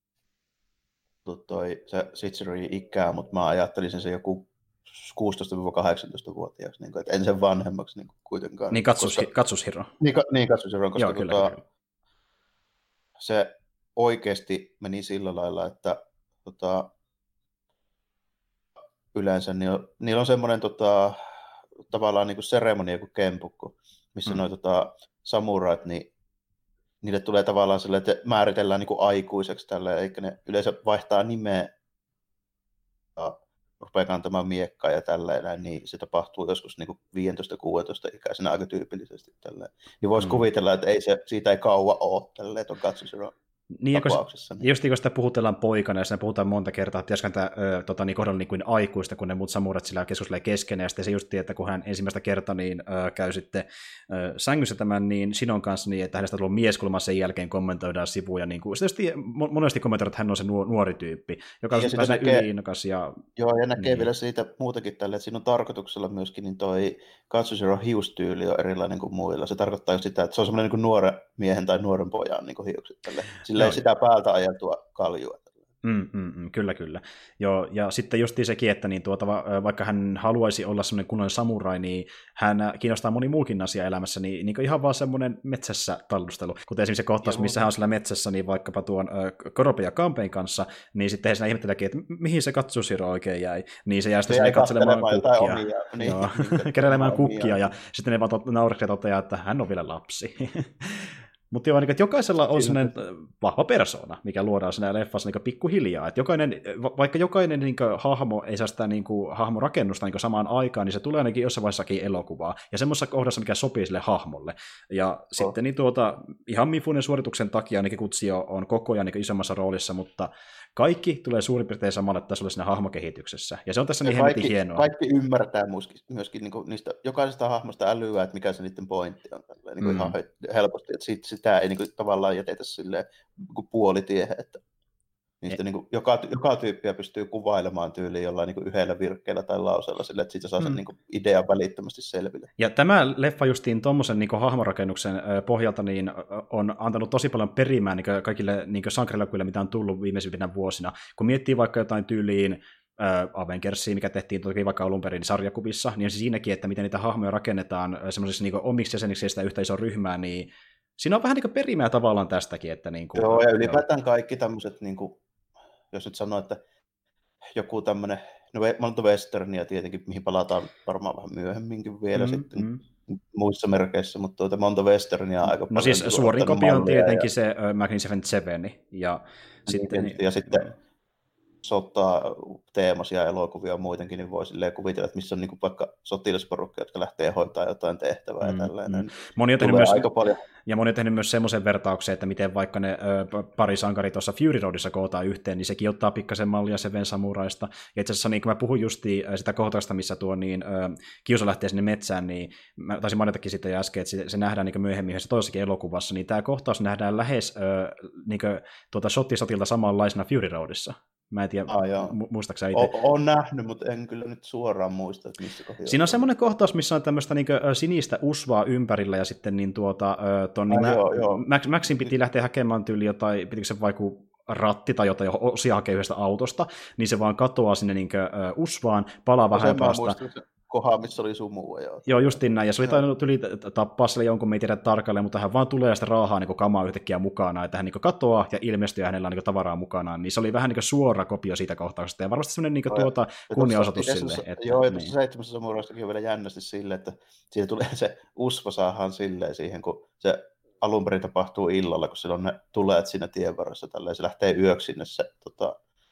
toi se Shichiroji ikää, mutta mä ajattelin sen joku kuusitoista kahdeksantoista-vuotiaaksi, niin kuin, että en sen vanhemmaksi niin kuin, kuitenkaan. Niin Katsus, koska, Katsushiro. Niin, niin Katsushiro, koska Joo, kyllä, tota, kyllä. se oikeasti meni sillä lailla, että tota, yleensä niillä, niillä on semmoinen tota, tavallaan niin kuin seremonia kuin kempukku, missä mm. nuo tota, samurait, niin niille tulee tavallaan sille, että määritellään niin kuin aikuiseksi tällä, eli ne yleensä vaihtaa nimeä ja rupeaa kantamaan miekkaa ja tälleen, niin se tapahtuu joskus niin viisitoista kuusitoista ikäisenä aika tyypillisesti. Tälleen. Niin voisi mm. kuvitella, että ei se, siitä ei kauan ole, tälleen, että on Katsushiro. Niin, tapauksessa. Niin. Just kun sitä puhutellaan poikana, ja siinä puhutaan monta kertaa, että pitäisikö häntä tota, niin kohdalla niin kuin aikuista, kun ne muut samurat sillä keskustelee keskenään, ja sitten se just, että kun hän ensimmäistä kertaa niin, ö, käy sitten ö, sängyssä tämän niin Shinon kanssa, niin että hänestä on tullut mieskulma, sen jälkeen kommentoidaan sivuja. Niin kuin, sitten monesti kommentoidaan, että hän on se nuori tyyppi, joka on vähän näkee, yliinnokas. Ja, joo, ja näkee niin. vielä siitä muutenkin tälle, että siinä on tarkoituksella myöskin niin toi Katsushiro hiustyyli on erilainen kuin muilla. Se tarkoittaa sitä, että se on semmoinen niin kuin nuoren miehen tai nuoren pojan niin kuin hiukset tälle. Sillä ei sitä päältä ajeltua kaljua. Mm, mm, mm, kyllä, kyllä. Joo, ja sitten justiin sekin, että niin tuota, vaikka hän haluaisi olla semmoinen kunnollinen samurai, niin hän kiinnostaa moni muukin asia elämässä, niin, niin ihan vaan semmoinen metsässä tallustelu. Kuten esimerkiksi se kohtaus, Joo. missä hän on siellä metsässä, niin vaikkapa tuon äh, Korope ja Kampein kanssa, niin sitten he siinä ihmetteleekin, että mihin se Katsushiro oikein jäi. Niin se jää sitten sinne katselemaan kukkia. Omia, niin, Joo, keräilemään kukkia, ja sitten ne vaan naureksee toteaa, että hän on vielä lapsi. Mutta joo, niin, että jokaisella on sellainen vahva persona, mikä luodaan siinä leffassa niin pikkuhiljaa. Että jokainen, vaikka jokainen niin kuin, hahmo ei saa sitä niin kuin, hahmorakennusta niin kuin, samaan aikaan, niin se tulee ainakin jossain vaiheessakin elokuvaa. Ja semmoisessa kohdassa, mikä sopii sille hahmolle. Ja oh. sitten niin, tuota, ihan Mifunen suorituksen takia ainakin Kutsio on koko ajan niin isommassa roolissa, mutta kaikki tulee suurin piirtein samalle tasolle siinä hahmokehityksessä. Ja se on tässä ja niin hemmetin hienoa. Kaikki ymmärtää myöskin, myöskin niin kuin niistä, jokaisesta hahmosta älyää, että mikä se niiden pointti on. Niin kuin mm. ihan helposti, että sit, sitä ei niin kuin, tavallaan jätetä silleen niin puolitiehen, että niistä, niin kuin, joka, joka tyyppiä pystyy kuvailemaan tyyliin jollain niin kuin yhdellä virkkeellä tai lauseella sille, että siitä saa sen mm. niin kuin idean välittömästi selville. Ja tämä leffa justiin tuommoisen niin hahmorakennuksen pohjalta niin on antanut tosi paljon perimää niin kaikille niin sankarilaukuille, mitä on tullut viimeisimpinä vuosina. Kun miettii vaikka jotain tyyliin Avengersia, mikä tehtiin toki vaikka alun perin sarjakuvissa, niin siinäkin, että miten niitä hahmoja rakennetaan semmoisiksi niin omiksi jäseniksi ja sitä yhtä isoa ryhmää, niin siinä on vähän niin perimää tavallaan tästäkin. Että niin kuin, joo, ja ylipäätään kaikki tämmöiset, niin kuin, jos nyt sanoo, että joku tämmöinen, no Malto Westernia tietenkin, mihin palataan varmaan vähän myöhemminkin vielä mm, sitten mm. muissa merkeissä, mutta tuota Monto Westernia aika paljon. No siis suorin kopio on tietenkin ja... se uh, Magnificent Seven, ja sitten... Niin, ja sitten mm. sotaa teemaisia elokuvia muutenkin, niin voi silleen kuvitella, että missä on niin kuin vaikka sotilasporukka, jotka lähtee hoitaa jotain tehtävää mm, ja tällainen. Mm. Moni on tehnyt myös, aika paljon. Ja moni on tehnyt myös semmoisen vertauksen, että miten vaikka ne ö, pari sankaria tuossa Fury Roadissa kootaan yhteen, niin sekin ottaa pikkasen mallia Seven Samuraista. Ja itse asiassa niin kun mä puhun justiin sitä kohtausta, missä tuo niin, ö, Kiusa lähtee sinne metsään, niin mä taisin mainitakin sitä jo äsken, että se, se nähdään niin myöhemmin yhdessä toisessakin elokuvassa, niin tämä kohtaus nähdään lähes ö, niin kuin, tuota shottisotilta samanlaisena Fury Roadissa. Mä en tiedä, ah, muistaaksä itse? Olen nähnyt, mutta en kyllä nyt suoraan muista, että missä kohdassa. Siinä on semmoinen kohtaus, missä on tämmöistä niin kuin, sinistä usvaa ympärillä, ja sitten niin tuota, ton, niin ah, mä, joo, joo. Max, Maxin piti lähteä hakemaan tyyli jotain, pitikö se vaiku ratti tai jotain osia hakea yhdestä autosta, niin se vaan katoaa sinne niin kuin, usvaan, palaa vähän päästä. Kohaa, missä oli sumua. Joo, joo justiin näin, ja se oli tainnut yli tappaa sille jonkun, me ei tiedä tarkalleen, mutta hän vaan tulee ja sitä raahaa niin kamaa yhtäkkiä mukana, että hän niin katoaa ja ilmestyy ja hänellä on niin tavaraa mukanaan, niin se oli vähän niin suora kopio siitä kohtauksesta, ja varmasti semmoinen niin tuota, kunniaosoitus sille. Että, joo, ja tuossa niin. Seitsemässä samuraistakin on vielä jännästi sille, että siitä tulee se usva saahan silleen siihen, kun se alun perin tapahtuu illalla, kun silloin ne tuleet siinä tien varressa, tälleen, se lähtee yöksi sinne se tota,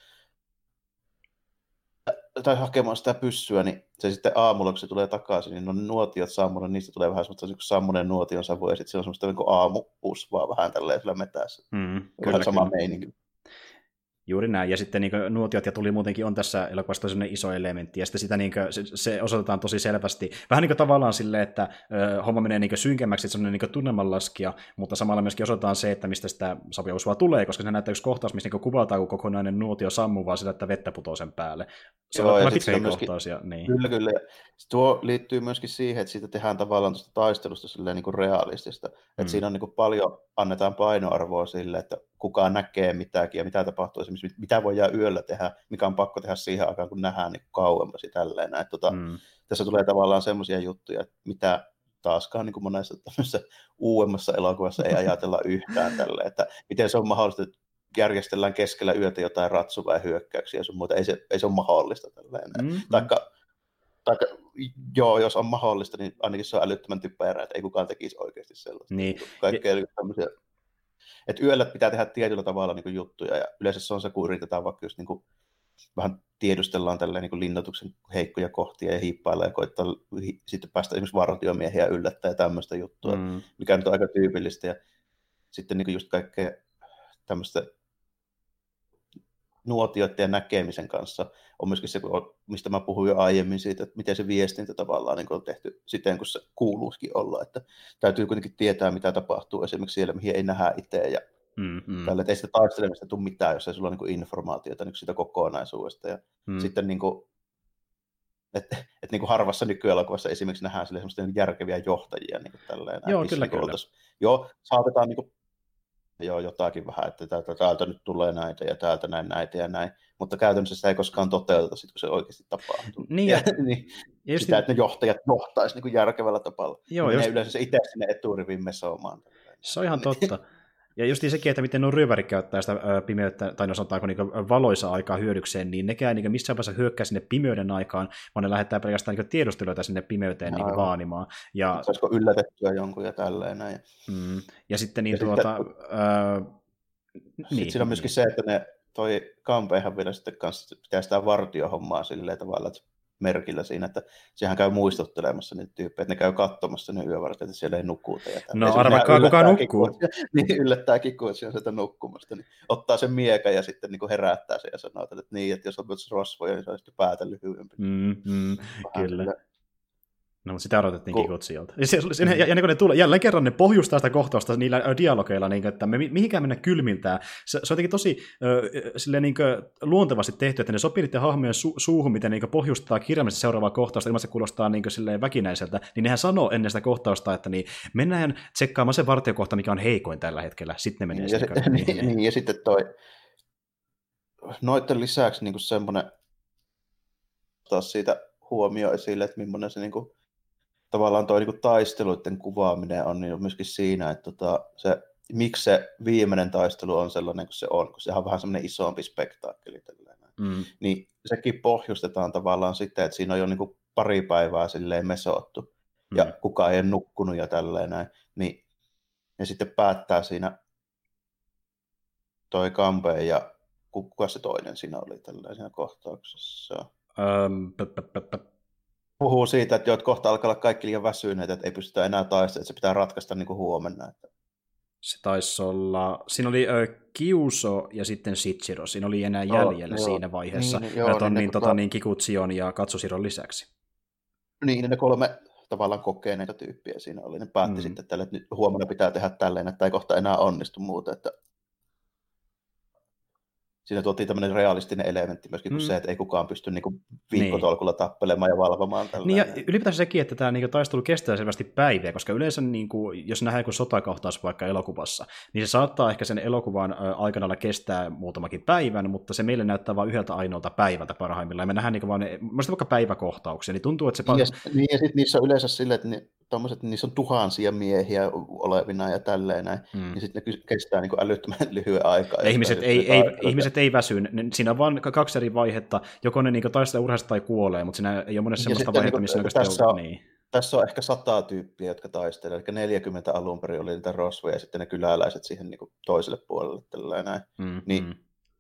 tai hakemaan sitä pyssyä, niin se sitten aamulla, kun se tulee takaisin, niin on nuotiot sammunut, niistä tulee vähän semmoista sammunen nuotion savu, ja sitten se on semmoista niin aamupusvaa vähän tälleen sillä metässä. Mm, kyllä, sama kyllä. Meininki. Juuri näin, ja sitten niin nuotiot ja tuli muutenkin on tässä elokuvassa sellainen iso elementti, ja sitten sitä, niin kuin, se, se osoitetaan tosi selvästi, vähän niin kuin tavallaan silleen, että ö, homma menee niin synkemmäksi, että se on niin tunnelmanlaskija, mutta samalla myöskin osoitetaan se, että mistä sitä saviousvaa tulee, koska se näyttää yksi kohtaus, missä niin kuvataan, kun kokonainen nuotio sammuu vaan sillä, että vettä putoo sen päälle. Se Joo, on tämä pitkä kohtaus. Ja, niin. Kyllä, kyllä. Tuo liittyy myöskin siihen, että siitä tehdään tavallaan tuosta taistelusta silleen niin kuin realistista, että mm. siinä on niin kuin paljon, annetaan painoarvoa sille, että kuka näkee mitäkin ja mitä tapahtuu esimerkiksi, mitä voidaan yöllä tehdä, mikä on pakko tehdä siihen aikaan, kun nähdään niin kauemmas ja tälleen. Että, tota, mm. Tässä tulee tavallaan semmoisia juttuja, mitä taaskaan niin kuin monessa tämmöisessä uudemmassa elokuvassa ei ajatella yhtään tälleen, että miten se on mahdollista, että järjestellään keskellä yötä jotain ratsu- vai hyökkäyksiä sun muuta, ei se, ei se ole mahdollista tälleen. Mm. Taikka, taikka, joo, jos on mahdollista, niin ainakin se on älyttömän typerää, että ei kukaan tekisi oikeasti sellaista. Niin. Kaikkea tämmöisiä. Että yöllä pitää tehdä tietyllä tavalla niin kuin juttuja, ja yleensä se on se, kun yritetään vaikka just niin kuin, vähän tiedustellaan tälleen niin kuin linnoituksen heikkoja kohtia ja hiippailla ja koittaa hi- sitten päästä esimerkiksi vartiomiehiä yllättää ja tämmöistä juttua, mm. mikä nyt on aika tyypillistä. Ja sitten niin kuin just kaikkea tämmöistä nuotioiden ja näkemisen kanssa on myöskin se, mistä mä puhuin jo aiemmin siitä, että miten se viestintä tavallaan niin on tehty siten, kun se kuuluisikin olla, että täytyy kuitenkin tietää, mitä tapahtuu esimerkiksi siellä, mihin ei nähdä itse ja mm-hmm. tällä, että ei sitä taistelemista tule mitään, jos ei sulla on niin informaatiota niin siitä kokonaisuudesta ja mm. sitten niin kuin, että et niin kuin harvassa nykyelokuvassa esimerkiksi nähdään sille semmoista niin järkeviä johtajia niin kuin tälleen. Joo, kyllä, niin kyllä. Oltais, joo, saatetaan niin kuin, joo, jotakin vähän, että täältä, täältä nyt tulee näitä ja täältä näin näitä ja näin, mutta käytännössä sitä ei koskaan toteuteta, sit, kun se oikeasti tapahtuu. Niin, ja, niin, ja sitä, että ne johtajat johtaisi niin kuin järkevällä tapalla. Joo, ja just... ne yleensä se itse sinne eturiviin mesomaan. Se on ihan totta. Ja just sekin, että miten nuo ryövärit käyttää sitä pimeyttä, tai no sanotaanko niin valoisa aikaa hyödykseen, niin nekään niin missään vaiheessa hyökkää sinne pimeyden aikaan, vaan ne lähettää pelkästään niin tiedusteluita sinne pimeyteen niin vaanimaan. Ja... Saisiko yllätettyä jonkun ja tälleen näin. Mm. Ja sitten niin ja tuota... Sitten, ää... sitten niin, siinä on myöskin niin. se, että ne, toi Kampeihan vielä sitten kanssa pitää sitä vartiohommaa silleen tavalla, että merkillä siinä, että sehän käy muistuttelemassa niitä tyyppejä, että ne käy katsomassa ne yövartijat, että siellä ei nukuta. Ja no arvakaa, kuka nukkuu. Kikku, niin yllättää Kikku, että se on sieltä nukkumasta. Niin ottaa sen miekan ja sitten niin kuin herättää sen ja sanoo, että niin, että jos olet rosvoja, niin se olisi päätä lyhyempi. Mm, mm, kyllä. Kyllä. No, mutta sitä odotettiin Ku... Kikut sieltä. Ja, se, ja, ja, ja niin kun ne tulee, jälleen kerran ne pohjustaa sitä kohtausta niillä dialogeilla, niin, että me mihinkään mennä kylmiltään. Se, se on jotenkin tosi äh, silleen, niin kuin, luontevasti tehty, että ne sopii niiden hahmojen su- suuhun, miten niin kuin, pohjustaa kirjaimellisesti seuraavaa kohtausta, ilman se kuulostaa niin kuin, silleen, väkinäiseltä, niin nehän sanoo ennen sitä kohtausta, että niin, mennään tsekkaamaan se vartiokohta, mikä on heikoin tällä hetkellä. Sitten ne menee ja, se, niin, niin, niin, ja sitten toi noiden lisäksi niin semmoinen taas siitä huomio esille, että millainen se niin kuin, tavallaan tuo niin taisteluiden kuvaaminen on niin myöskin siinä, että tota, se, miksi se viimeinen taistelu on sellainen kuin se on, kun sehän on vähän semmoinen isompi spektaakkeli. Mm. Niin sekin pohjustetaan tavallaan sitten, että siinä on jo niin kuin pari päivää silleen mesottu mm. ja kukaan ei ole nukkunut ja tälleen näin. Niin ne sitten päättää siinä toi Kampe ja kuka se toinen siinä oli tällaisena kohtauksessa. Um, p- p- p- Puhuu siitä, että kohta alkaa olla kaikki liian väsyneitä, että ei pystytä enää taistelemaan, että se pitää ratkaista niin kuin huomenna. Että... Se taisi olla, siinä oli ö, Kiuso ja sitten Shichiro, siinä oli enää jäljellä oh, siinä vaiheessa, niin, joo, niin, niin, tota, niin Kikutsion ja Katsushiron lisäksi. Niin, ne kolme tavallaan kokeneita tyyppiä siinä oli, ne päätti mm. sitten tälle, että nyt huomenna pitää tehdä tälleen, että ei kohta enää onnistu muuta, että siinä tuotiin tämmöinen realistinen elementti myöskin kuin mm. se, että ei kukaan pysty niinku viikkotolkulla niin. tappelemaan ja valvomaan. Niin ja ylipäätään sekin, että tämä niinku taistelu kestää selvästi päiviä, koska yleensä niinku, jos nähdään joku sotakohtaus vaikka elokuvassa, niin se saattaa ehkä sen elokuvan aikana kestää muutamakin päivän, mutta se meille näyttää vain yhdeltä ainoalta päivältä parhaimmillaan. Ja me nähdään niinku vaan ne, vaikka päiväkohtauksia, niin tuntuu, että se... Niin ja, niin ja sitten niissä on yleensä silleen, että ni, tommoset, niissä on tuhansia miehiä olevina ja tälleen näin, mm. niin sitten ne kestää niinku älyttömän lyhyen aikaa. Ja ihmiset ei, ei, ihmiset ei väsy. Siinä on vain kaksi eri vaihetta. Joko ne niin taistelee urheasta tai kuolee, mutta siinä ei ole monessa sellaista vaihetta, missä niin, tässä, on, niin. tässä on ehkä sata tyyppiä, jotka taistelee. Eli neljäkymmentä alun perin oli niitä rosvoja ja sitten ne kyläläiset siihen niin toiselle puolelle. Näin. Mm, niin, mm.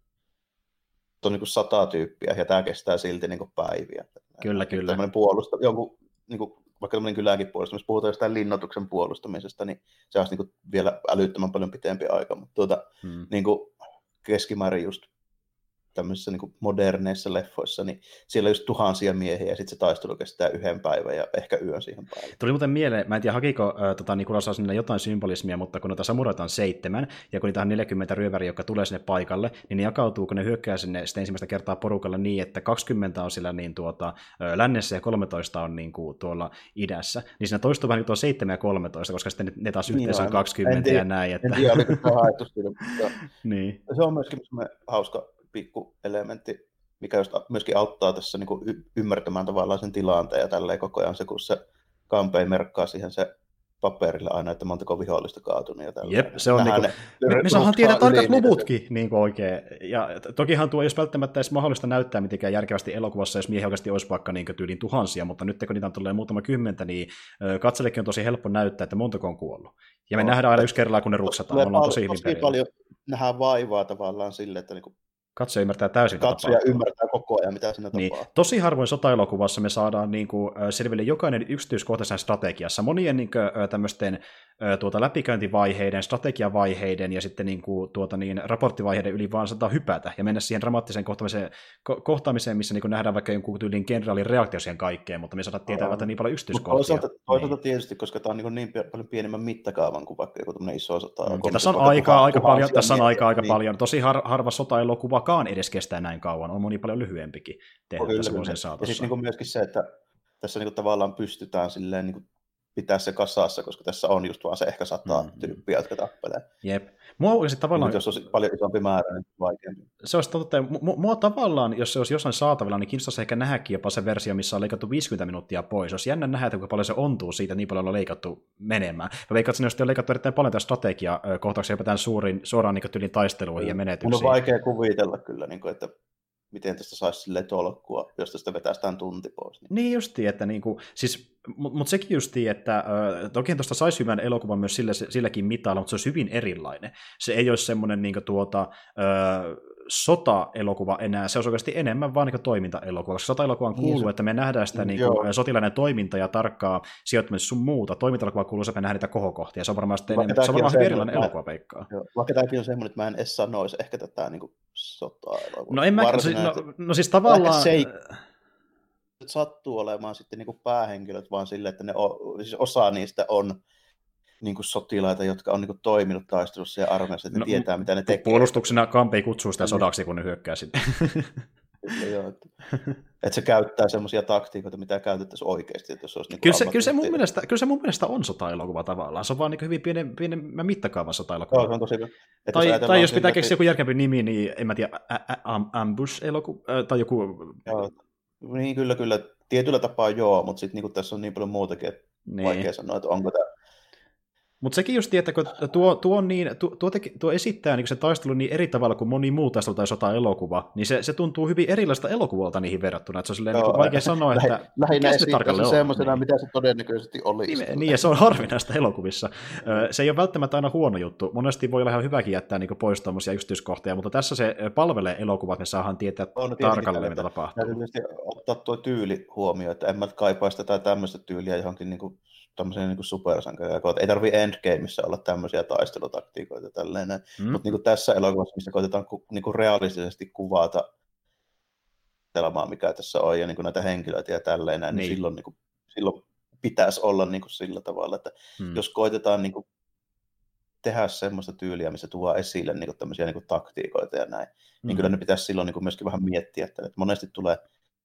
on niin sata tyyppiä ja tämä kestää silti niin päiviä. Kyllä, näin. kyllä. Tällainen puolusta, jonkun, niin kuin, vaikka tämmöinen kyläkin puolustamista, jos puhutaan jostain linnoituksen puolustamisesta, niin se olisi niin vielä älyttömän paljon pitempi aika. Mutta tuota, mm. niin kuin keskimäärin just tämmöisissä niin moderneissa leffoissa, niin siellä on just tuhansia miehiä, ja sitten se taistelu kestää yhden päivän ja ehkä yön siihen päivään. Tuli muuten mieleen, mä en tiedä hakiko äh, tota, Nikula saa sinne jotain symbolismia, mutta kun noita samuroita on seitsemän, ja kun niitä on neljäkymmentä ryöväriä, jotka tulee sinne paikalle, niin ne jakautuu, kun ne hyökkää sinne sitä ensimmäistä kertaa porukalla niin, että kaksikymmentä on siellä niin, tuota, lännessä ja kolmetoista on niin kuin, tuolla idässä. Niin siinä toistuu vähän niin tuo seitsemän ja kolmetoista, koska sitten ne taas yhteensä on kaksikymmentä ja näin. Että... En tiedä, oliko se haettu siinä. Niin. Se on myöskin hauska pikku elementti, mikä just myöskin auttaa tässä niin kuin y- ymmärtämään tavallaan sen tilanteen ja tälleen koko ajan se, kun se Kampei merkkaa siihen se paperille aina, että montako vihollista kaatunut ja tälleen. Jep, se on niin kuin, me, me saadaan tietää tarkat luvutkin niin kuin oikein. Ja tokihan tuo ei olisi välttämättä edes mahdollista näyttää mitenkään järkevästi elokuvassa, jos miehiä oikeasti olisi vaikka niin tyyliin tuhansia, mutta nyt kun niitä on tulee muutama kymmentä, niin katsellekin on tosi helppo näyttää, että montako on kuollut. Ja me no, nähdään aina yksi kerralla, kun ne ruksataan. Me ollaan tosi hyvin perillä. Paljon nähdään vaivaa tavallaan sille, että niin katsoja ymmärtää täysin. Katsoja ymmärtää koko ajan, mitä siinä niin, tapahtuu. Tosi harvoin sotaelokuvassa me saadaan niin kuin, selville jokainen yksityiskohtaisen strategiassa. Monien niin kuin, tämmöisten tuota, läpikäyntivaiheiden, strategiavaiheiden ja sitten niin kuin, tuota, niin, raporttivaiheiden yli vaan saattaa hypätä ja mennä siihen dramaattiseen kohtaamiseen, ko- kohtaamiseen missä niin kuin nähdään vaikka jonkun tyylin generaalin reaktio siihen kaikkeen, mutta me saadaan tietää oh. niin paljon yksityiskohtia. Toisaalta, toisaalta niin. Tietysti, koska tämä on niin, niin paljon pienemmän mittakaavan kuin vaikka joku tämmöinen iso sota. Mm, tässä on aikaa aika paljon, tässä on aikaa aika niin. paljon. Tosi har, harva sota-elokuvakaan edes kestää näin kauan, on moni paljon lyhyempikin tehdä oh, tässä vuosien saatossa. Ja sitten niin myöskin se, että tässä niin tavallaan pystytään silleen niin pitää se kasassa, koska tässä on just vaan se ehkä sata mm-hmm. tyyppiä, jotka tappelee. Jep. Mua olisi tavallaan... Jos olisi paljon isompi määrä, niin vaikeampi. Se olisi totta, mua, mua tavallaan, jos se olisi jossain saatavilla, niin kiinnostaisi ehkä nähdäkin jopa se versio, missä on leikattu viisikymmentä minuuttia pois. Olisi jännä nähdä, kuinka paljon se ontuu siitä, niin paljon on leikattu menemään. Mä veikkaan, että sinne on leikattu erittäin paljon tätä strategiakohtauksia jopa tämän suurin, suoraan niin tyylin taisteluihin mm. ja menetyksiin. Mun on vaikea kuvitella kyllä, niin kuin, että miten tästä saisi silleen tolkkua, jos tästä vetästään tunti pois. Niin, niin justiin, että niinku, siis, mutta mut sekin justiin, että äh, toki tuosta saisi hyvän elokuvan myös sillä, silläkin mitalla, mutta se olisi hyvin erilainen. Se ei olisi semmoinen niinku tuota, äh, sota-elokuva enää, se olisi oikeasti enemmän vaan niin toiminta-elokuva, koska sota-elokuvaan kuuluu, niin, että me nähdään sitä niin kuin, sotilainen toiminta ja tarkkaa sijoittamista sun muuta. Toiminta-elokuva kuuluu, että me nähdään niitä kohokohtia. Se on varmaan, enemmän, se on varmaan hyvin erilainen elokuva, Peikkaa. Vaikka tämäkin on semmoinen, että mä en edes sanoisi ehkä tätä niin kuin sota-elokuvaa. No en mä, no, no siis tavallaan... Se ei sattuu olemaan sitten niin kuin päähenkilöt, vaan sille, että ne on, siis osa niistä on niin kuin sotilaita, jotka on niin kuin toiminut taistelussa ja armeijassa, että ne no, tietää, mitä ne tekee. Puolustuksena Kampi kutsuu sitä sodaksi, kun ne hyökkää sitten. Joo, että, että se käyttää semmoisia taktiikoita, mitä käytettäisiin oikeasti. Että jos olisi niin kyllä, se, kyllä, se mun mielestä, kyllä se mun mielestä on sota-elokuva tavallaan. Se on vaan niin hyvin pienen, pienemmän mittakaavan sota-elokuva. Joo, se on tosi hyvä. Tai, jos, tai jos pitää keksiä joku järkempi nimi, niin en mä tiedä, Ambush-elokuva tai joku... Joo, niin kyllä, kyllä. Tietyllä tapaa joo, mutta sitten niin tässä on niin paljon muutakin, että niin. Vaikea sanoa, että onko tämä... Mutta sekin just, että kun tuo, tuo, niin, tuo, tuo, teki, tuo esittää niin se taistelu niin eri tavalla kuin moni muu taistelu tai sota-elokuva, niin se, se tuntuu hyvin erilaista elokuvalta niihin verrattuna, että se on silleen, no, niin vaikea sanoa, että lähinnä esittää semmoisena, niin. Mitä se todennäköisesti olisi. Niin, niin, ja se on harvinaista elokuvissa. Se ei ole välttämättä aina huono juttu. Monesti voi olla ihan hyväkin jättää niin pois tuommoisia yksityiskohtia, mutta tässä se palvelee elokuvat, me saadaan tietää on tarkalleen, mitä tapahtuu. Täytyy ottaa tuo tyyli huomioon, että en mä kaipaa sitä tai tämmöistä tyyliä johonkin niin kuin tämmöisiä niin supersankaria. Ei tarvitse Endgameissa olla tämmöisiä taistelutaktiikoita tälleen. Mm. Mutta niin tässä elokuvassa, missä koitetaan ku, niin realistisesti kuvata elämää, mikä tässä on, ja niin näitä henkilöitä ja tälleen, niin, niin silloin, niin kuin, silloin pitäisi olla niin kuin sillä tavalla, että mm. jos koitetaan niin kuin tehdä semmoista tyyliä, missä tuo esille niin kuin tämmöisiä niin kuin taktiikoita ja näin, mm. niin kyllä ne pitäisi silloin niin kuin myöskin vähän miettiä, että, että monesti tulee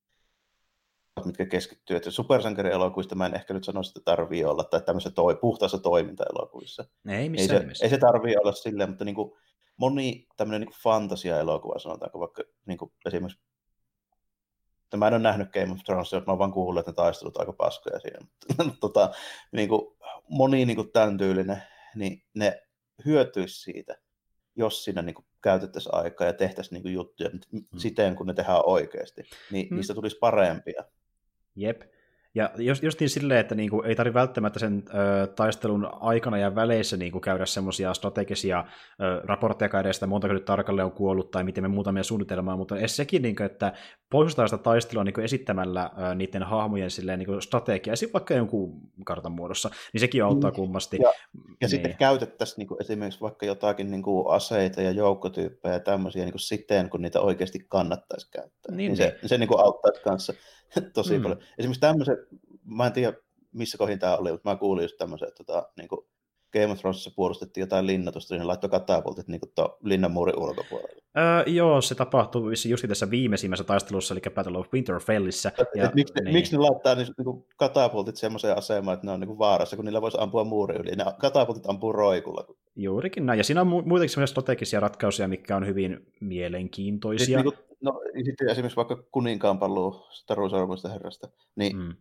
mitkä keskittyy, että supersankarielokuvista mä en ehkä nyt sanoisi, että tarvii olla, tai tämmöisessä toi, puhtaassa toimintaelokuvissa. Ei, ei, se, ei se tarvii olla silleen, mutta niin kuin moni tämmöinen niin fantasia-elokuva, sanotaanko vaikka niin kuin esimerkiksi, että mä en ole nähnyt Game of Thronesia, mä oon vaan kuullut, että ne taistelut aika paskoja siinä, mutta tota, niin kuin, moni niin kuin tämän tyylinen, niin ne hyötyisi siitä, jos siinä niin kuin käytettäisiin aikaa ja tehtäisiin niin kuin juttuja mm. siten, kun ne tehdään oikeasti, niin mm. niistä tulisi parempia. Jep. Ja just, just niin silleen, että niinku ei tarvitse välttämättä sen ö, taistelun aikana ja väleissä niinku käydä semmoisia strategisia ö, raportteja edestä, montako nyt tarkalleen on kuollut tai miten me muutamme suunnitelmaa, mutta edes sekin, niinku, että poistetaan sitä taistelua niinku esittämällä ö, niiden hahmojen silleen, niinku strategia, esim. Vaikka jonkun kartan muodossa, niin sekin auttaa kummasti. Ja, ja niin. Sitten käytettäisiin niinku esimerkiksi vaikka jotakin niinku aseita ja joukkotyyppejä ja tämmöisiä niinku siten, kun niitä oikeasti kannattaisi käyttää. Niin, niin se, se niinku auttaisi kanssa tosi mm. paljon. Esimerkiksi tämmöisen, mä en tiedä missä kohin tämä oli, mutta mä kuulin just tämmöisen, että tota, niin Game of Thronesissa puolustettiin jotain linnatusta, niin ne laittoi katapultit niin linnan muurin ulkopuolelle. Öö, joo, se tapahtui just tässä viimeisimmässä taistelussa, eli Battle of Winterfellissä. Ja, miksi, niin. miksi ne laittaa niin, niin katapultit semmoiseen asemaan, että ne on niin vaarassa, kun niillä voisi ampua muuri yli. Ne katapultit ampuu roikulla. Juurikin näin, ja siinä on muutenkin semmoisia strategisia ratkaisuja, mitkä on hyvin mielenkiintoisia. Sitten, niin kuin, no, sitten esimerkiksi vaikka Kuninkaan paluu Taruusarvoista herrasta, niin mm.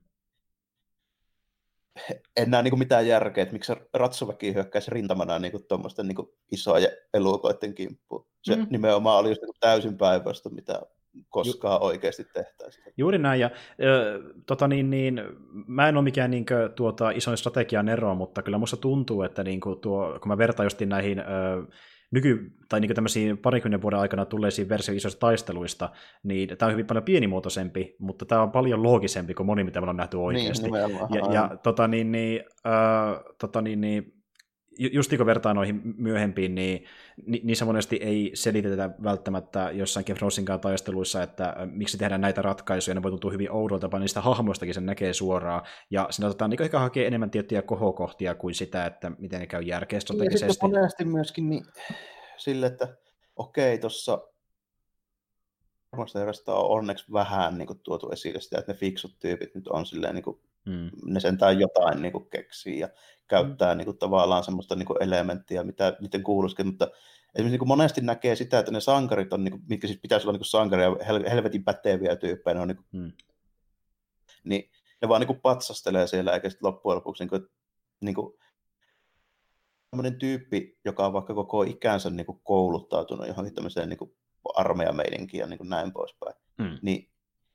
en näe niin mitään järkeä, että miksi ratsuväki hyökkäisi rintamana niin tuommoisten niin isojen elukoiden kimppuun. Se mm. nimenomaan oli just niin täysin päinvastoin, mitä koskaan Ju- oikeasti tehtäisiin. Juuri näin, ja äh, tota niin, niin, mä en ole mikään niin kuin, tuota, isoin strategian ero, mutta kyllä musta tuntuu, että niin kuin, tuo, kun mä vertaan justiin näihin äh, nyky- tai niin tämmöisiin parikymmenen vuoden aikana tulleisiin versio isoista taisteluista, niin tämä on hyvin paljon pienimuotoisempi, mutta tämä on paljon loogisempi kuin moni, mitä me on nähty oikeasti. Niin, ja, ja tota niin, niin, äh, tota niin, niin just kun vertaa noihin myöhempiin, niin ni, niissä monesti ei selitetä välttämättä jossain Game of Thronesinkaan taisteluissa, että miksi tehdään näitä ratkaisuja, ne voi tuntua hyvin oudolta, vaan niistä hahmoistakin sen näkee suoraan, ja siinä otetaan niin ehkä hakea enemmän tiettyjä kohokohtia kuin sitä, että miten ne käy järkeä strategisesti. Ja sitten monesti myöskin niin, sille, että okei, tuossa Armasteerasta on onneksi vähän niin kuin, tuotu esille sitä, että ne fiksut tyypit nyt on silleen, niin kuin, mm. ne sentään jotain niin kuin, keksii ja käyttää mm. niin kuin, tavallaan semmoista niin kuin, elementtiä, mitä niiden kuuluisikin, mutta esimerkiksi niin kuin, monesti näkee sitä, että ne sankarit on, niin kuin, mitkä siis pitäisi olla niin kuin, sankaria, hel- helvetin päteviä tyyppejä, ne on, niin, kuin, mm. niin ne vaan niin kuin, patsastelee siellä, eikä sitten loppujen lopuksi niin kuin, niin kuin, tämmöinen tyyppi, joka on vaikka koko ikänsä niin kuin, kouluttautunut johonkin tämmöiseen niin kuin, armeijameininkiä ja niin kuin näin poispäin, mm. niin,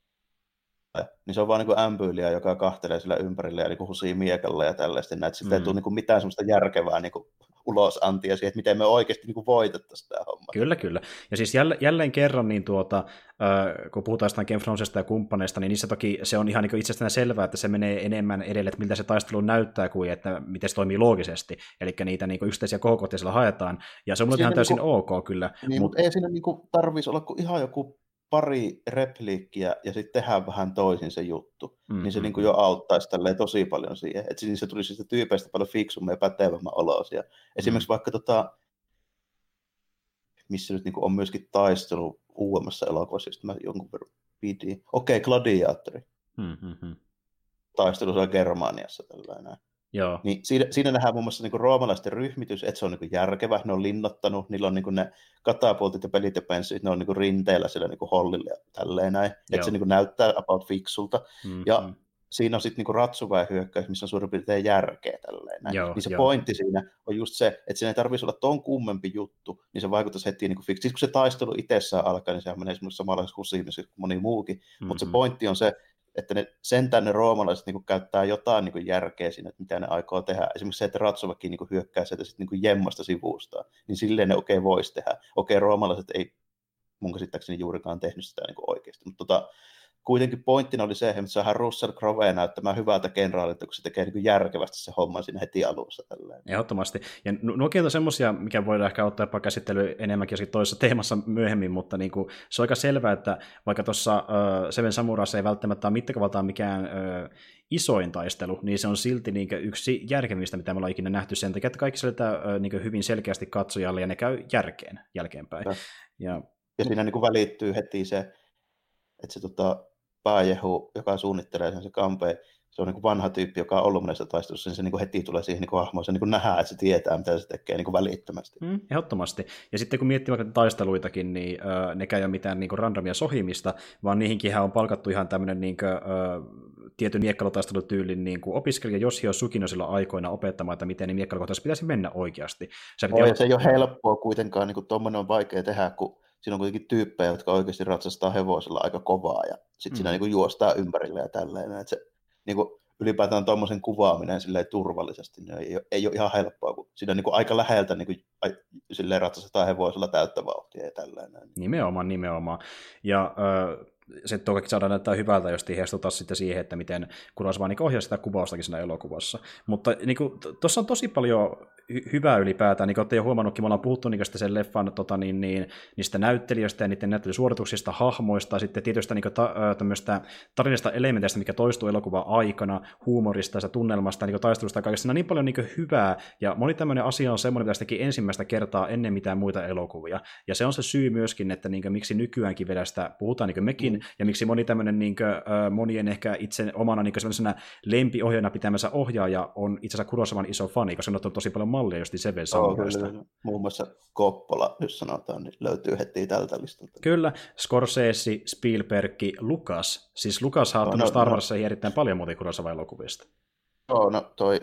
niin se on vaan niin kuin ämpyyliä, joka kahtelee sillä ympärillä ja niin kuin husii miekalla ja tällaista, näin, että sitten mm. ei tule niin kuin mitään semmoista järkevää niin kuin ulosantia siihen, että miten me oikeasti niin kuin voitettaisiin tämä homma. Kyllä, kyllä. Ja siis jälleen, jälleen kerran, niin tuota, äh, kun puhutaan jostain Game of Thronesista ja kumppaneista, niin niissä toki se on ihan niin kuin itsestään selvää, että se menee enemmän edelle, että miltä se taistelu näyttää, kuin että miten se toimii loogisesti. Eli niitä niin kuin yksittäisiä kohokohtia siellä haetaan, ja se on ihan täysin niin kuin, ok kyllä. Niin, mutta ei siinä niin kuin tarvitsisi olla kuin ihan joku pari repliikkiä ja sitten tehdään vähän toisin se juttu, mm-hmm. niin se niin kuin jo auttaisi tosi paljon siihen, että siinä se tulisi sitä tyypeistä paljon fiksummin ja pätevämmän olosia. Esimerkiksi mm-hmm. vaikka tota, missä nyt niin kuin on myöskin taistelu uudemmassa elokuvassa, josta mä jonkun verran pidin. Okei, okay, Gladiatori. Mm-hmm. Taistelu siellä Germaniassa tällainen. Joo. Niin siinä, siinä nähdään muun muassa niin roomalaisten ryhmitys, että se on niin järkevä, ne on linnottanut, niillä on niin ne katapultit ja pelit ja penssit, ne on niin rinteillä siellä niin hollilla ja tälleen näin, että se niin näyttää about fiksulta. Mm-hmm. Ja siinä on sitten niin ratsuväen hyökkäys, missä on suurin piirtein järkeä tälleen näin. Joo, niin se jo. Pointti siinä on just se, että siinä ei tarvitsisi olla ton kummempi juttu, niin se vaikuttaisi heti niin fiksulta. Siis kun se taistelu itsessään alkaa, niin sehän menee esimerkiksi samanlaisessa husiimiseksi kuin moni muukin, mm-hmm. mutta se pointti on se, että ne, sentään ne roomalaiset niin käyttää jotain niin järkeä siinä, että mitä ne aikoo tehdä. Esimerkiksi se, että Ratsovakin niin hyökkää sieltä sitten niin jemmasta sivusta, niin silleen ne okei okay, voisi tehdä. Okei, okay, roomalaiset ei mun käsittääkseni juurikaan tehnyt sitä niin oikeasti, mutta tota, kuitenkin pointtina oli se, että saadaan Russell Crowe näyttämään hyvältä kenraalilta, kun se tekee niin järkevästi se homma siinä heti alussa. Tälleen. Ehdottomasti. Ja nuokin on semmoisia, mikä voidaan ehkä ottaa jopa käsittelyyn enemmänkin toisessa teemassa myöhemmin, mutta niin kuin, se on aika selvää, että vaikka tuossa uh, Seven Samurassa ei välttämättä ole mittakaavaltaan mikään uh, isoin taistelu, niin se on silti niin kuin, yksi järkevistä, mitä me ollaan ikinä nähty sen takia, että kaikki sieltä uh, niin hyvin selkeästi katsojalle, ja ne käy järkeen jälkeenpäin. Ja, ja, ja siinä niin kuin välittyy heti se, että se tota, pääjehu, joka suunnittelee sen se kampeen, se on niin kuin vanha tyyppi, joka on ollut monessa taistelussa, niin se niin kuin heti tulee siihen niin kuin hahmoon, se niin kuin nähdään, että se tietää, mitä se tekee niin kuin välittömästi. Mm, ehdottomasti. Ja sitten kun miettii vaikka taisteluitakin, niin äh, nekään ei ole mitään niin kuin randomia sohimista, vaan niihinkin on palkattu ihan tämmöinen niin kuin, äh, tietyn miekkalotaistelutyylin niin kuin opiskelija Yoshio Sukino silloin aikoina opettamaan, että miten niin miekkalukohtaisesti pitäisi mennä oikeasti. Se, Oi, se ei ole helppoa kuitenkaan, niin kuin tuommoinen on vaikea tehdä, kun siinä on kuitenkin tyyppejä, jotka oikeasti ratsastaa hevosella aika kovaa ja sitten mm. siinä niin kuin juostaa ympärille ja tälleen. Että se niin kuin ylipäätään tuommoisen kuvaaminen silleen turvallisesti niin ei, ole, ei ole ihan helppoa, kun siinä niin kuin aika läheltä niin kuin, silleen ratsastetaan hevosella täyttä vauhtia ja tälleen. Nimenomaan, nimenomaan. Ja äh... se toki saadaan näyttää hyvältä, jos heistutaan sitten siihen, että miten Kurosawa niin ohjaa sitä kuvaustakin siinä elokuvassa. Mutta niin tuossa on tosi paljon hy- hyvää ylipäätään, niin kuin olette jo huomannutkin, me ollaan puhuttu niin sen leffan tota, niin, niin, niistä näyttelijöistä ja niiden näyttelysuorituksista, hahmoista, sitten tietystä niin ta- tämmöistä tarinasta elementeistä, mikä toistuu elokuvan aikana, huumorista ja tunnelmasta, niin taistelusta ja kaikesta. Siinä on niin paljon niin hyvää, ja moni tämmöinen asia on semmoinen, mitä se teki ensimmäistä kertaa ennen mitään muita elokuvia. Ja se on se syy myöskin, että niin kuin, miksi nykyäänkin vielä sitä puhutaan, niin kuin mekin, ja miksi moni tämmöinen niin kuin, monien ehkä itse omana niin sellaisena lempiohjaajana pitämänsä ohjaaja on itse asiassa Kurosawan iso fani, koska on tosi paljon mallia just Seven Samuraista. Muun muassa Coppola, jos sanotaan, niin löytyy heti tältä listalta. Kyllä, Scorsese, Spielberg, Lucas. Siis Lucas on no, Star Warsissa no. erittäin paljon muuten Kurosawan elokuvista. Joo, no toi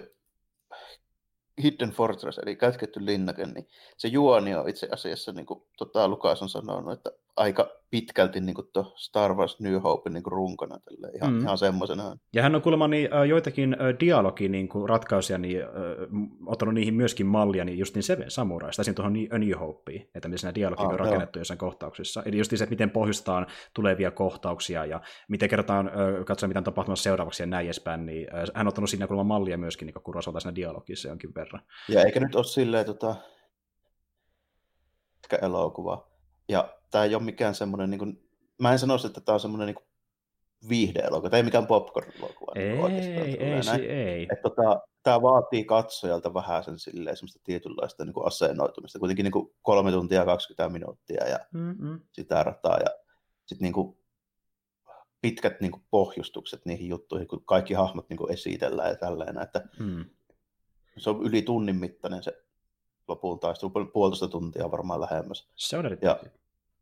Hidden Fortress, eli kätketty linnake, niin se juoni on itse asiassa, niin kuin tota Lucas on sanonut, että aika pitkälti niin kuin tuo Star Wars New Hope niin kuin runkona, ihan, mm. ihan semmoisena. Ja hän on kuulemma niin, joitakin dialogi niin kuin ratkaisuja, niin, ottanut niihin myöskin mallia, niin just niin Seven Samuraista, esim. Tuohon A New Hopeen, että miten siinä dialogi ah, on rakennettu jossain kohtauksissa. Eli just se, että miten pohjustaan tulevia kohtauksia ja miten kerrotaan, katsotaan mitä on tapahtumassa seuraavaksi ja näin edespäin, niin hän on ottanut siinä kuulemma mallia myöskin niin Kurosalta siinä dialogissa jonkin verran. Ja eikä nyt ole silleen tota... elokuva. Ja tämä ei ole mikään semmoinen, niin kuin, mä en sanoisi, että tämä on semmoinen niin viihde-elokuva, tämä ei mikään popcorn-elokuva. Ei, niin ei, ei, ei. Että, tota, tämä vaatii katsojalta vähän sen silleen, semmoista tietynlaista niin kuin asennoitumista, kuitenkin niin kuin kolme tuntia kaksikymmentä minuuttia ja Mm-mm. sitä rataa ja sitten niin kuin pitkät niin kuin pohjustukset niihin juttuihin, kun kaikki hahmot niin kuin esitellään ja tälleen, että mm. se on yli tunnin mittainen se lopun taistelu, puolitoista tuntia varmaan lähemmäs. Se on erittäin. Ja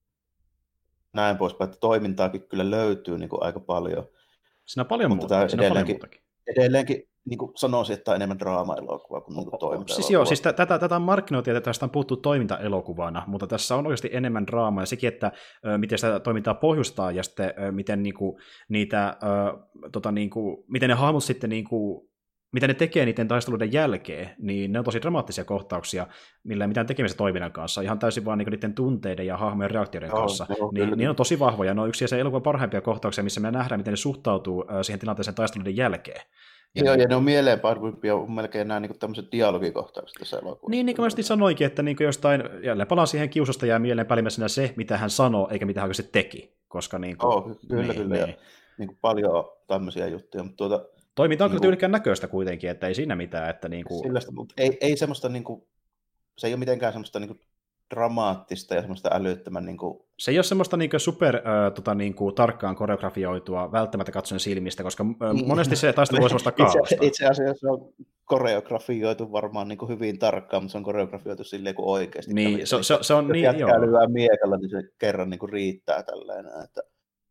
näin poispäin, että toimintaakin kyllä löytyy niin kuin aika paljon. Siinä on paljon muuta, siinä on paljon muutakin. Edelleenkin niin kuin sanoisin, että on enemmän draama-elokuvaa kuin, niin kuin toiminta-elokuvaa. Siis joo, siis tätä, tätä on markkinoitu ja tästä on puhuttu toiminta-elokuvana, mutta tässä on oikeasti enemmän draamaa ja sekin, että ö, miten sitä toimintaa pohjustaa ja sitten ö, miten, niin kuin, niitä, ö, tota, niin kuin, miten ne hahmot sitten niin kuin, mitä ne tekee niiden taisteluiden jälkeen, niin ne on tosi dramaattisia kohtauksia, millä ei mitään tekemistä toiminnan kanssa, ihan täysin vaan niinku niiden tunteiden ja hahmojen reaktioiden kanssa. No, no, niin, niin on tosi vahvoja, ne on yksi se elokuvan parhaimpia kohtauksia, missä me nähdään, miten ne suhtautuu äh, siihen tilanteeseen taisteluiden jälkeen. Ja Joo, niin, ja ne on mieleenpainuvimpia melkein nämä niin tämmöiset dialogikohtaukset tässä elokuvassa. Niin, niin kuin mä sanoinkin, että niin jostain, jälleen palaan siihen kiusasta jää mieleen päällimmäisenä se, mitä hän sanoi, eikä mitä hän oikeasti teki. Koska niin kuin, oh, kyllä, niin, kyllä. Niin. Niin kuin paljon tämmöisiä juttuja, mutta tuota... Toiminta on niin kyllä tyylikkään näköistä kuitenkin, että ei siinä mitään. Että niin kuin... Sillä, mutta ei, ei semmoista, niin kuin, se ei ole mitenkään semmoista niin kuin dramaattista ja semmoista älyttömän... Niin kuin... Se ei ole semmoista niin kuin super äh, tota, niin kuin, tarkkaan koreografioitua välttämättä katsoen silmistä, koska äh, monesti se taistelu voi semmoista kaaosta. Itse, itse asiassa on koreografioitu varmaan niin kuin hyvin tarkkaan, mutta se on koreografioitu silleen kuin oikeasti. Niin, se, se, se on jos niin, jätkää lyödään miekalla, niin se kerran niin kuin riittää tällainen, että...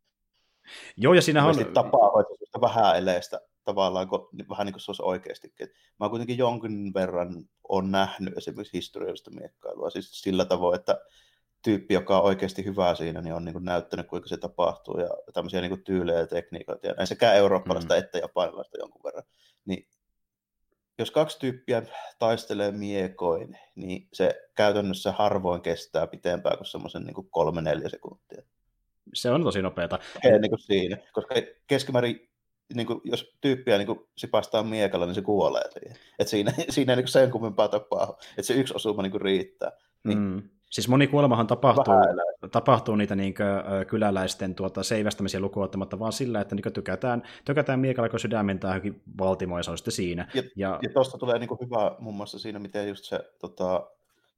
Joo, ja siinä on... Tapaa hoitaa vähän eleistä tavallaan, vähän niin kuin se olisi oikeastikin. Mä kuitenkin jonkin verran on nähnyt esimerkiksi historiallista miekkailua, siis sillä tavoin, että tyyppi, joka on oikeasti hyvä siinä, niin on niin kuin näyttänyt, kuinka se tapahtuu, ja tämmöisiä niin kuin tyylejä ja tekniikoita, ja näin sekä eurooppalaista mm. että japanilaista jonkun verran. Niin jos kaksi tyyppiä taistelee miekoin, niin se käytännössä harvoin kestää pitempään kuin semmoisen niin kuin kolme neljä sekuntia. Se on tosi nopeata. Ei, niin kuin siinä, koska keskimäärin, niin kuin, jos tyyppiä niin kuin sipastaa miekalla, niin se kuolee siihen. Et siinä, siinä ei niin kuin sen kummempaa tapahdu. Että se yksi osuma niin kuin riittää. Niin. Mm. Siis moni kuolemahan tapahtuu, tapahtuu niitä niin kuin, kyläläisten tuota, seivästämisiä lukuun ottamatta, vaan sillä, että niin tykätään, tykätään miekalla, kun sydämen tai johonkin valtimoon, ja se on sitten siinä. Ja, ja... ja tuosta tulee niin kuin hyvä muun muassa siinä, miten just se... Tota...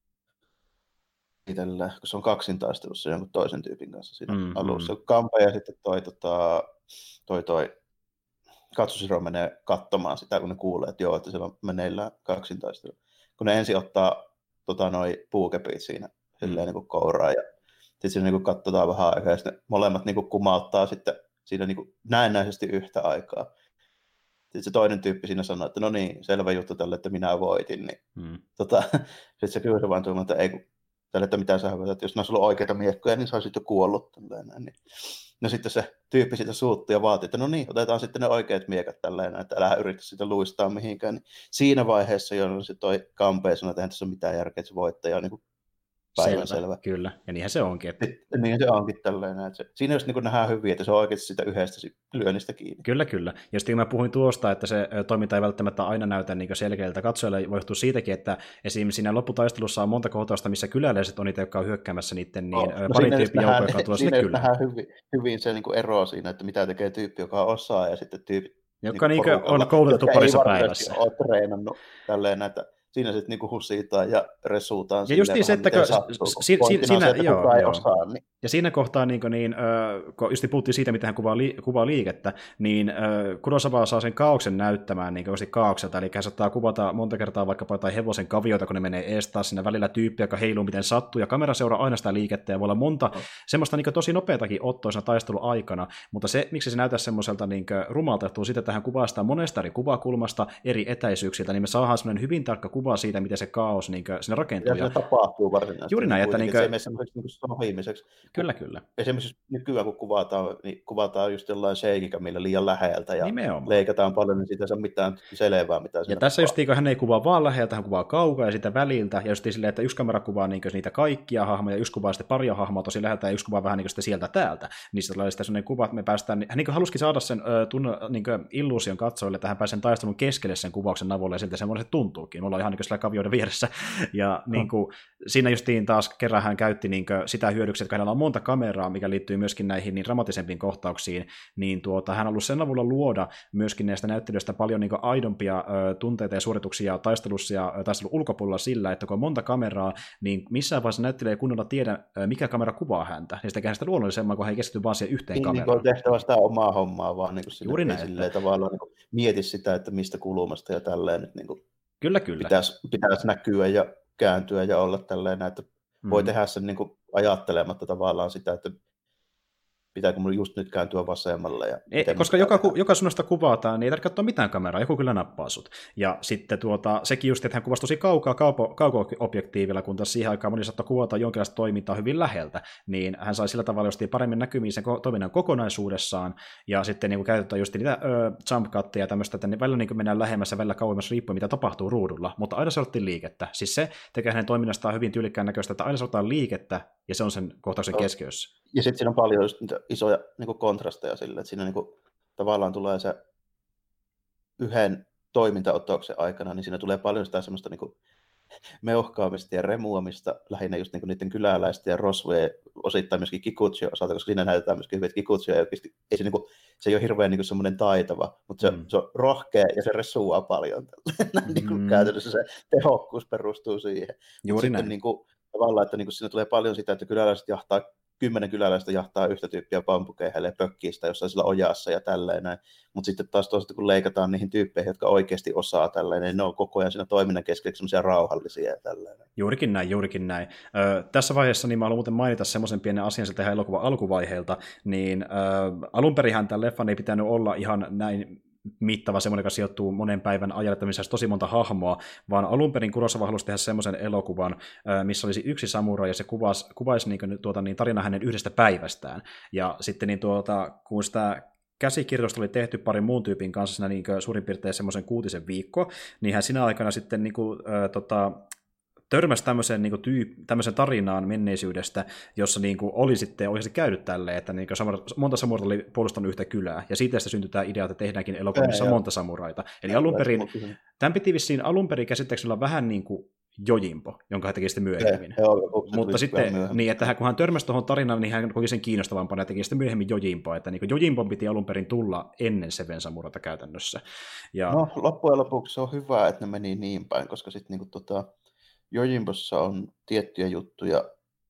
Itellä, kun se on kaksintaistelussa jonkun toisen tyypin kanssa siinä mm, alussa. Mm. Kampa ja sitten toi, tota, toi, toi Katsushiro menee katsomaan sitä, kun ne kuulee, että joo, että siellä on meneillään kaksintaistelu. Kun ne ensin ottaa tota, noi puukepit siinä silleen niin kuin kouraan ja sitten siinä niin kuin katsotaan vähän aikaa ja sitten molemmat niin kuin kumauttaa sitten siinä niin kuin näennäisesti yhtä aikaa. Sitten se toinen tyyppi siinä sanoo, että no niin, selvä juttu tälle, että minä voitin. Niin, mm. tota, sitten se kyllä vaan tuolla, että ei kun tälle, että mitä sä että jos ne olisi ollut oikeita miekkoja, niin sä olisit jo kuollut. Tällainen, niin. No sitten se tyyppi siitä suuttui ja vaati, että no niin, otetaan sitten ne oikeat miekat tällainen, että älä yritä sitä luistaa mihinkään. Niin siinä vaiheessa, jolloin se toi Kampee sanoi, että eihän tässä ole mitään järkeä, että se voittaja on niin päivän selvä, selvä. Kyllä, ja niinhän se onkin. Että... Niin se onkin tällainen. Että se, siinä just niin nähdään hyvin, että se on oikeasti sitä yhdestä lyönnistä kiinni. Kyllä, kyllä. Ja sitten mä puhuin tuosta, että se toiminta ei välttämättä aina näytä niin selkeältä katsojalle, voi johtua siitäkin, että esimerkiksi siinä lopputaistelussa on monta kohtausta, missä kyläläiset on niitä, jotka on hyökkäämässä niiden niin no, parin tyypin joukkoja, joka tulee sinne kyllä. Nähdään hyvin, hyvin se niin ero siinä, että mitä tekee tyyppi, joka osaa, ja sitten tyyppi, joka niin on koulutettu parissa päivässä. Jotka ei ole treenannut tälleen näitä. Siinä sitten niinku husitaan ja resuutaan. Ja just niin se, että si, si, siinä, se, että joo, joo. Osaa, niin. Ja siinä kohtaa, niin, niin, äh, kun just puhuttiin siitä, miten hän kuvaa, li, kuvaa liikettä, niin äh, Kurosawa saa sen kaaoksen näyttämään niin kaaokselta, eli hän saattaa kuvata monta kertaa vaikkapa jotain hevosen kavioita, kun ne menee ees taas siinä välillä tyyppiä, joka heiluu miten sattuu, ja kamera seuraa aina sitä liikettä, ja voi olla monta no. semmoista niin tosi nopeatakin ottoisena taistelun aikana, mutta se, miksi se näyttää semmoiselta niin rumalta, johtuu siitä, että hän kuvaa sitä monesta eri kuvakulmasta, eri etäisyyksiltä, niin me saadaan semmoinen hyvin tarkka kuva kuva siitä, miten se kaos niin siinä rakentuu. Ja se tapahtuu varsinaisesti. Juuri näin, että niin kuin... se ei mene semmoiseksi niin sohimiseksi. Kyllä, kyllä. Esimerkiksi nykyään, kun kuvataan, niin kuvataan just jollain sheikikämillä liian läheltä ja Nimenomaan. leikataan paljon, niin siitä ei saa mitään selvää, mitä ja tässä just hän ei kuvaa vaan läheltä, hän kuvaa kaukaa ja sitä väliltä, ja just silleen, että yksi kamera kuvaa niin niitä kaikkia hahmoja, yksi kuvaa sitten paria hahmoa tosi läheltä, ja yksi kuvaa vähän niin sieltä täältä. Niin sitten tulee sellainen kuva, että me päästään, hän niin halusikin saada sen ö, tunne, niin illuusion katsojille, että hän pääsee taistelun keskelle sen kuvauksen avulla, ja siltä semmoinen se tuntuukin. Mulla on ihan niin sillä kavioiden vieressä. Ja no. niin kuin, siinä justiin taas kerran hän käytti niin sitä hyödyksi, että hänellä on monta kameraa, mikä liittyy myöskin näihin niin dramatisempiin kohtauksiin, niin tuota, hän on ollut sen avulla luoda myöskin näistä näyttelyistä paljon niin aidompia ö, tunteita ja suorituksia taistelussa ja taistelun ulkopuolella sillä, että kun on monta kameraa, niin missään vaiheessa näyttelijä ei kunnolla tiedä, mikä kamera kuvaa häntä. Ja sitä sitä luonnollisemman, kun hän ei keskity vaan siihen yhteen niin, kameraan. Niin, kun on tehtävä sitä omaa hommaa, vaan niin Juuri näin. Silleen tavallaan niin mieti sitä, että mistä kulmasta ja tälleen nyt niin kyllä, kyllä. Pitäisi, pitäisi näkyä ja kääntyä ja olla tälleen, että voi mm. tehdä sen niin kuin ajattelematta tavallaan sitä, että pitääkö mun just nyt kääntyä vasemmalle. Ja ei, koska joka, ku, joka suunnasta kuvataan, niin ei tarvitse katsoa mitään kameraa, joku kyllä nappaa sut. Ja sitten tuota, sekin just, että hän kuvasi tosi kaukaa kaupo, kauko-objektiivilla, kun taas siihen aikaan moni saattoi kuvata jonkinlaista toimintaa hyvin läheltä, niin hän sai sillä tavalla just paremmin näkymiin sen toiminnan kokonaisuudessaan, ja sitten niin käytetään just niitä ö, jump cutteja ja tämmöistä, että välillä niin mennään lähemmässä, välillä kauemmas riippuen, mitä tapahtuu ruudulla, mutta aina seurattiin liikettä. Siis se tekee hänen toiminnastaan hyvin tyylikkään näköistä, että aina seurataan liikettä, ja se on sen kohtauksen keskiössä. Ja sitten siinä on paljon just niitä isoja niin kuin kontrasteja sille, että siinä niin kuin, tavallaan tulee se yhden toimintaotoksen aikana, niin siinä tulee paljon sitä semmoista niin kuin meuhkaamista ja remuamista, lähinnä just niin kuin niiden kyläläisten ja Roswell, osittain myöskin Kikuchion osalta, koska siinä näytetään myöskin hyvin, että Kikuchi ei oikeasti, ei se, niin kuin, se ei ole hirveän niin kuin semmoinen taitava, mutta se, mm. se on rohkea ja se resuaa paljon. Mm. niin kuin käytännössä se tehokkuus perustuu siihen. Juuri sitten niin kuin, tavallaan, että niin kuin siinä tulee paljon sitä, että kyläläiset jahtaa kymmenen kyläläistä jahtaa yhtä tyyppiä bambukeihelle ja pökkii sitä jossain sillä ojassa ja tälleen näin. Mutta sitten taas toisaalta, kun leikataan niihin tyyppeihin, jotka oikeasti osaa tälleen, niin ne on koko ajan siinä toiminnan keskellä semmoisia rauhallisia ja tälleen. Juurikin näin, juurikin näin. Ö, tässä vaiheessa niin mä haluan muuten mainita semmoisen pienen asian sieltä ihan elokuvan alkuvaiheelta, niin ö, alunperinhän tämän leffan ei pitänyt olla ihan näin mittava semmoinen, joka sijoittuu monen päivän ajalle, että missä olisi tosi monta hahmoa, vaan alun perin Kurosawa halusi tehdä semmoisen elokuvan, missä olisi yksi samurai, ja se kuvasi, kuvaisi niin kuin, tuota, niin tarina hänen yhdestä päivästään. Ja sitten niin, tuota, kun sitä käsikirjoitusta oli tehty parin muun tyypin kanssa siinä niin suurin piirtein semmoisen kuutisen viikkoa, niin hän sinä aikana sitten niin kuin, äh, tota, törmäsi tämmöiseen, niin kuin, tyyp, tämmöiseen tarinaan menneisyydestä, jossa niin kuin, oli sitten oikeasti käynyt tälleen, että niin kuin, monta samuraita oli puolustanut yhtä kylää, ja siitä syntyi tämä idea, että tehdäänkin elokuvissa monta samuraita. Eli alun perin, tämän piti vissiin alun perin käsittääkseni olla vähän niin kuin Jojimbo, jonka hän teki sitten myöhemmin. Ei, joo, mutta sitten, niin, että hän, kun hän törmäsi tuohon tarinaan, niin hän koki sen kiinnostavampana ja teki sitten myöhemmin Jojimboa, että niin Jojimbon piti alun perin tulla ennen Seven Samuraita käytännössä. Ja... No, loppujen lopuksi se on hyvä, että ne meni niin päin, koska sitten niin tota, Jojimbossa on tiettyjä juttuja,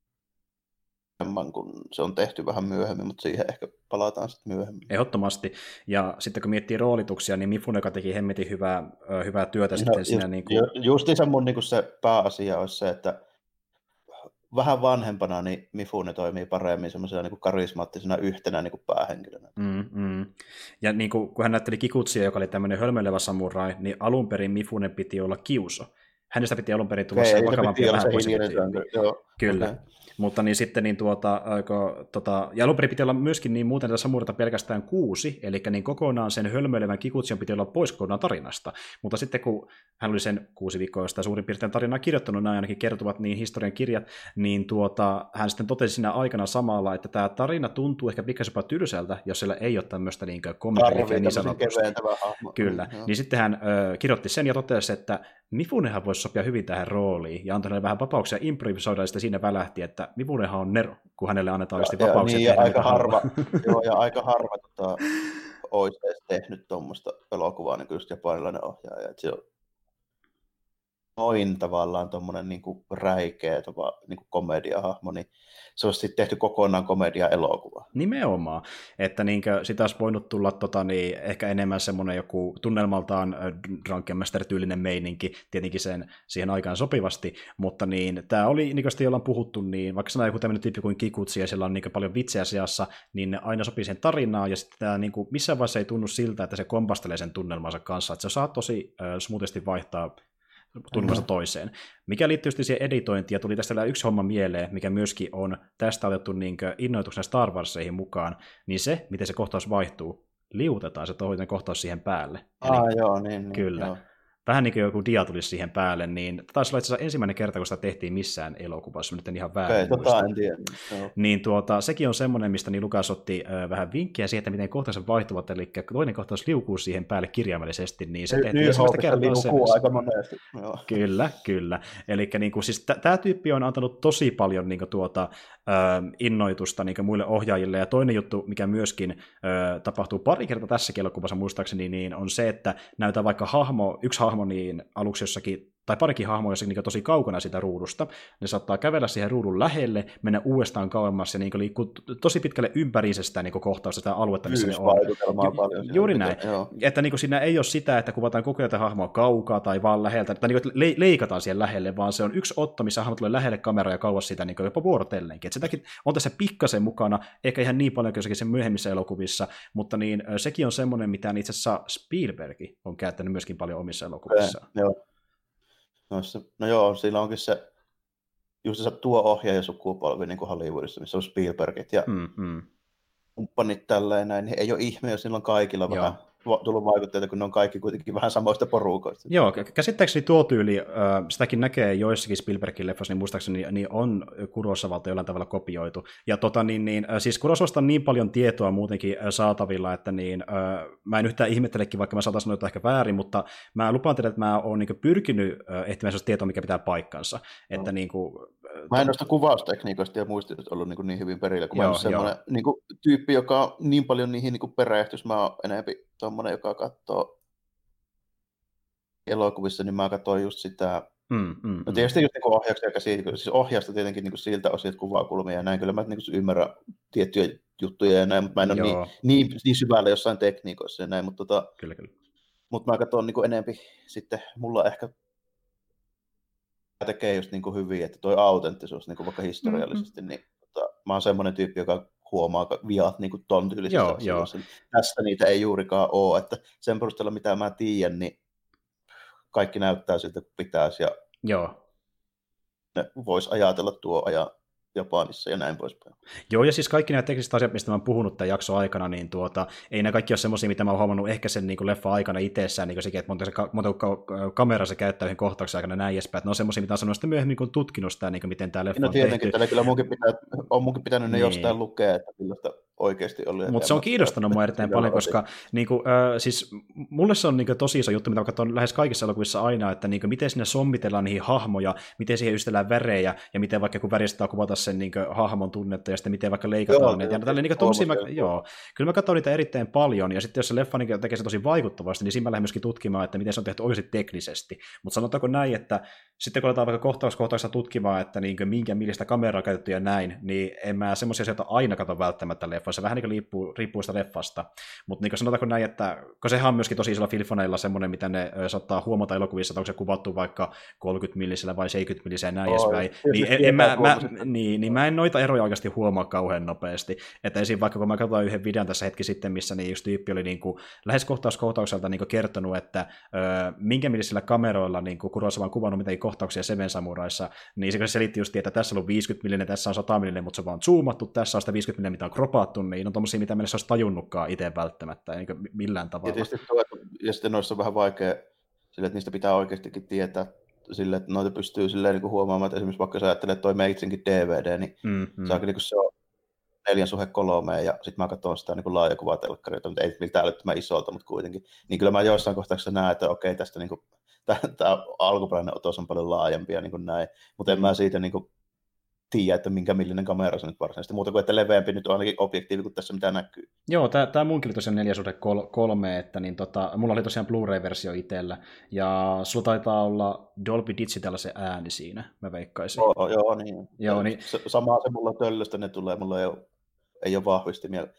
kun se on tehty vähän myöhemmin, mutta siihen ehkä palataan sitten myöhemmin. Ehdottomasti. Ja sitten kun miettii roolituksia, niin Mifune, joka teki hemmetin hyvää, hyvää työtä no, sitten just, siinä... Niin kuin... Justiinsa mun niin kuin se pääasia olisi se, että vähän vanhempana niin Mifune toimii paremmin semmoisena niin kuin karismaattisena yhtenä niin kuin päähenkilönä. Mm, mm. Ja niin kuin, kun hän näytteli Kikutsia, joka oli tämmöinen hölmöilevä samurai, niin alun perin Mifune piti olla kiuso. Hänestä piti alun perin tulla se vakavampi ja vähän poisempi. Kyllä. Okay. Mutta niin sitten, niin tuota, kun, tota, ja alun perin piti olla myöskin niin muuten tätä samurata pelkästään kuusi, eli niin kokonaan sen hölmöilevän Kikutsian piti olla pois kokonaan tarinasta. Mutta sitten kun hän oli sen kuusi viikkoa sitä suurin piirtein tarinaa kirjoittanut, nämä ainakin kertovat niin historian kirjat, niin tuota, hän sitten totesi siinä aikana samalla, että tämä tarina tuntuu ehkä pikkasen jopa tylsältä, jos siellä ei ole tämmöistä niin komediaa niin sanotusti. Kyllä. Mm, niin sitten hän ö, kirjoitti sen ja totesi, että Mifunehan voisi sopia hyvin tähän rooliin, ja antoi hänelle vähän vapauksia improvisoida, ja sitten siinä välähti, että Mifunehan on nero, kun hänelle annetaan ja, vapauksia. Niin, ja aika harva, joo, ja aika harva tota, olisi edes tehnyt tuommoista elokuvaa, niin kuin just japanilainen ohjaaja. Että se on noin tavallaan tuommoinen niin kuin räikeä niin kuin komediahahmo, niin se olisi sitten tehty kokonaan komedia-elokuva. Nimenomaan, että niinkö, sitä olisi voinut tulla tota, niin, ehkä enemmän semmoinen joku tunnelmaltaan Drunken Master-tyylinen meininki, tietenkin sen siihen aikaan sopivasti, mutta niin, tämä oli, niin kuin sitä ollaan puhuttu, niin vaikka sana joku tämmöinen tyyppi kuin Kikutsi, ja siellä on niin paljon vitsejä seassa, niin ne aina sopii sen tarinaan, ja sitten tämä niin kuin, missään vaiheessa ei tunnu siltä, että se kompastelee sen tunnelmansa kanssa, että se saa tosi äh, smoothisti vaihtaa tunnelmasta toiseen. Mikä liittyy siihen editointiin, ja tuli tästä vielä yksi homma mieleen, mikä myöskin on tästä otettu niin innoituksena Star Warseihin mukaan, niin se, miten se kohtaus vaihtuu, liutetaan se toinen kohtaus siihen päälle. Ah, Eli, joo, niin, niin. Kyllä. Joo. Vähän niin kuin joku dia tulisi siihen päälle, niin taisi olla itse asiassa ensimmäinen kerta, kun sitä tehtiin missään elokuvassa, nyt en ihan väärin okay, tota en tiedä. Niin tuota, sekin on semmoinen, mistä niin Lukas otti äh, vähän vinkkiä siihen, että miten kohtaukset vaihtuvat, eli toinen kohtaus liukuu siihen päälle kirjaimellisesti, niin se tehtiin ensimmäistä kertaa se. Aika monesti. Kyllä, kyllä. Eli niin kuin, siis tämä tyyppi on antanut tosi paljon niin kuin, tuota, äh, innoitusta niin kuin muille ohjaajille, ja toinen juttu, mikä myöskin äh, tapahtuu pari kertaa tässäkin elokuvassa muistaakseni, niin on se, että näytetään vaikka hahmo, yksi hahmo niin aluksi jossakin, tai parikin hahmoja jossakin niin tosi kaukana sitä ruudusta, ne saattaa kävellä siihen ruudun lähelle, mennä uudestaan kauemmas ja niin liikkuu tosi pitkälle ympäriinsä sitä niin kohtausta, sitä aluetta, missä ne on. Ju- paljon juuri näin. Joo. Että niin siinä ei ole sitä, että kuvataan koko ajan hahmoa kaukaa tai vaan läheltä, tai niin le- leikataan siihen lähelle, vaan se on yksi otto, missä hahmo tulee lähelle kameraa ja kauas sitä niin jopa vuorotellenkin. Että sitäkin on tässä pikkasen mukana, eikä ihan niin paljon kuin sen myöhemmissä elokuvissa, mutta niin, sekin on semmoinen, mitä itse asiassa Spielberg on käyttänyt myöskin paljon omissa elokuvissaan. Okay, joo. No, se, no joo, sillä onkin se, just se tuo ohjaajasukupolvi niin kuin Hollywoodissa, missä on Spielbergit ja mm, mm. kumppanit tälleen näin, niin ei ole ihme, jos niillä on kaikilla joo. vähän tullut vaikutteita, kun ne on kaikki kuitenkin vähän samoista porukoista. Joo, käsittääkseni tuo tyyli, äh, sitäkin näkee joissakin Spielbergin leffoissa, niin muistaakseni niin on Kurosavalta jollain tavalla kopioitu. Ja tota, niin, niin, äh, siis Kurosavasta on niin paljon tietoa muutenkin äh, saatavilla, että niin, äh, mä en yhtään ihmettelekin, vaikka mä saatan sanoa jotain ehkä väärin, mutta mä lupaan teille, että mä oon niin pyrkinyt äh, ehtimään sellaista tietoa, mikä pitää paikkansa. No. Että, niin kuin, äh, mä en noista kuvaustekniikoista ja muistista ollut niin, niin hyvin perillä, kun joo, mä en ole semmoinen niin kuin, tyyppi, joka on niin paljon niihin niin perehtys, mä oon enemmän tommonen, joka katsoo elokuvissa, niin mä katsoin just sitä, mm, mm, no tietysti just niin ohjauksia ja käsityksiä, siis ohjausta tietenkin niin siltä osin, että kuvakulmia ja näin, kyllä mä niin ymmärrän tiettyjä juttuja ja näin, mutta mä en ole niin, niin, niin syvällä jossain tekniikoissa ja näin, mutta, tota, kyllä, kyllä. mutta mä katson niin enemmän sitten, mulla ehkä tekee just niin hyvin, että toi autenttisuus niin vaikka historiallisesti, mm-hmm. niin tota, mä oon semmoinen tyyppi, joka huomaa viat niin kuin ton tyylisistä asioista. Tästä niitä ei juurikaan ole, että sen perusteella mitä mä tiedän, niin kaikki näyttää siltä, kun pitäisi, ja joo. ne vois ajatella tuo ajan Japanissa ja näin poispäin. Joo, ja siis kaikki nämä tekniset asiat, mistä mä oon puhunut tämän jakson aikana, niin tuota, ei nämä kaikki ole semmoisia, mitä mä oon huomannut ehkä sen niin leffa aikana itsessään, niin sekin, että monta, se, monta kamera se käyttää yhden kohtauksen aikana näin edespäin, että ne on semmoisia, mitä on sanonut sitten myöhemmin, kun tutkinut sitä, niin miten tämä leffa no, on tehty. No tietenkin, kyllä munkin pitää, on munkin pitänyt ne niin. jostain lukea, että kyllä sitä oikeasti oli. Mutta se on kiinnostanut mua erittäin paljon, koska niin kuin, äh, siis, mulle se on niin kuin, tosi iso juttu, mitä mä katson lähes kaikissa elokuvissa aina, että niin kuin, miten sinne sommitellaan niihin hahmoja, miten siihen ystellään värejä, ja miten vaikka kun väristä kuvata sen niin kuin, hahmon tunnetta, ja sitten miten vaikka leikataan ne. Ja tälle, niin kuin, mä, joo, kyllä mä katson niitä erittäin paljon, ja sitten jos se leffa niin tekee se tosi vaikuttavasti, niin siinä mä lähden myöskin tutkimaan, että miten se on tehty oikeasti teknisesti. Mutta sanotaanko näin, että sitten kun aletaan vaikka kohtauskohtauksessa tutkimaan, että niin kuin, minkä millistä kameraa on käytetty ja näin, niin en mä semmoisia asioita aina katso välttämättä leffa. Se vähän niin kuin riippuu, riippuu sitä leffasta. Mutta niin sanotaanko näin, että kun sehän on myöskin tosi isolla filfoneilla semmoinen, mitä ne ö, saattaa huomata elokuvissa, että onko se kuvattu vaikka kolmekymmentä millisellä vai seitsemänkymmentä millisellä näin edespäin. Niin, en, en, mä, mä, niin, niin mä en noita eroja oikeasti huomaa kauhean nopeasti. Että esim. Vaikka kun mä katsoin yhden videon tässä hetki sitten, missä niin just tyyppi oli niin kuin, lähes kohtauskohtaukselta niin kuin kertonut, että ö, minkä millisillä kameroilla niin Kurosawa on kuvannut mitäkin kohtauksia Seven Samuraissa, niin se selitti just, että tässä on viisikymmentä millinen, tässä on sata millinen, mutta se on vaan zoomattu, tässä on sitä viisikymmentä millinen, mitä on kropattu, niin on tommosia, mitä meillä olisi tajunnutkaan itse välttämättä, niin millään tavalla. Ja, tuo, ja sitten noissa on vähän vaikea sille, että niistä pitää oikeastikin tietää sille, että noita pystyy silleen niin kuin huomaamaan, että esimerkiksi vaikka sä ajattelet, että toi Meitsinkin D V D, niin mm-hmm. saa kyllä, kun se on neljän suhe kolmeen, ja sitten mä katson sitä niin laajakuvatelkkaria, mutta ei miltään älyttömän isolta, mutta kuitenkin. Niin kyllä mä joissain kohtauksissa näen, että okei, tästä niin kuin, tämä alkuperäinen otos on paljon laajempi ja niin kuin näin, mutta en mä siitä niin kuin tiedä, että minkä millinen kamera se nyt varsinaisesti, muuta kuin että leveämpi nyt on ainakin objektiivi kuin tässä mitä näkyy. Joo, tämä munkin oli tosiaan neljä suhde kolme, että niin tota, mulla oli tosiaan Blu-ray-versio itsellä, ja sulla taitaa olla Dolby Digital se ääni siinä, mä veikkaisin. Joo, joo niin. Joo, niin. Samaa se mulla töllöstä ne tulee, mulla ei ole, ei ole vahvistimia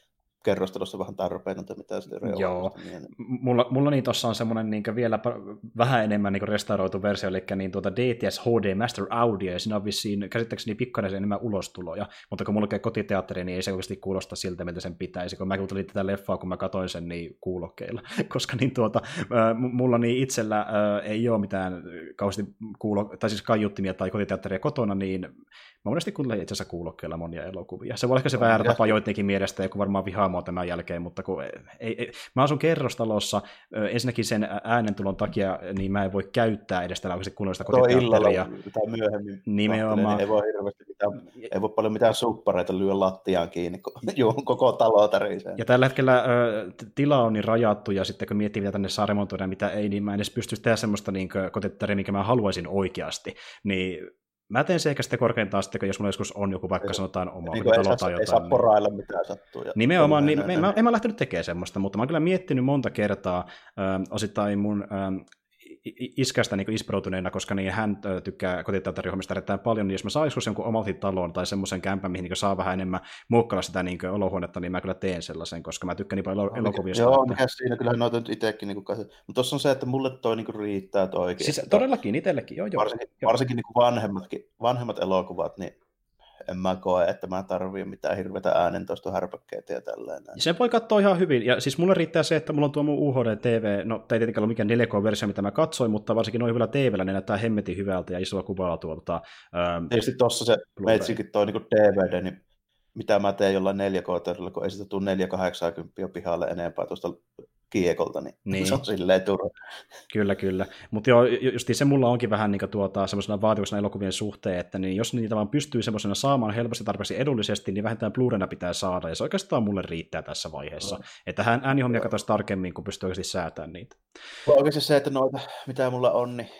kerrostelussa vähän tarpeetonta, mitä sitten Joo, mulla, mulla niin tuossa on semmoinen niin vielä vähän enemmän niin restauroitu versio, eli niin tuota D T S H D Master Audio, ja siinä on vissiin käsittääkseni pikkainen enemmän ulostuloja, mutta kun mulla käy kotiteatteri, niin ei se oikeasti kuulosta siltä, miltä sen pitäisi, kun mä kuuntelin tätä leffaa, kun mä katsoin sen niin kuulokkeilla, koska niin tuota, mulla niin itsellä ei ole mitään kauheasti kuulo, tai siis kaiuttimia tai kotiteatteria kotona, niin mä monesti kuuntelen itse asiassa kuulokkeilla monia elokuvia. Se voi olla ehkä se väärä tapa joidenkin mielestä, joku varmaan vihaa mua tämän jälkeen, mutta kun ei, ei, mä asun kerrostalossa, ensinnäkin sen äänentulon takia, niin mä en voi käyttää edes tällä oikeasti kuunnella sitä kotiteatteria. Tai myöhemmin. Nimenomaan. Niin ei, voi hirveästi mitään, ei voi paljon mitään suppareita lyö lattiaan kiinni, kun juu, koko talo tärisee. Ja tällä hetkellä ä, tila on niin rajattu, ja sitten kun miettii, mitä tänne saa remontoida ja mitä ei, niin mä en edes pystyisi tehdä semmoista niin kotiteatteria, minkä mä haluaisin oikeasti. Niin mä teen se ehkä sitten korkeintaan sitten, jos mulla joskus on joku vaikka sanotaan oma niin talo tai jotain. Ei saa porailla mitään sattuu. Nimenomaan, niin, en, mä, en mä lähtenyt tekemään semmoista, mutta mä oon kyllä miettinyt monta kertaa äh, osittain mun äh, iskästä niin inspiroituneena, koska niin hän tykkää kotiteatterihommista erittäin paljon, niin jos mä saisin jonkun omalti talon tai semmoisen kämpän, mihin niin saa vähän enemmän muokkailla sitä niin olohuonetta, niin mä kyllä teen sellaisen, koska mä tykkään niin paljon no, elokuvista. Joo, mikä siinä kyllä noita nyt itsekin. Niin mutta tuossa on se, että mulle toi niin riittää toi oikein. Siis todellakin, itsellekin, joo joo. Varsinkin, varsinkin niin vanhemmatkin, vanhemmat elokuvat, niin en mä koe, että mä tarvitsen mitään hirveätä äänentoistohärpäkkeitä ja tällainen. Se voi katsoa ihan hyvin, ja siis mulle riittää se, että mulla on tuo mun U H D T V, no ei tietenkään ole mikään neljä K-versio, mitä mä katsoin, mutta varsinkin noin hyvällä T V:llä ne näyttää hemmetin hyvältä ja isoa kuvaa tuolta. Ähm, Tietysti tuossa se meitsikin toi niin D V D, niin mitä mä teen jollain neljä K-terillä, kun ei sitä tule neljä kahdeksankymmentä pihalle enempää tuosta kiekolta, niin, niin. Se on silleen turha. Kyllä, kyllä. Mutta joo, justiin se mulla onkin vähän niin tuota, semmoisena vaatimuksena elokuvien suhteen, että niin jos niitä vaan pystyy semmoisena saamaan helposti tarpeeksi edullisesti, niin vähintään Blu-rayna pitää saada, ja se oikeastaan mulle riittää tässä vaiheessa. No. Että hän äänihommia katsoisi tarkemmin, kun pystyy oikeasti säätämään niitä. Oikeasti se, että noita, mitä mulla on, niin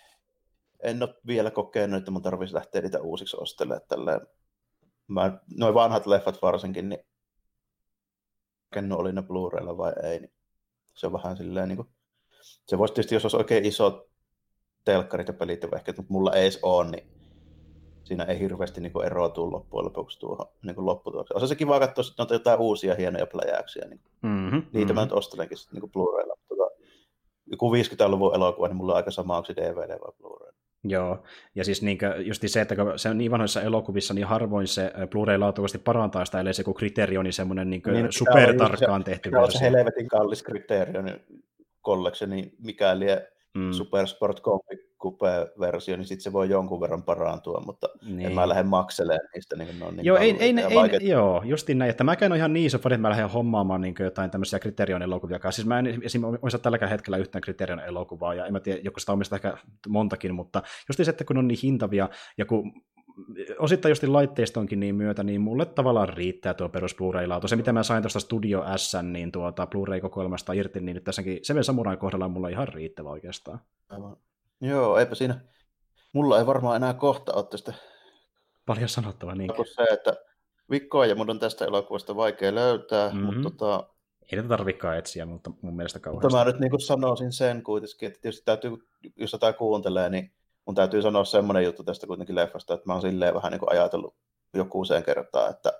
en ole vielä kokenut, että mun tarvitsisi lähteä niitä uusiksi ostelemaan. Tälleen. Mä, noi vanhat leffat varsinkin, niin kenno oli ne Blu-raylla vai ei, niin se on vähän silleen niin kuin, se voisi tietysti, jos olisi oikein iso telkkarit ja pelit ja ehkä, mutta mulla ei edes ole, niin siinä ei hirveästi niin kuin eroa tule loppujen lopuksi tuohon niin kuin lopputulokseen. Osa se kiva katsoa sitten noita jotain uusia hienoja pläjäyksiä, niin mm-hmm, niitä mm-hmm. mä nyt ostelenkin sitten niin kuin Blu-raylla. Tota, joku viisikymmentäluvun elokuva, niin mulla on aika sama, onko se D V D vai Blu-ray. Joo, ja siis niin justi se, että se on niin vanhoissa elokuvissa, niin harvoin se Blu-ray laatuvasti parantaa sitä, ellei se kun kriteeri on niin semmoinen niin niin, supertarkkaan tehty versio. Se on se helvetin kallis kriteerion collectioni, mikäli mm. Supersport Coupe-versio, niin sitten se voi jonkun verran parantua, mutta niin. En mä lähde makselemaan niistä. Niin ne on niin joo, ei, ei, ei, joo, justiin näin, että mäkään ole ihan niin iso fani, että mä lähden hommaamaan niin jotain tämmöisiä kriteerion elokuvia. Siis mä en esimerkiksi omista tälläkään hetkellä yhtään kriteerion elokuvaa, ja en mä tiedä, joku sitä omistaa ehkä montakin, mutta justiin se, että kun on niin hintavia, ja kun osittain justiin laitteistonkin niin myötä, niin mulle tavallaan riittää tuo perus Blu-ray-laatu. Se, mitä mä sain tuosta Studio S:n niin tuota Blu-ray-kokoelmasta irti, niin nyt tässäkin Seven Samurain kohdalla on mulla ihan riittävä oikeastaan. Aivan. Joo, eipä siinä. Mulla ei varmaan enää kohta ole tästä paljon sanottavaa. Niin. Se, että vikkoa ja mun on tästä elokuvasta vaikea löytää, mm-hmm. mutta tota... Ei tätä tarvitsekaan etsiä, mutta mun mielestä kauheasti. Mutta mä nyt niin kuin sanoisin sen kuitenkin, että tietysti täytyy, jos jotain kuuntelee, niin mun täytyy sanoa semmoinen juttu tästä kuitenkin leffasta, että mä oon silleen vähän niin kuin ajatellut joku usein kertaa, että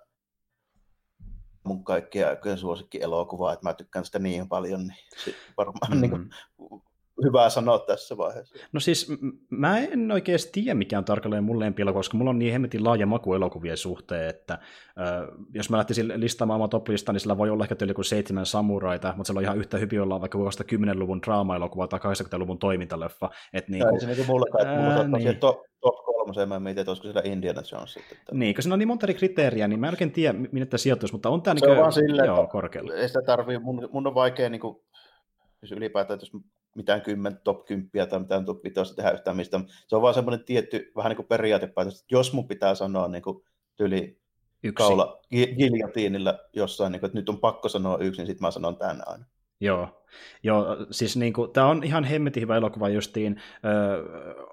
mun kaikkien aikojen suosikki elokuvaa, että mä tykkään sitä niin paljon, niin varmaan mm-hmm. niin kuin hyvä sanoa tässä vaiheessa. No siis mä en oikein tiedä, mikä on tarkalleen mun lempielokuva, koska mulla on niin hemmetin laaja maku elokuvien suhteen, että äh, jos mä lähtisin listaamaan omaa top-listaa, niin sillä voi olla ehkä tyyli kuin seitsemän samuraita, mutta sillä on ihan yhtä hyvin olla vaikka kaksikymmenluvun draama-elokuva tai kahdeksankymmentäluvun toimintaleffa. Et niin kuin, se niin kuin mulla kai, että mulla saattaa niin. top, top kolmoseen, mä mietin, että olisiko siellä Indiana Jones sitten. Niin, kun siinä on niin monta eri kriteeriä, niin mä en oikein tiedä, minne tämä sijoittuisi, mutta on tämä niin kuin, silleen, joo, korkealla. Ei sitä tarvii, mun, mun on vaikea, niin kuin, jos ylipäätään, jos mitään kymmen top kymmenen tai mitään top viisi tehdä yhtään mistä. Se on vaan semmoinen tietty vähän niin kuin periaatepäätös, että jos mun pitää sanoa niin kuin tyli yksi. Kaula giljotiinilla jossain, niin kuin, että nyt on pakko sanoa yksi, niin sitten mä sanon tämän aina. Joo. Joo, siis niin kuin, tämä on ihan hemmetin hyvä elokuva justiin, öö,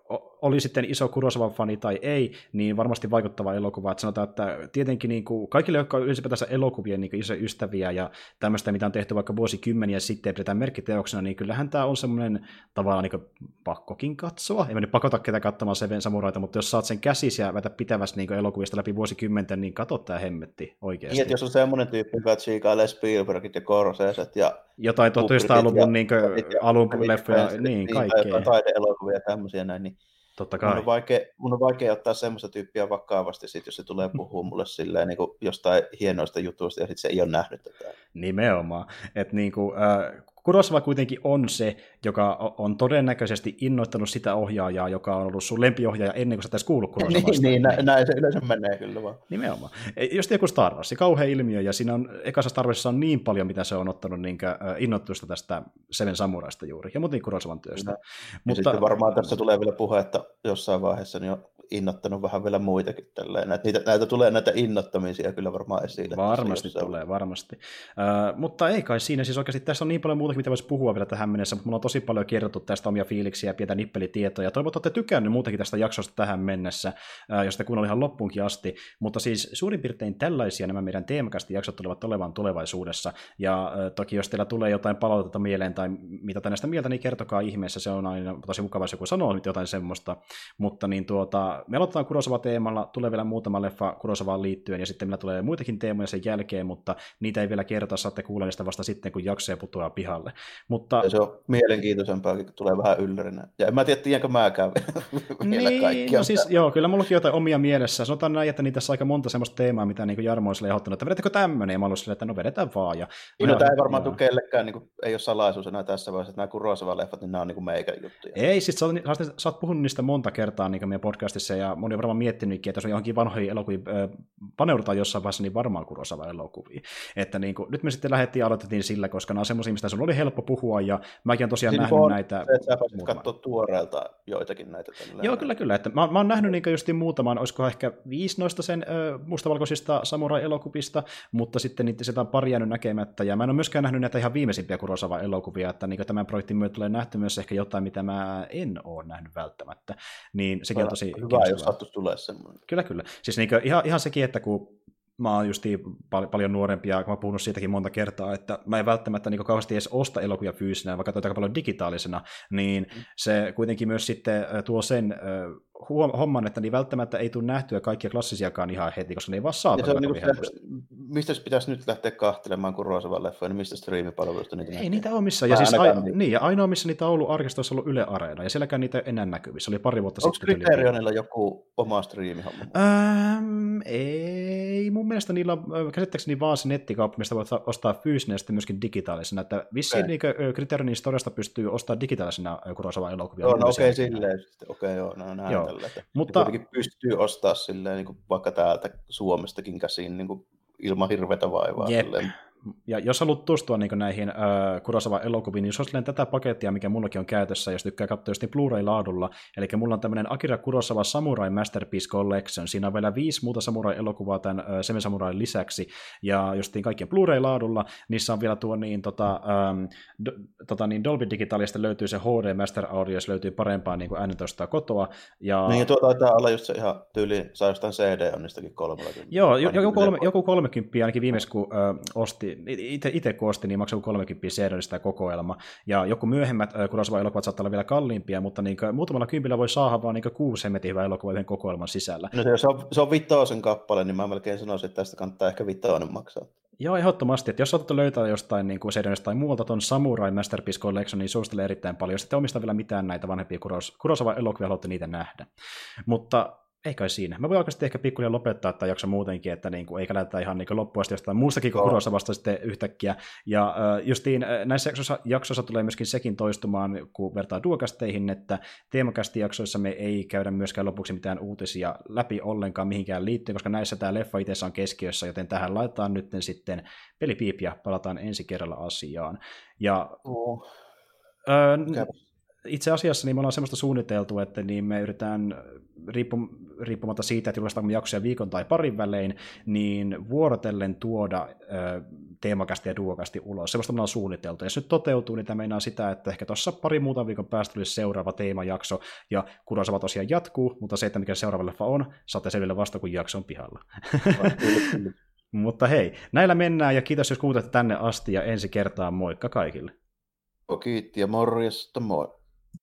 oli sitten iso Kurosawa-fani tai ei, niin varmasti vaikuttava elokuva. Että sanotaan, että tietenkin niin kuin, kaikille, jotka on ylipäätänsä elokuvien niin isoja ystäviä ja tämmöistä, mitä on tehty vaikka vuosikymmeniä sitten ja pidetään merkkiteoksena, niin kyllähän tämä on semmoinen tavallaan niin pakkokin katsoa. En mä nyt pakota ketään katsomaan Seven Samuraita, mutta jos saat sen käsis ja väitä pitävästi niin elokuvista läpi vuosikymmenten, niin katso tämä hemmetti oikeasti. Niin, että jos on semmoinen tyyppi, joka tsiikailee Spielbergit ja Corseset ja jotain tuhatyhdeksänsataaluvun niin alun leffoja, niin kaikkea. Jotain taide-elokuvia ja tämmöisiä näin, niin totta kai. Mun on vaikea, mun on vaikea ottaa semmoista tyyppiä vakavasti, sit, jos se tulee puhua mulle silleen, niin kuin jostain hienoista jutuista, ja sitten se ei ole nähnyt tätä. Nimenomaan. Että niin kuin, äh, Kurosawa kuitenkin on se, joka on todennäköisesti innoittanut sitä ohjaajaa, joka on ollut sun lempiohjaaja ennen kuin sä edes kuullut Kurosawasta. niin, niin, nä- näin se yleensä menee kyllä vaan. Nimenomaan. Just joku Star Wars, kauhea ilmiö, ja siinä on, ekassa Star Warsissa on niin paljon, mitä se on ottanut niin kuin, äh, innoittuista tästä Seven Samuraista juuri, ja muuten Kurosawan työstä. No. Mutta sitten varmaan tässä tulee vielä puhetta jossain vaiheessa, niin on innottanut vähän vielä muitakin tälleen. Näitä, näitä tulee näitä innottamisia kyllä varmaan esille. Varmasti tulee, varmasti. Uh, mutta ei kai siinä, siis oikeasti tässä on niin paljon muutakin, mitä voisi puhua vielä tähän mennessä, mutta mulla on tosi paljon kerrottu tästä omia fiiliksiä ja pientä nippelitietoja, ja toivon, että olette tykännyt muutenkin tästä jaksosta tähän mennessä, uh, jos te kuunnella ihan loppuunkin asti, mutta siis suurin piirtein tällaisia nämä meidän teemakasti jaksot tulevat olevan tulevaisuudessa, ja uh, toki jos teillä tulee jotain palautetta mieleen tai mitä tänästä mieltä, niin kertokaa ihmeessä, se on aina tosi mukavaa, jos joku sanoo nyt jotain semmoista, mutta niin tuota, me aloitetaan Kurosawa-teemalla, tulee vielä muutama leffa Kurosawaan liittyen, ja sitten meillä tulee muitakin teemoja sen jälkeen, mutta niitä ei vielä kertaa, saatte kuulla niistä vasta sitten, kun jaksoja putoaa pihalle. Mutta ja se on mielenkiintoisempaakin, kun tulee vähän yllärinä. Ja en mä tiedä, tiedänkö mäkään vielä niin, kaikkia. No siis, joo, kyllä mullakin jotain omia mielessä. Sanotaan näin, että niitä on aika monta semmoista teemaa, mitä niin Jarmo on sille ehdottanut, että vedettekö tämmöinen, ja mä olen silleen, että no vedetään vaan. Ja no, tämä ei varmaan tule kellekään, niin kuin, ei ole salaisuus enää tässä vaiheessa, että nämä Kurosawa-leffat, niin nämä on niin kuin meikä juttuja. Ei, siis sä, sä, sä oot puhunut niistä monta kertaa niin meidän podcastissa, ja moni on varmaan miettinytkin, että jos on johonkin vanhoihin elokuviin äh, paneudutaan jossain vaiheessa, niin varmaan Kurosawa-elokuviin. Että niin kuin, nyt me sitten lähdettiin ja aloitettiin sillä, koska nämä on semmoisia, mistä sun oli helppo puhua, ja mäkin olen tosiaan Siinä nähnyt on näitä. Se, että sä pääsit katsoa tuoreelta joitakin näitä. Tällä Joo, kyllä, kyllä. Että mä, mä oon nähnyt niin justiin muutaman, olisiko ehkä viisi noista sen ö, mustavalkoisista samurai-elokuvista, mutta sitten niitä sieltä on pari jäänyt näkemättä, ja mä en ole myöskään nähnyt näitä ihan viimeisimpiä Kurosawa-elokuvia, että niin tämän projektin myötä tulee nähty myös ehkä jotain, mitä mä en ole nähnyt välttämättä. Niin sekin on tosi hyvä, jos sattuisi tulee semmoinen. Kyllä, kyllä. Siis niin kuin, ihan, ihan sekin, että kun mä oon justiin pal- paljon nuorempia, kun mä oon puhunut siitäkin monta kertaa, että mä en välttämättä niin kauheasti edes osta elokuvia fyysinä, vaikka aika paljon digitaalisena, niin mm. se kuitenkin myös sitten tuo sen huom- homman, että niin välttämättä ei tule nähtyä kaikkia klassisiakaan ihan heti, koska ne ei vaan saatavilla kovin helposti. Mistä pitäisi nyt lähteä kahtelemaan Kurosawan leffoja, niin mistä striimipalveluista niitä Ei näkee? niitä ole missään. Ja, siis a- niin, ja ainoa, missä niitä on ollut arkistoissa, on ollut Yle Areena, ja sielläkään niitä ei enää näkyvissä. Oli pari vuotta Onko sitten. Onko Criterionilla joku oma striimihomma? Ähm, ei, mun mielestä niillä on käsittääkseni vaan se nettikauppa, mistä voit ostaa fyysinen ja sitten myöskin digitaalisena. Että vissiin niin Criterionin storesta pystyy ostamaan digitaalisena Kurosawan elokuvia. Joo, no okei, okay, silleen. Okei, okay, joo, no näin joo. Tällä. Mutta kuitenkin pystyy ostamaan silleen, niin kuin vaikka täältä Suomestakin käsin niin kuin ilman hirveätä vaivaa. Jep. Ja jos haluat tutustua niin näihin äh, Kurosawan elokuviin, niin suosittelen tätä pakettia, mikä mullakin on käytössä, jos tykkää katsoa just niin Blu-ray-laadulla. Eli mulla on tämmöinen Akira Kurosawa Samurai Masterpiece Collection. Siinä on vielä viisi muuta samurai-elokuvaa tämän äh, Seven Samurain lisäksi. Ja justiin kaikkien Blu-ray-laadulla, niissä on vielä tuo niin, tota, ähm, do, tota, niin Dolby Digitalista löytyy se H D Master Audio, jos löytyy parempaa niin äänentoistoa kotoa. Ja... Niin, tuo taitaa olla just se ihan tyyli, saa jostain C D-onnistakin kolmellakymmentä. Joo, joku, kolme, joku kolmekymmentä ainakin viimeis, kun äh, osti itse kun ostin, niin maksoi kolmekymmentä C D:stä kokoelma. Ja joku myöhemmät Kurosawa-elokuvat saattaa olla vielä kalliimpia, mutta niin kuin, muutamalla kympillä voi saada vaan niin kuusi hemmetin hyvää elokuvaa yhden kokoelman sisällä. No se on, se on vitosen kappale, niin mä melkein sanoisin, että tästä kannattaa ehkä vitoinen maksaa. Joo, ehdottomasti. Että jos saatat löytää jostain niin kuin C D:stä tai muualta tuon Samurai Masterpiece Collection, niin suosittelen erittäin paljon. Jos ette omista vielä mitään näitä vanhempia Kurosawa-elokuvia, haluatte niitä nähdä. Mutta ei kai siinä. Mä voin oikeasti ehkä pikkuhiljaa lopettaa tämän jakson muutenkin, että niin kuin, eikä lähdetä ihan niin loppuun asti jostain muustakin kuin Kurosawasta sitten yhtäkkiä. Ja äh, justiin äh, näissä jaksoissa, jaksoissa tulee myöskin sekin toistumaan, kun vertaa duokasteihin, että teemakästijaksoissa me ei käydä myöskään lopuksi mitään uutisia läpi ollenkaan mihinkään liittyen, koska näissä tämä leffa itse on keskiössä, joten tähän laitetaan nyt sitten pelipiip ja palataan ensi kerralla asiaan. Ja... Oh. Äh, itse asiassa niin me ollaan semmoista suunniteltu, että niin me yritetään riippum, riippumatta siitä, että julkaistaan jaksoja viikon tai parin välein, niin vuorotellen tuoda ö, teemakasti ja duokasti ulos. Semmoista me ollaan suunniteltu. Ja jos nyt toteutuu, niin tämä meinaa sitä, että ehkä tuossa pari muuta viikon päästä tulisi seuraava teemajakso, ja Kurosawa tosiaan jatkuu, mutta se, että mikä seuraava leffa on, saatte selville vasta, kun jakso on pihalla. Mutta hei, näillä mennään, ja kiitos, jos kuuntelette tänne asti, ja ensi kertaa moikka kaikille. Kiitti ja morjesta, moi.